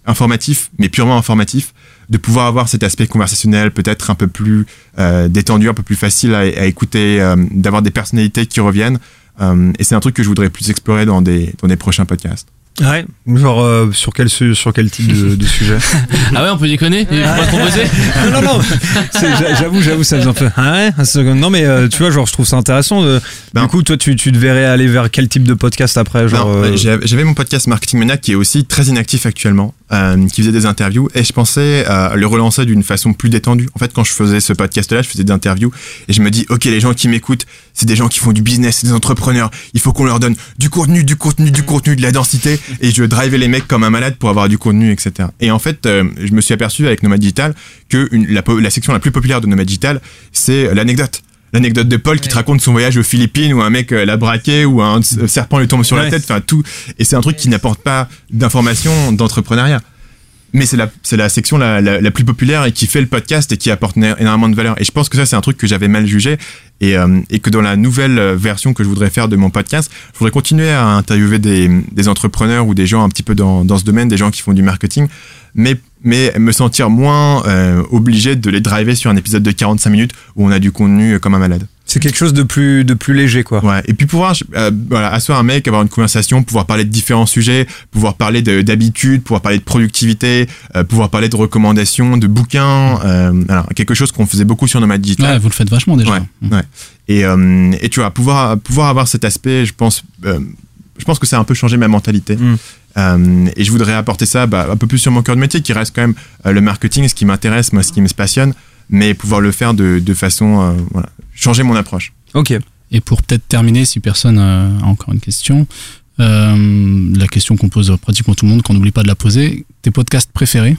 informatif, mais purement informatif, de pouvoir avoir cet aspect conversationnel, peut-être un peu plus euh, détendu, un peu plus facile à, à écouter, euh, d'avoir des personnalités qui reviennent. Euh, et c'est un truc que je voudrais plus explorer dans des, dans des prochains podcasts. Ouais, genre euh, sur quel su- sur quel type de, de sujet? Ah ouais, on peut déconner et on va proposer. Non non non, c'est, j'avoue j'avoue ça faisait un peu. Ah ouais, c'est, non mais euh, tu vois genre je trouve ça intéressant. De, ben, du coup toi tu tu devrais aller vers quel type de podcast après genre. Ben, euh... j'avais, j'avais mon podcast Marketing Mania qui est aussi très inactif actuellement, euh, qui faisait des interviews et je pensais euh, le relancer d'une façon plus détendue. En fait quand je faisais ce podcast là, je faisais des interviews et je me dis ok les gens qui m'écoutent c'est des gens qui font du business, c'est des entrepreneurs. Il faut qu'on leur donne du contenu, du contenu, du contenu, de la densité et je drivais les mecs comme un malade pour avoir du contenu, et cetera. Et en fait, euh, je me suis aperçu avec Nomad Digital que une, la, la section la plus populaire de Nomad Digital, c'est l'anecdote. L'anecdote de Paul qui te raconte son voyage aux Philippines où un mec euh, l'a braqué ou un serpent lui tombe sur ouais. la tête, enfin tout. Et c'est un truc qui n'apporte pas d'informations d'entrepreneuriat. Mais c'est la, c'est la section la, la, la plus populaire et qui fait le podcast et qui apporte énormément de valeur. Et je pense que ça, c'est un truc que j'avais mal jugé et, euh, et que dans la nouvelle version que je voudrais faire de mon podcast, je voudrais continuer à interviewer des, des entrepreneurs ou des gens un petit peu dans, dans ce domaine, des gens qui font du marketing, mais, mais me sentir moins euh, obligé de les driver sur un épisode de quarante-cinq minutes où on a du contenu comme un malade. C'est quelque chose de plus de plus léger quoi. Ouais. Et puis pouvoir euh, voilà, asseoir un mec, avoir une conversation, pouvoir parler de différents sujets, pouvoir parler de, d'habitude, pouvoir parler de productivité, euh, pouvoir parler de recommandations, de bouquins, euh, voilà, quelque chose qu'on faisait beaucoup sur Nomad Digital. Ouais, vous le faites vachement déjà. Ouais. Mmh. ouais. Et euh, et tu vois, pouvoir pouvoir avoir cet aspect, je pense euh, je pense que ça a un peu changé ma mentalité. Mmh. Euh, et je voudrais apporter ça bah, un peu plus sur mon cœur de métier qui reste quand même euh, le marketing, ce qui m'intéresse, moi, ce qui me passionne, mais pouvoir le faire de, de façon euh, voilà, changer mon approche. Ok. Et pour peut-être terminer, si personne a encore une question, euh, la question qu'on pose à pratiquement tout le monde, qu'on n'oublie pas de la poser, tes podcasts préférés?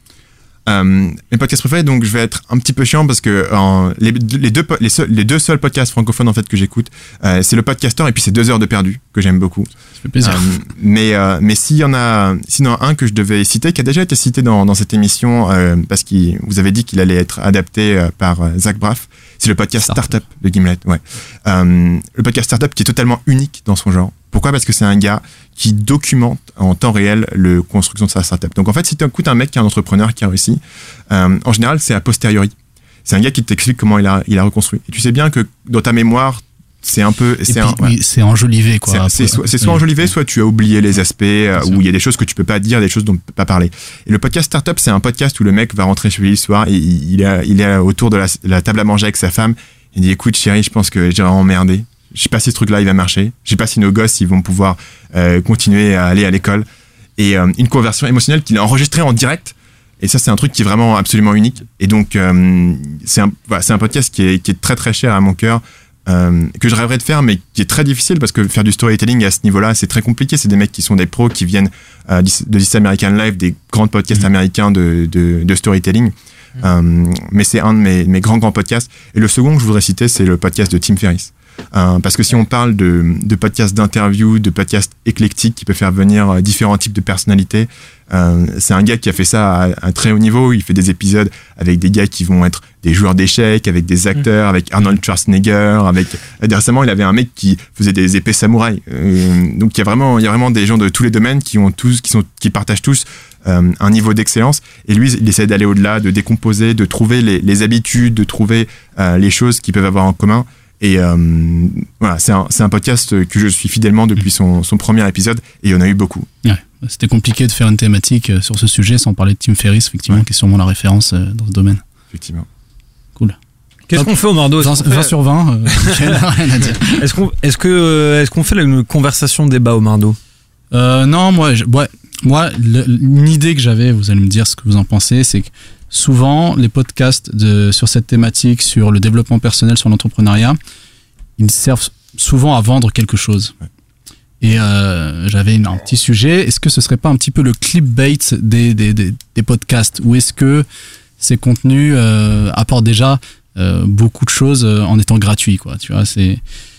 Euh, mes podcasts préférés, donc je vais être un petit peu chiant parce que euh, les, les, deux, les, seuls, les deux seuls podcasts francophones en fait que j'écoute, euh, c'est le Podcaster et puis c'est deux heures de perdu que j'aime beaucoup. Ça fait plaisir. Euh, mais euh, mais s'il y en a, s'il y en a un que je devais citer, qui a déjà été cité dans, dans cette émission euh, parce que vous avez dit qu'il allait être adapté euh, par euh, Zach Braff, c'est le podcast Startup, Startup de Gimlet. Ouais. Euh, le podcast Startup qui est totalement unique dans son genre. Pourquoi ? Parce que c'est un gars qui documente en temps réel le construction de sa startup. Donc en fait, si tu écoutes un mec qui est un entrepreneur qui a réussi, euh, en général, c'est a posteriori. C'est un gars qui t'explique comment il a, il a reconstruit. Et tu sais bien que dans ta mémoire, c'est un peu... C'est, puis, un, oui, ouais. c'est enjolivé, quoi. C'est, c'est, soit, c'est soit enjolivé, soit tu as oublié les aspects euh, où il y a des choses que tu peux pas dire, des choses dont tu peux pas parler. Et le podcast Startup, c'est un podcast où le mec va rentrer chez lui le soir et il, il, est, il est autour de la, la table à manger avec sa femme. Il dit, écoute chérie, je pense que j'ai vraiment emmerdé. Je sais pas si ce truc-là il va marcher. Je sais pas si nos gosses ils vont pouvoir euh, continuer à aller à l'école. Et euh, une conversion émotionnelle qu'il a enregistrée en direct. Et ça c'est un truc qui est vraiment absolument unique. Et donc euh, c'est un voilà, c'est un podcast qui est qui est très très cher à mon cœur, euh, que je rêverais de faire, mais qui est très difficile parce que faire du storytelling à ce niveau-là c'est très compliqué. C'est des mecs qui sont des pros qui viennent euh, de This American Life, des grands podcasts mmh. américains de de, de storytelling. Mmh. Euh, mais c'est un de mes mes grands grands podcasts. Et le second que je voudrais citer c'est le podcast de Tim Ferriss. Euh, parce que si on parle de, de podcasts d'interview, de podcasts éclectiques qui peuvent faire venir euh, différents types de personnalités, euh, c'est un gars qui a fait ça à, à très haut niveau. Il fait des épisodes avec des gars qui vont être des joueurs d'échecs, avec des acteurs, mmh. avec Arnold Schwarzenegger, avec récemment il avait un mec qui faisait des épées samouraïs. Euh, donc il y a vraiment il y a vraiment des gens de tous les domaines qui ont tous qui sont qui partagent tous euh, un niveau d'excellence. Et lui il essaie d'aller au-delà, de décomposer, de trouver les, les habitudes, de trouver euh, les choses qu'ils peuvent avoir en commun. Et euh, voilà, c'est un, c'est un podcast que je suis fidèlement depuis son, son premier épisode et il y en a eu beaucoup. Ouais, c'était compliqué de faire une thématique sur ce sujet sans parler de Tim Ferriss, effectivement, ouais. qui est sûrement la référence dans ce domaine. Effectivement. Cool. Qu'est-ce qu'on fait au Mardo ? vingt, vingt sur vingt, euh, rien à dire. Est-ce qu'on, est-ce que, est-ce qu'on fait une conversation débat au Mardo ? euh, Non, moi, je, ouais, moi, le, une idée que j'avais, vous allez me dire ce que vous en pensez, c'est que souvent, les podcasts de, sur cette thématique, sur le développement personnel, sur l'entrepreneuriat, ils servent souvent à vendre quelque chose. Ouais. Et euh, j'avais une, un petit sujet. Est-ce que ce serait pas un petit peu le clickbait des, des, des, des podcasts ? Ou est-ce que ces contenus euh, apportent déjà euh, beaucoup de choses en étant gratuits, quoi, tu vois, c'est...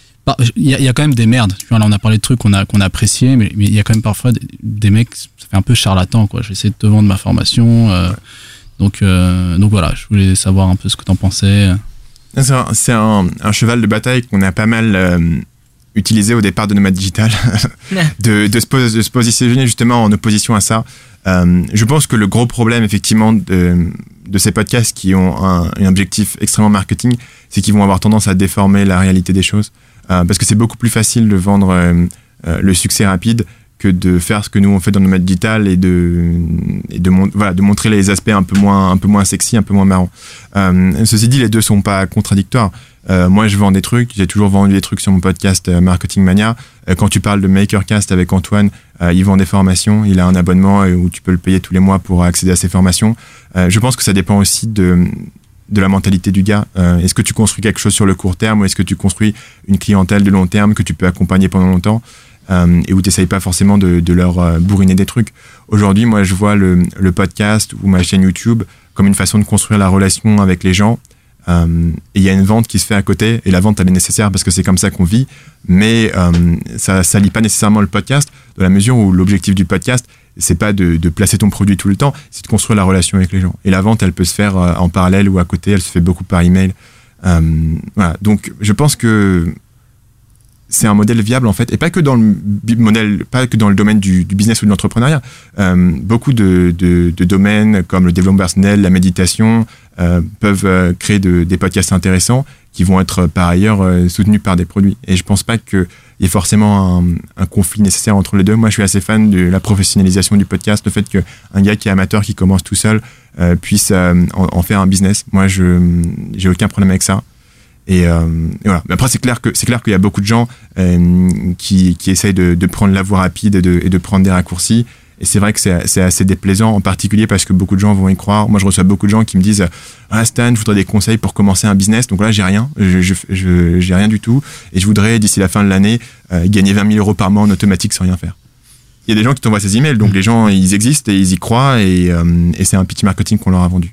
Il y, a, il y a quand même des merdes. Tu vois, là, on a parlé de trucs qu'on a, qu'on a appréciés, mais, mais il y a quand même parfois des, des mecs, ça fait un peu charlatan, quoi. J'essaie de te vendre ma formation... Euh, ouais. Donc, euh, donc voilà, je voulais savoir un peu ce que t'en pensais. C'est un, c'est un, un cheval de bataille qu'on a pas mal, euh, utilisé au départ de Nomade Digital, de, de, se pos- de se positionner justement en opposition à ça. Euh, je pense que le gros problème effectivement de, de ces podcasts qui ont un, un objectif extrêmement marketing, c'est qu'ils vont avoir tendance à déformer la réalité des choses. Euh, parce que c'est beaucoup plus facile de vendre euh, euh, le succès rapide que de faire ce que nous on fait dans Nomade Digital et de et de, mon, voilà, de montrer les aspects un peu moins un peu moins sexy, un peu moins marrants. Euh, ceci dit, les deux sont pas contradictoires. Euh, moi, je vends des trucs, j'ai toujours vendu des trucs sur mon podcast euh, Marketing Mania. Euh, quand tu parles de Makercast avec Antoine, euh, il vend des formations, il a un abonnement euh, où tu peux le payer tous les mois pour accéder à ces formations. Euh, je pense que ça dépend aussi de de la mentalité du gars. Euh, est-ce que tu construis quelque chose sur le court terme ou est-ce que tu construis une clientèle de long terme que tu peux accompagner pendant longtemps? Euh, et où tu n'essayes pas forcément de, de leur euh, bourriner des trucs. Aujourd'hui, moi, je vois le, le podcast ou ma chaîne YouTube comme une façon de construire la relation avec les gens. Euh, et il y a une vente qui se fait à côté, et la vente, elle est nécessaire parce que c'est comme ça qu'on vit, mais euh, ça ne salit pas nécessairement le podcast, dans la mesure où l'objectif du podcast, c'est pas de, de placer ton produit tout le temps, c'est de construire la relation avec les gens. Et la vente, elle peut se faire euh, en parallèle ou à côté, elle se fait beaucoup par email. Euh, voilà. Donc, je pense que c'est un modèle viable en fait, et pas que dans le modèle, pas que dans le domaine du, du business ou de l'entrepreneuriat. Euh, beaucoup de, de, de domaines comme le développement personnel, la méditation euh, peuvent euh, créer de, des podcasts intéressants qui vont être par ailleurs euh, soutenus par des produits. Et je pense pas qu'il y ait forcément un, un conflit nécessaire entre les deux. Moi, je suis assez fan de la professionnalisation du podcast, le fait qu'un gars qui est amateur, qui commence tout seul, euh, puisse euh, en, en faire un business. Moi, je j'ai aucun problème avec ça. Et, euh, et voilà. Mais après, c'est clair que c'est clair qu'il y a beaucoup de gens euh, qui, qui essayent de, de prendre la voie rapide et de, et de prendre des raccourcis. Et c'est vrai que c'est, c'est assez déplaisant, en particulier parce que beaucoup de gens vont y croire. Moi, je reçois beaucoup de gens qui me disent ah Stan, je voudrais des conseils pour commencer un business. Donc là, j'ai rien, je, je, je j'ai rien du tout, et je voudrais d'ici la fin de l'année euh, gagner vingt mille euros par mois en automatique sans rien faire. Il y a des gens qui t'envoient ces emails, donc les gens ils existent et ils y croient, et, euh, et c'est un petit marketing qu'on leur a vendu.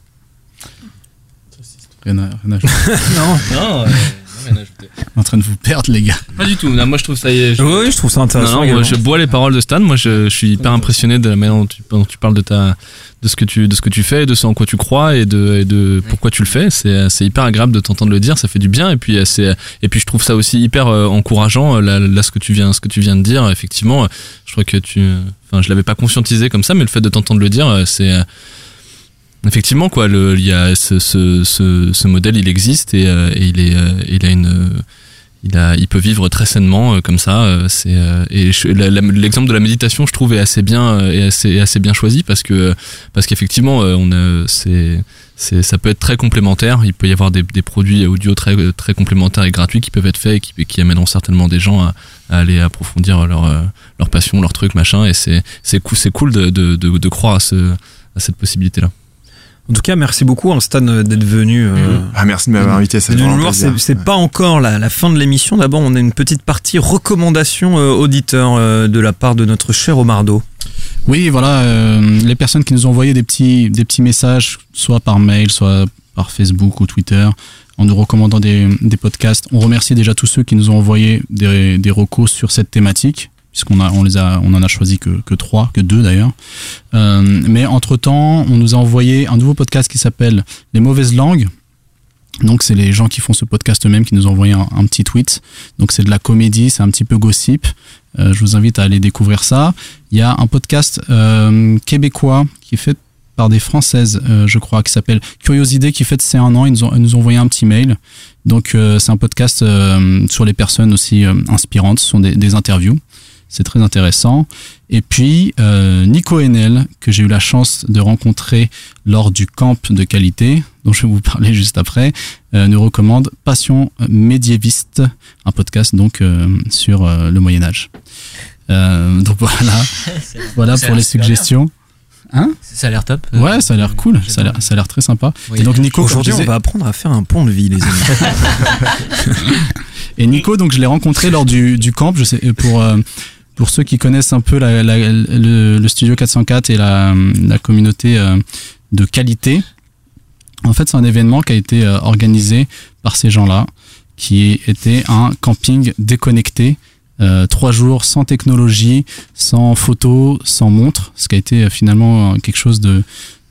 Rien à, rien à ajouter. non, non, euh, rien à ajouter. En train de vous perdre, les gars. Pas du tout. Non, moi, je trouve ça y est. Je... Oui, je trouve ça intéressant. Non, non, moi, je bois les paroles de Stan. Moi, je, je suis hyper impressionné de la manière dont tu, dont tu parles de ta, de ce que tu, de ce que tu fais, de ce en quoi tu crois et de, et de pourquoi tu le fais. C'est, c'est hyper agréable de t'entendre le dire. Ça fait du bien. Et puis, c'est, et puis, je trouve ça aussi hyper euh, encourageant. Là, là, ce que tu viens, ce que tu viens de dire, effectivement, je crois que tu, enfin, je l'avais pas conscientisé comme ça, mais le fait de t'entendre le dire, c'est effectivement quoi, le, il y a ce, ce, ce, ce modèle, il existe et, euh, et il est, euh, il a une, il a, il peut vivre très sainement euh, comme ça. Euh, c'est euh, et je, la, la, l'exemple de la méditation, je trouve, est assez bien, euh, est assez, assez bien choisi parce que, parce qu'effectivement, euh, on a, c'est, c'est, ça peut être très complémentaire. Il peut y avoir des, des produits audio très, très complémentaires et gratuits qui peuvent être faits et qui, qui amèneront certainement des gens à, à aller approfondir leur, euh, leur passion, leur truc, machin. Et c'est, c'est cool, c'est cool de, de, de, de croire à ce, à cette possibilité-là. En tout cas, merci beaucoup, hein, Stan, d'être venu. Euh, ah, merci de m'avoir invité. Ça fait vraiment plaisir. C'est, c'est pas encore la, la fin de l'émission. D'abord, on a une petite partie recommandations euh, auditeurs euh, de la part de notre cher Omardo. Oui, voilà, euh, les personnes qui nous ont envoyé des petits, des petits messages, soit par mail, soit par Facebook ou Twitter, en nous recommandant des, des podcasts. On remercie déjà tous ceux qui nous ont envoyé des, des recos sur cette thématique, puisqu'on a, on les a, on en a choisi que, que trois, que deux d'ailleurs. Euh, mais entre-temps, on nous a envoyé un nouveau podcast qui s'appelle Les Mauvaises Langues. Donc, c'est les gens qui font ce podcast eux-mêmes qui nous ont envoyé un, un petit tweet. Donc, c'est de la comédie, c'est un petit peu gossip. Euh, je vous invite à aller découvrir ça. Il y a un podcast euh, québécois qui est fait par des Françaises, euh, je crois, qui s'appelle Curiosité, qui fête ses un an. Ils nous ont, ils nous ont envoyé un petit mail. Donc, euh, c'est un podcast euh, sur les personnes aussi euh, inspirantes. Ce sont des, des interviews. C'est très intéressant. Et puis, euh, Nico Enel, que j'ai eu la chance de rencontrer lors du camp de qualité, dont je vais vous parler juste après, euh, nous recommande Passion médiéviste, un podcast donc euh, sur euh, le Moyen-Âge. Euh, donc voilà, voilà pour les suggestions. Hein? Ça a l'air top. Ouais, ça a l'air cool. Ça a l'air, ça a l'air très sympa. Oui. Et donc Nico, aujourd'hui, disais... on va apprendre à faire un pont de vie, les amis. Et Nico, donc je l'ai rencontré lors du, du camp. Je sais pour euh, pour ceux qui connaissent un peu la, la, le, le studio quatre cent quatre et la, la communauté euh, de qualité. En fait, c'est un événement qui a été euh, organisé par ces gens-là, qui était un camping déconnecté. Euh, trois jours sans technologie, sans photo, sans montre, ce qui a été euh, finalement quelque chose de,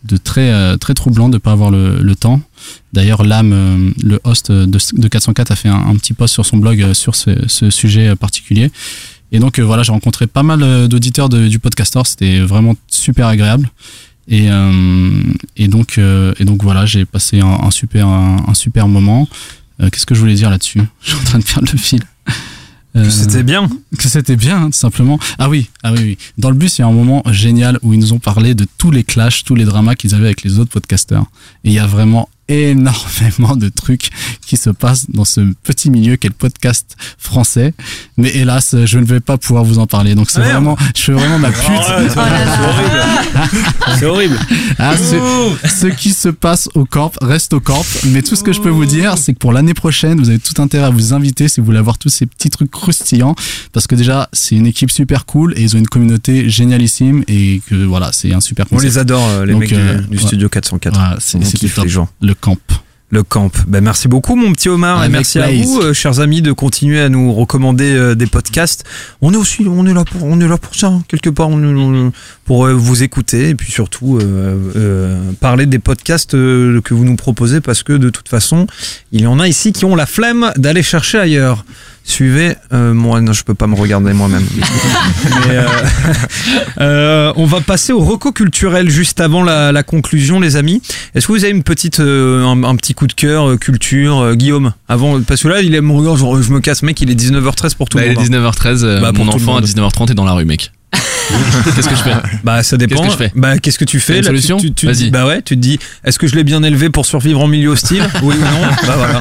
de très euh, très troublant de pas avoir le, le temps. D'ailleurs, Lame, euh, le host de, de quatre cent quatre, a fait un, un petit post sur son blog euh, sur ce, ce sujet particulier. Et donc euh, voilà, j'ai rencontré pas mal euh, d'auditeurs de, du Podcaster. C'était vraiment super agréable. Et euh, et donc euh, et donc voilà, j'ai passé un, un super un, un super moment. Euh, qu'est-ce que je voulais dire là-dessus ? Je suis en train de perdre le fil. Que c'était bien. Que c'était bien, hein, tout simplement. Ah oui, ah oui, oui. Dans le bus, il y a un moment génial où ils nous ont parlé de tous les clashs, tous les dramas qu'ils avaient avec les autres podcasteurs. Et il y a vraiment énormément de trucs qui se passent dans ce petit milieu qu'est le podcast français. Mais hélas, je ne vais pas pouvoir vous en parler. Donc c'est Merde. vraiment, je fais vraiment ma pute. Oh là, c'est horrible. C'est horrible. Ah, ce, ce qui se passe au camp reste au camp. Mais tout ce que je peux vous dire, c'est que pour l'année prochaine, vous avez tout intérêt à vous inviter si vous voulez avoir tous ces petits trucs croustillants. Parce que déjà, c'est une équipe super cool et ils ont une communauté génialissime et que voilà, c'est un super On concept. les adore, euh, les Donc, mecs du, euh, du ouais. studio quatre cent quatre. Voilà, c'est On c'est kiffe top. les gens. Le camp. Le camp. Ben, merci beaucoup, mon petit Omar, et Avec merci à plaisir. vous, euh, chers amis, de continuer à nous recommander euh, des podcasts. On est aussi, on est là pour, on est là pour ça, hein, quelque part, on, on- pour euh, vous écouter et puis surtout euh, euh, parler des podcasts euh, que vous nous proposez, parce que de toute façon, il y en a ici qui ont la flemme d'aller chercher ailleurs. Suivez euh, moi, non, je peux pas me regarder moi-même. Mais, euh, euh, on va passer au reco culturel juste avant la, la conclusion, les amis. Est-ce que vous avez une petite, euh, un, un petit coup de cœur euh, culture, euh, Guillaume, avant, parce que là, il est mon regard, genre, je me casse, mec, il est dix-neuf heures treize pour tout Bah, le il est monde. hein. dix-neuf heures treize, euh, Bah, pour mon tout le enfant à monde. dix-neuf heures trente est dans la rue, mec. Qu'est-ce que je fais? Bah, ça dépend. Qu'est-ce que je fais Bah, qu'est-ce que tu fais T'as une là, tu- solution tu, tu te Vas-y. dis, Bah ouais, tu te dis, est-ce que je l'ai bien élevé pour survivre en milieu hostile? Oui ou non? Bah voilà.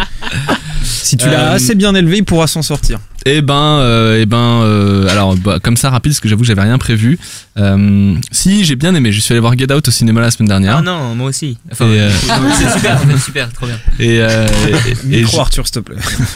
Si tu l'as Euh, assez bien élevé, il pourra s'en sortir. Eh ben, euh, eh ben, euh, alors bah, comme ça rapide, parce que j'avoue que j'avais rien prévu. Euh, si, j'ai bien aimé. Je suis allé voir Get Out au cinéma la semaine dernière. Ah non, moi aussi. Enfin, Et, euh, c'est super, c'est super, trop bien. Et, euh, et, et Micro j'ai- Arthur, s'il te plaît.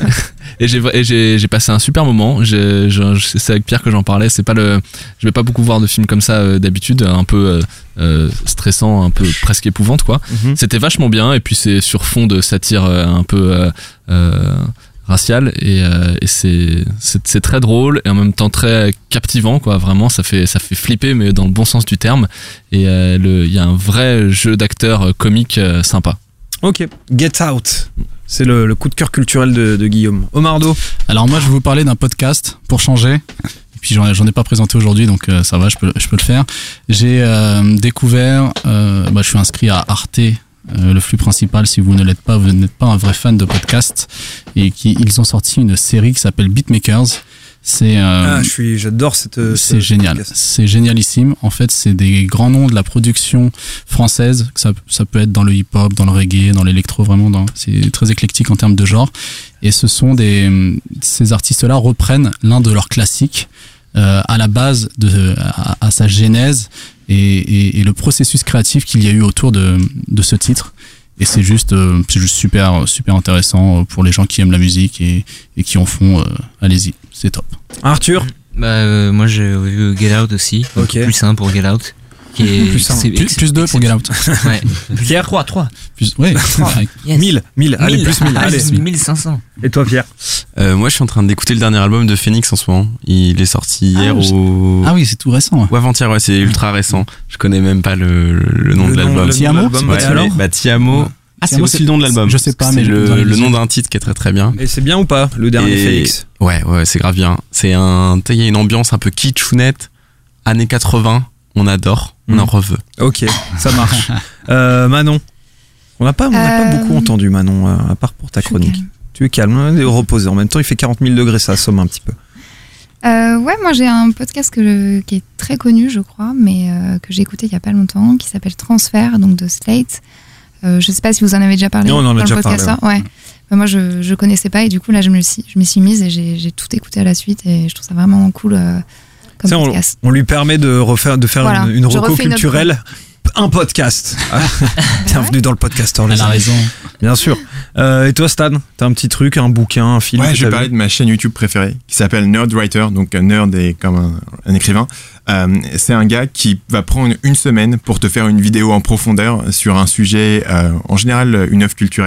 et j'ai et j'ai j'ai passé un super moment. J'ai- je- je- C'est avec Pierre que j'en parlais. C'est pas le, je vais pas beaucoup voir de films comme ça euh, d'habitude, un peu euh, euh, stressant, un peu presque épouvante quoi. Mhm. C'était vachement bien et puis c'est sur fond de satire euh, un peu euh, euh, raciale et, euh, et c'est c'est c'est très drôle et en même temps très captivant quoi. Vraiment, ça fait ça fait flipper mais dans le bon sens du terme. Et euh, le il y a un vrai jeu d'acteur euh, comique euh, sympa. Ok, Get Out. C'est le, le coup de cœur culturel de, de Guillaume. Omardo. Alors moi, je vais vous parler d'un podcast pour changer. Et puis j'en j'en ai pas présenté aujourd'hui, donc euh, ça va, je peux, je peux le faire. J'ai euh, découvert, euh, bah, je suis inscrit à Arte, euh, le flux principal. Si vous ne l'êtes pas, vous n'êtes pas un vrai fan de podcast. Et qui, ils ont sorti une série qui s'appelle Beatmakers. C'est euh, Ah, je suis, j'adore cette. c'est ce génial, podcast. c'est génialissime. En fait, c'est des grands noms de la production française. Ça, ça peut être dans le hip-hop, dans le reggae, dans l'électro, vraiment. Dans, c'est très éclectique en termes de genre. Et ce sont des, ces artistes-là reprennent l'un de leurs classiques euh, à la base de, à, à sa genèse et, et, et le processus créatif qu'il y a eu autour de, de ce titre. Et c'est juste, euh, c'est juste super, super intéressant pour les gens qui aiment la musique et, et qui en font. Euh, allez-y, c'est top. Arthur. Bah, euh, moi j'ai vu Get Out aussi. Donc Ok. Plus un pour Get Out. Qui est, Plus un. c'est- Plus, plus deux pour Get Out. Ouais. Pierre. trois, trois. Plus, ouais. Yes. mille, mille, allez, mille. plus mille, Ah, allez. mille cinq cents. Et toi, Pierre? Euh, moi, je suis en train d'écouter le dernier album de Phoenix en ce moment. Il est sorti hier Ah, je- au. Ah oui, c'est tout récent. Ouais. Ou avant-hier, ouais, c'est ultra récent. Je connais même pas le, le nom Le de nom- l'album. le nom de Tiamo, l'album, c'est Ouais, et pas alors mais- bah, Tiamo. Ah, c'est Tiamo, aussi c'est- le nom de l'album. je sais pas, C'est mais le, dans les le nom visuels. d'un titre qui est très très bien. Et c'est bien ou pas, le dernier Et- Félix? Ouais, ouais, c'est grave bien. C'est un, tu sais, il y a une ambiance un peu kitschounette, années quatre-vingts. On adore, on Mm. en reveut. Ok, ça marche. euh, Manon. On n'a pas, on n'a pas Euh, beaucoup entendu Manon, euh, à part pour ta Je suis chronique. calme. Tu es calme, hein, et reposé. En même temps, il fait quarante mille degrés, ça assomme un petit peu. Euh, ouais, moi j'ai un podcast que je- qui est très connu, je crois, mais euh, que j'ai écouté il y a pas longtemps, qui s'appelle Transfert, donc de Slate. Euh, je sais pas si vous en avez déjà parlé. Non, on en a dans déjà le podcast, parlé, ouais. Bah, moi je je connaissais pas et du coup là je me suis je m'y suis mise et j'ai j'ai tout écouté à la suite et je trouve ça vraiment cool euh, comme Tu sais, on, podcast. on lui permet de refaire, de faire Voilà, une, une je reco refais une autre culturelle. Un podcast. Ah, bienvenue dans le podcaster, les Elle a amis. raison. Bien sûr. Euh, et toi, Stan, t'as un petit truc, un bouquin, un film Ouais, que je vais t'as parler vu de ma chaîne YouTube préférée qui s'appelle Nerdwriter. Donc, un nerd est comme un, un écrivain. Euh, c'est un gars qui va prendre une semaine pour te faire une vidéo en profondeur sur un sujet, euh, en général une œuvre culturelle,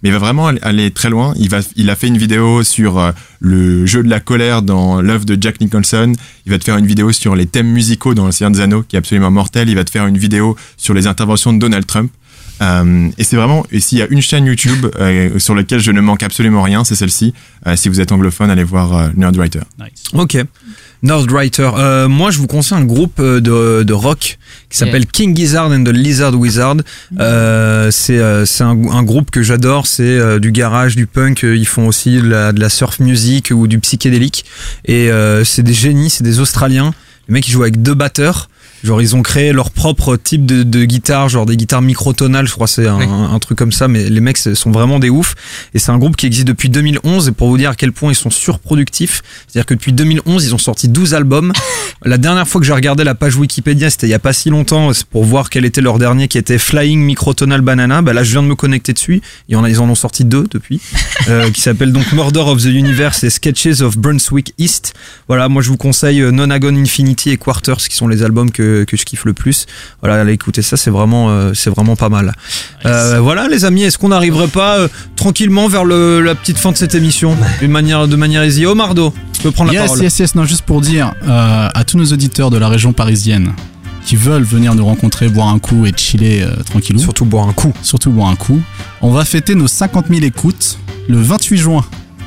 mais il va vraiment aller- aller très loin. Il va, il a fait une vidéo sur euh, le jeu de la colère dans l'œuvre de Jack Nicholson. Il va te faire une vidéo sur les thèmes musicaux dans Le Seigneur des Anneaux, qui est absolument mortel. Il va te faire une vidéo sur les interventions de Donald Trump. Euh, et c'est vraiment, et s'il y a une chaîne YouTube euh, sur laquelle je ne manque absolument rien, c'est celle-ci. Euh, si vous êtes anglophone, allez voir euh, Nerdwriter. Ok. Nerdwriter. Euh, moi, je vous conseille un groupe de, de rock qui s'appelle Yeah. King Gizzard and the Lizard Wizard. Euh, c'est euh, c'est un, un groupe que j'adore. C'est euh, du garage, du punk. Ils font aussi de la, de la surf music ou du psychédélique. Et euh, c'est des génies, c'est des Australiens. Les mecs, ils jouent avec deux batteurs. Genre, ils ont créé leur propre type de, de guitare, genre des guitares microtonales, je crois que c'est un, Oui. un truc comme ça, mais les mecs sont vraiment des oufs. Et c'est un groupe qui existe depuis deux mille onze, et pour vous dire à quel point ils sont surproductifs, c'est-à-dire que depuis deux mille onze, ils ont sorti douze albums. La dernière fois que j'ai regardé la page Wikipédia, c'était il y a pas si longtemps, c'est pour voir quel était leur dernier, qui était Flying Microtonal Banana. Bah là, je viens de me connecter dessus. Il y en a, ils en ont sorti deux depuis, euh, qui s'appellent donc Murder of the Universe et Sketches of Brunswick East. Voilà, moi je vous conseille euh, Nonagon Infinity et Quarters, qui sont les albums que que je kiffe le plus. Voilà, allez écouter ça, c'est vraiment euh, c'est vraiment pas mal. Euh, voilà les amis, est-ce qu'on n'arriverait pas euh, tranquillement vers le, la petite fin de cette émission d'une manière de manière easy? Oh Mardo, tu peux prendre la Yes, parole. yes, yes. Non, juste pour dire euh, à tous nos auditeurs de la région parisienne qui veulent venir nous rencontrer, boire un coup et chiller euh, tranquillou. Surtout boire un coup. Surtout boire un coup. On va fêter nos cinquante mille écoutes le vingt-huit juin.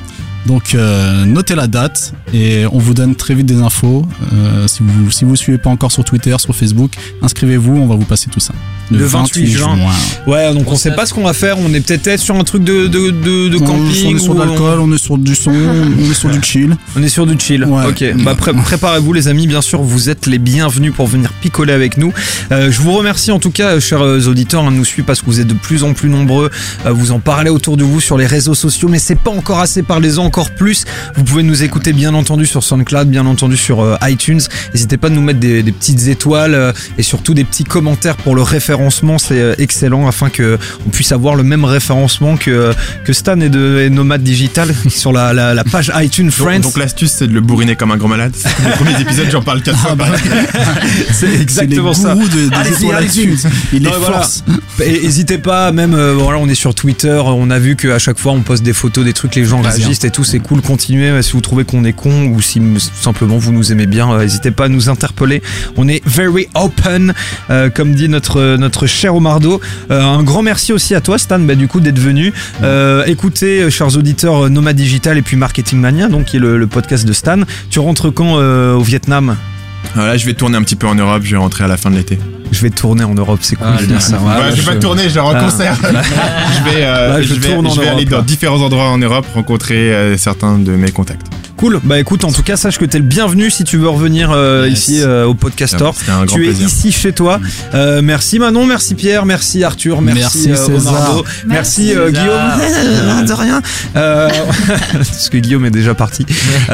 Donc euh, notez la date et on vous donne très vite des infos. Euh, si vous si vous suivez pas encore sur Twitter, sur Facebook, inscrivez-vous, on va vous passer tout ça. Le vingt-huit juin. Ouais, donc on sait pas ce qu'on va faire. On est peut-être sur un truc de, de, de, de On- camping. on est sur ou de l'alcool, on est sur du son, on est sur du chill. On est sur du chill. Ouais. Ok. Bah pré- préparez-vous les amis. Bien sûr, vous êtes les bienvenus pour venir picoler avec nous. Euh, je vous remercie en tout cas, chers euh, auditeurs, hein, de nous suivre parce que vous êtes de plus en plus nombreux. Euh, vous en parlez autour de vous sur les réseaux sociaux, mais c'est pas encore assez. Parlez-en encore plus. Vous pouvez nous écouter bien entendu sur SoundCloud, bien entendu sur euh, iTunes. N'hésitez pas à nous mettre des, des petites étoiles euh, et surtout des petits commentaires pour le référencement. C'est euh, excellent afin que on puisse avoir le même référencement que que Stan et de et Nomad Digital sur la, la, la page iTunes Friends. Donc, donc l'astuce, c'est de le bourriner comme un gros malade. C'est comme les premiers épisodes, j'en parle quatre fois par C'est exactement c'est les ça. gourous de, des Allez-y, étoiles allez-y. là-dessus. Il les Non, voilà. force. Et n'hésitez pas, même euh, voilà, on est sur Twitter, on a vu qu'à chaque fois on poste des photos, des trucs, les gens Plaisir. réagissent et tout, c'est cool, continuez. Si vous trouvez qu'on est con ou si m- simplement vous nous aimez bien, euh, n'hésitez pas à nous interpeller. On est very open, euh, comme dit notre notre cher Omardo. Euh, un grand merci aussi à toi Stan, bah, du coup d'être venu. Euh, écoutez, euh, chers auditeurs, euh, Nomad Digital et puis Marketing Mania, donc qui est le, le podcast de Stan. Tu rentres quand euh, au Vietnam? Alors là, je vais tourner un petit peu en Europe, je vais rentrer à la fin de l'été. Je vais tourner en Europe, c'est cool Ah, de dire ça. Ouais, Ouais, je vais pas tourner, je vais en Ah. concert. je vais, euh, Là, je je vais, tourne en je vais Europe, aller là. dans différents endroits en Europe, rencontrer euh, certains de mes contacts. Cool, bah écoute, en tout cas, sache que t'es le bienvenu si tu veux revenir euh, Yes. ici euh, au Podcaster. C'était un grand Tu es plaisir. ici chez toi. Euh, merci Manon, merci Pierre, merci Arthur, merci, Merci euh, César. Leonardo, merci, euh, Guillaume. De rien. Euh, parce que Guillaume est déjà parti.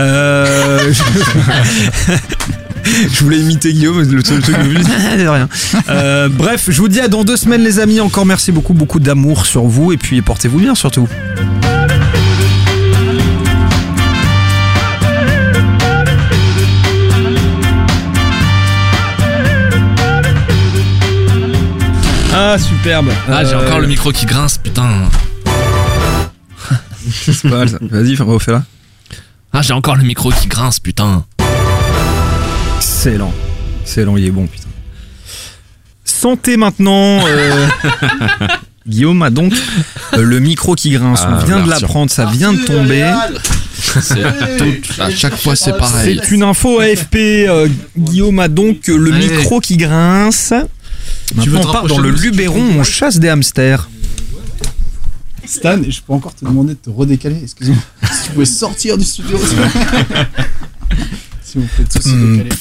Euh, je... je voulais imiter Guillaume, mais le truc me dit de rien. Euh, bref, je vous dis à dans deux semaines les amis. Encore merci beaucoup, beaucoup d'amour sur vous et puis portez-vous bien surtout. Ah superbe. Ah, j'ai Euh, encore le micro qui grince, putain. C'est pas mal ça. Vas-y, refais-la. Ah, j'ai encore le micro qui grince, putain. Excellent. Excellent, il est bon, putain. Santé maintenant. euh, Guillaume a donc euh, le micro qui grince. Ah, On vient de Arthur. l'apprendre, ça vient de tomber. C'est tout- à chaque fois, c'est pareil. C'est une info A F P. euh, Guillaume a donc euh, le Allez. micro qui grince. veux Maintenant, te on part dans rapprocher le de ce Luberon, on chasse des hamsters. Stan, je peux encore te demander de te redécaler. Excuse-moi. Si tu pouvais sortir du studio. Si vous faites tous Mm. décaler.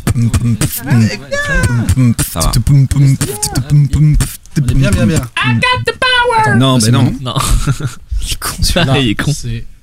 Ça va. Bien, bien, bien. Non, mais non. Non. Il est con, Ah, il est con. C'est